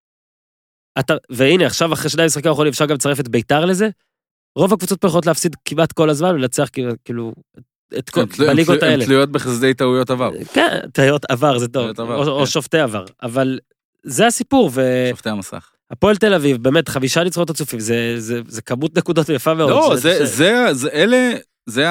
אתה, והנה, עכשיו אחרי שני משחקים יכולים, אפשר גם לצרף את ביתר לזה, רוב הקבוצות פה יכולות להפסיד כמעט כל הזמן, ולנצח כאילו, את כל, בליגות האלה. הן תלויות בחסדי טעויות עבר. כן, טעויות עבר, זה טוב, או שופטי עבר, אבל זה הסיפור, ו... שופטי המסך. הפועל תל אביב, באמת, חמישה ניצחונות הצופים, זה, זה, זה כמות נקודות יפה מאוד. לא, זה, זה, ש... זה, זה, אלה, זה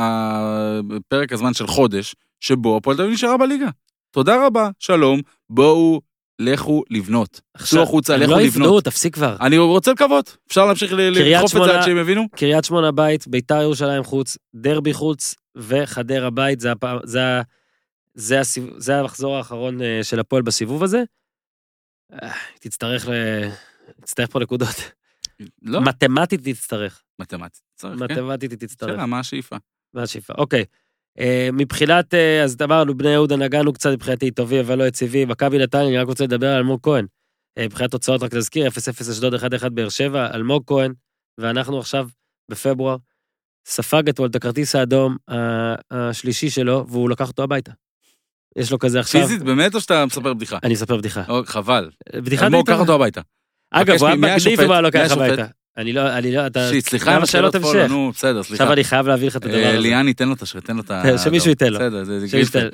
הפרק הזמן של חודש, שבו הפועל תל אביב נשארה בליגה. תודה רבה, שלום, בואו, לכו לבנות. צאו החוצה, לכו לא לבנות. יבנו, תפסיק כבר. אני רוצה לקוות, אפשר להמשיך לדחוף את זה עד שהם הבינו? קריית שמונה בית, ביתר ירושלים חוץ, דרבי חוץ, וחדרה בית, זה, הפע... זה, זה, הסיב... זה המחזור האחרון של הפועל בסיבוב הזה. תצטרך ל... תצטרך פה נקודות. לא. מתמטית תצטרך. מתמטית. מתמטית תצטרך. שאלה, מה השאיפה? מה השאיפה, אוקיי. מבחינת, אז אמרנו, בני יהודה נגענו קצת מבחינתי טובי, אבל לא יציבי. מכבי נתניה, אני רק רוצה לדבר על אלמוג כהן. מבחינת תוצאות, רק להזכיר, אפס אפס אשדוד אחד אחד באר שבע, אלמוג כהן, ואנחנו עכשיו בפברואר, ספג את הכרטיס האדום השלישי שלו, והוא לקח אותו הביתה. יש לו כזה עכשיו... פיזית באמת או שאתה מספר בדיחה? אני אספר בדיחה. חבל. בדיחה אלמוג, קח אותו הביתה. אגב, הוא היה מגניב ומה לא ככה הביתה. אני לא, אני לא, אתה... סליחה עם השאלות פולו, נו, בסדר, סליחה. עכשיו אני חייב להביא לך את הדבר הזה. ליאן ייתן לו את השאלה, תן לו את ה... שמישהו ייתן לו. בסדר, זה גיפטר.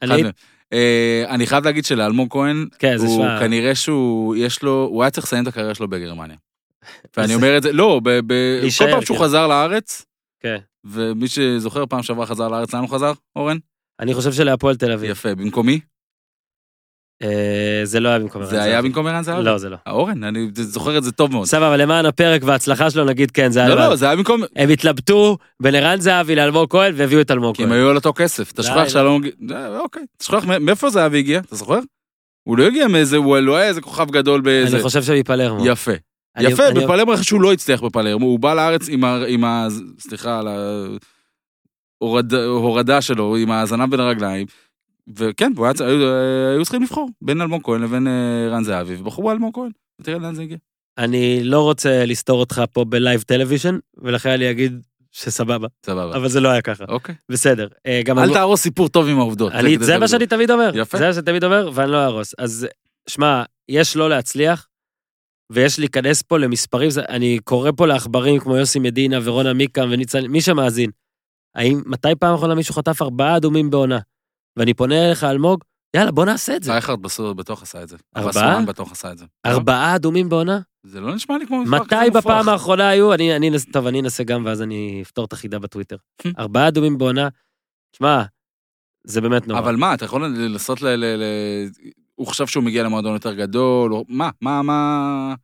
אני חייב להגיד שלאלמוג כהן, הוא כנראה שהוא, יש לו, הוא היה צריך לסיים את הקריירה שלו בגרמניה. ואני אומר את זה, לא, כל פעם שהוא חזר לארץ, ומי שזוכר פעם שעברה חזר לארץ, לאן הוא חזר, אורן? אני חושב שלהפועל תל אביב. יפה, במקומי? זה לא היה במקום ערן זהבי. זה היה במקום ערן זהבי? לא, זה לא. אורן, אני זוכר את זה טוב מאוד. סבבה, אבל למען הפרק וההצלחה שלו, נגיד כן, זה היה... לא, לא, זה היה במקום... הם התלבטו בין ערן זהבי לאלמוג כהן, והביאו את אלמוג כי כהן. הם היו על אותו כסף. אתה שוכח שאלמוג... אוקיי. אתה שוכח מאיפה זהבי הגיע? אתה זוכר? הוא לא הגיע מאיזה... הוא לא היה איזה כוכב גדול באיזה... אני חושב שבפלרמו. יפה. יפה, בפלרמו אחרי שהוא לא הצליח בפלרמו, הוא בא לארץ עם ה... סליחה, על ההורדה שלו, עם הזנב בין הרגליים, וכן, היו צריכים לבחור בין אלמוג כהן לבין ערן זהבי, ובחרו אלמוג כהן, ותראה לאן זה הגיע. אני לא רוצה לסתור אותך פה בלייב טלוויז'ן, ולכן אני אגיד שסבבה. סבבה. אבל זה לא היה ככה. אוקיי. בסדר. אל תהרוס סיפור טוב עם העובדות. זה מה שאני תמיד אומר. יפה. זה מה שאני תמיד אומר, ואני לא אהרוס. אז, שמע, יש לא להצליח, ויש להיכנס פה למספרים, אני קורא פה לעכברים כמו יוסי מדינה ורונה מיקם וניצן, מי שמאזין. האם, מתי פעם אחרונה מישהו חטף ארבעה אדומים בעונה? ואני פונה אליך אלמוג, יאללה, בוא נעשה את זה. רייכרד בטוח עשה את זה. ארבעה? בטוח עשה את זה. ארבעה אדומים בעונה? זה לא נשמע לי כמו מספר כזה מופרך. מתי בפעם האחרונה היו? אני, אני, טוב, אני אנסה גם, ואז אני אפתור את החידה בטוויטר. ארבעה אדומים בעונה, שמע, זה באמת נורא. אבל מה, אתה יכול לעשות ל... ל, ל... הוא חשב שהוא מגיע למועדון יותר גדול, או... מה, מה, מה...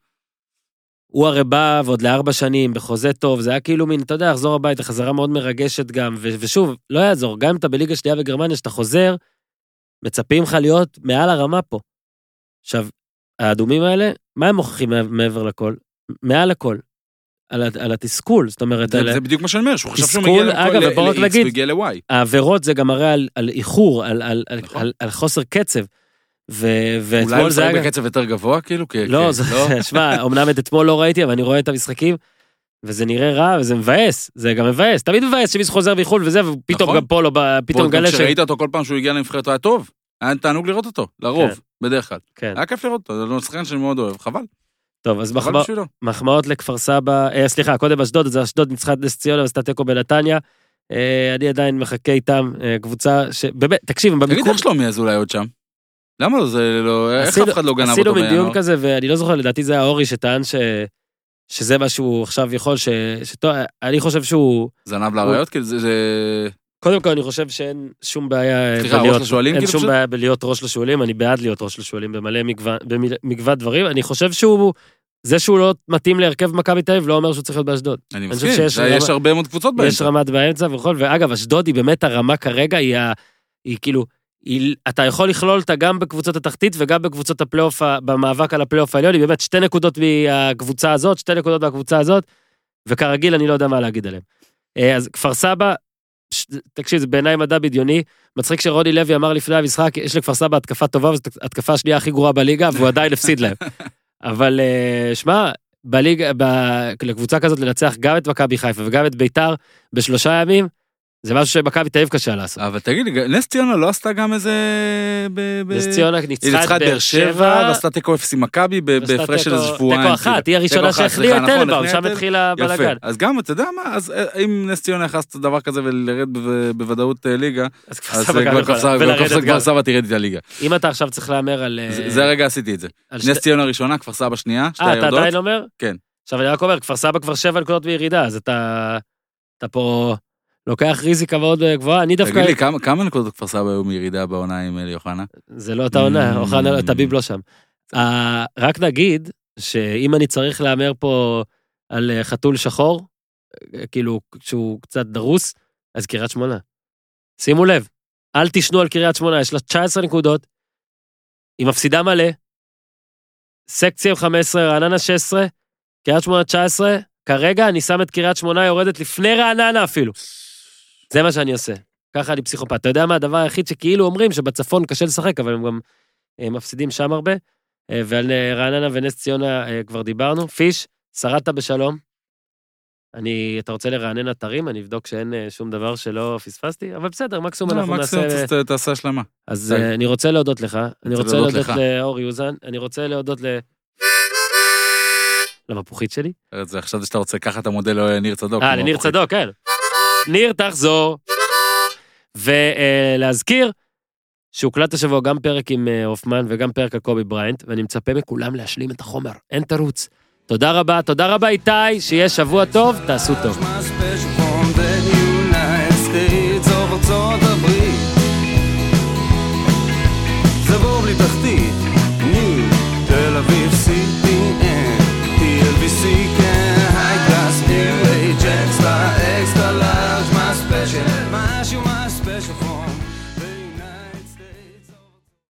הוא הרי בא ועוד לארבע שנים, בחוזה טוב, זה היה כאילו מין, אתה יודע, לחזור הביתה, חזרה מאוד מרגשת גם, ו- ושוב, לא יעזור, גם אם אתה בליגה שנייה בגרמניה, שאתה חוזר, מצפים לך להיות מעל הרמה פה. עכשיו, האדומים האלה, מה הם מוכיחים מעבר לכל? מעל הכל. על, על התסכול, זאת אומרת... זה, על... זה בדיוק מה שאני אומר, שהוא חשב שהוא תסכול, מגיע אגב, ובוא רק להגיד, מגיע ל-Y. העבירות זה גם מראה על, על איחור, על, על, נכון. על, על חוסר קצב. אולי הוא שחק בקצב יותר גבוה, כאילו? לא, שמע, אמנם את אתמול לא ראיתי, אבל אני רואה את המשחקים, וזה נראה רע, וזה מבאס, זה גם מבאס, תמיד מבאס שמישהו חוזר ויחול וזה, ופתאום גם פה לא, פתאום גלה ש... כשראית אותו כל פעם שהוא הגיע לנבחרת, הוא היה טוב, היה תענוג לראות אותו, לרוב, בדרך כלל. היה כיף לראות אותו, זה לא שחקן שאני מאוד אוהב, חבל. טוב, אז מחמאות לכפר סבא, סליחה, קודם אשדוד, אז אשדוד ניצחה את נס ציונה ועשתה תיקו בנתניה, אני עדיין מחכה איתם, קבוצה ש... באמת, תקשיב, תגיד איך שלומי אז אולי עוד שם? למה לא זה לא, איך אף אחד לא גנב אותו עשינו בינואר? מדיון כזה, ואני לא זוכר, לדעתי זה היה אורי שטען ש... שזה מה שהוא עכשיו יכול, ש... שטוב, אני חושב שהוא... זנב להרעיות? כאילו זה... קודם כל אני חושב שאין שום בעיה... סליחה, ראש לשואלים? אין שום בעיה בלהיות ראש לשואלים, אני בעד להיות ראש לשואלים במלא מגוון דברים, אני חושב שהוא... זה שהוא לא מתאים להרכב מכבי תל אביב, לא אומר שהוא צריך להיות באשדוד. אני מסכים, יש הרבה מאוד קבוצות באמצע. יש רמת באמצע וכל, ואגב, אשדוד היא באמת הרמה כרגע, היא כאילו... אתה יכול לכלול אותה גם בקבוצות התחתית וגם בקבוצות הפלייאוף, במאבק על הפלייאוף העליון, היא באמת שתי נקודות מהקבוצה הזאת, שתי נקודות מהקבוצה הזאת, וכרגיל אני לא יודע מה להגיד עליהם. אז כפר סבא, תקשיב, זה בעיניי מדע בדיוני, מצחיק שרוני לוי אמר לפני המשחק, יש לכפר סבא התקפה טובה, וזאת התקפה השנייה הכי גרועה בליגה, והוא עדיין הפסיד להם. אבל שמע, בליגה, לקבוצה כזאת לנצח גם את מכבי חיפה וגם את ביתר בשלושה ימים, זה משהו שמכבי תל אביב קשה לעשות. אבל תגיד לי, נס ציונה לא עשתה גם איזה... נס ציונה ניצחה את באר שבע, ועשתה תיקו אפס עם מכבי בהפרש של איזה שבועיים. תיקו אחת, היא הראשונה שהחליאה את טלבאום, שם התחיל הבלגן. יפה, אז גם, אתה יודע מה, אז אם נס ציונה יכנסת דבר כזה ולרד בוודאות ליגה, אז כפר סבא תרד את הליגה. אם אתה עכשיו צריך לאמר על... זה הרגע עשיתי את זה. נס ציונה ראשונה, כפר סבא שנייה, שתי הירדות. אתה עדיין אומר? כן. עכשיו אני רק אומר, כפר סבא כבר שבע נקודות בירידה, אז אתה פה... לוקח ריזיקה מאוד גבוהה, אני דווקא... תגיד לי, כמה, כמה נקודות כפר סבא היו מירידה בעונה עם אלי אוחנה? זה לא אותה עונה, אוחנה, תביב לא שם. רק נגיד, שאם אני צריך לאמר פה על חתול שחור, כאילו, שהוא קצת דרוס, אז קריית שמונה. שימו לב, אל תשנו על קריית שמונה, יש לה תשע עשרה נקודות, היא מפסידה מלא, סקציה חמש עשרה, רעננה שש עשרה, קריית שמונה תשע עשרה, כרגע אני שם את קריית שמונה יורדת לפני רעננה אפילו. זה מה שאני עושה. ככה אני פסיכופת. אתה יודע מה הדבר היחיד שכאילו אומרים שבצפון קשה לשחק, אבל הם גם הם מפסידים שם הרבה, ועל רעננה ונס ציונה כבר דיברנו. פיש, שרדת בשלום. אני, אתה רוצה לרענן אתרים, אני אבדוק שאין שום דבר שלא פספסתי, אבל בסדר, מקסימום אנחנו נעשה... מקסימום תעשה השלמה. אז אני רוצה להודות לך, אני רוצה להודות לאור יוזן, אני רוצה להודות ל... למפוחית שלי. זה עכשיו שאתה רוצה לקחת את המודל לניר צדוק. אה, לניר צדוק, כן. ניר, תחזור. ולהזכיר שהוקלט השבוע גם פרק עם אופמן וגם פרק על קובי בריינט, ואני מצפה מכולם להשלים את החומר. אין תרוץ. תודה רבה, תודה רבה איתי, שיהיה שבוע טוב, תעשו טוב.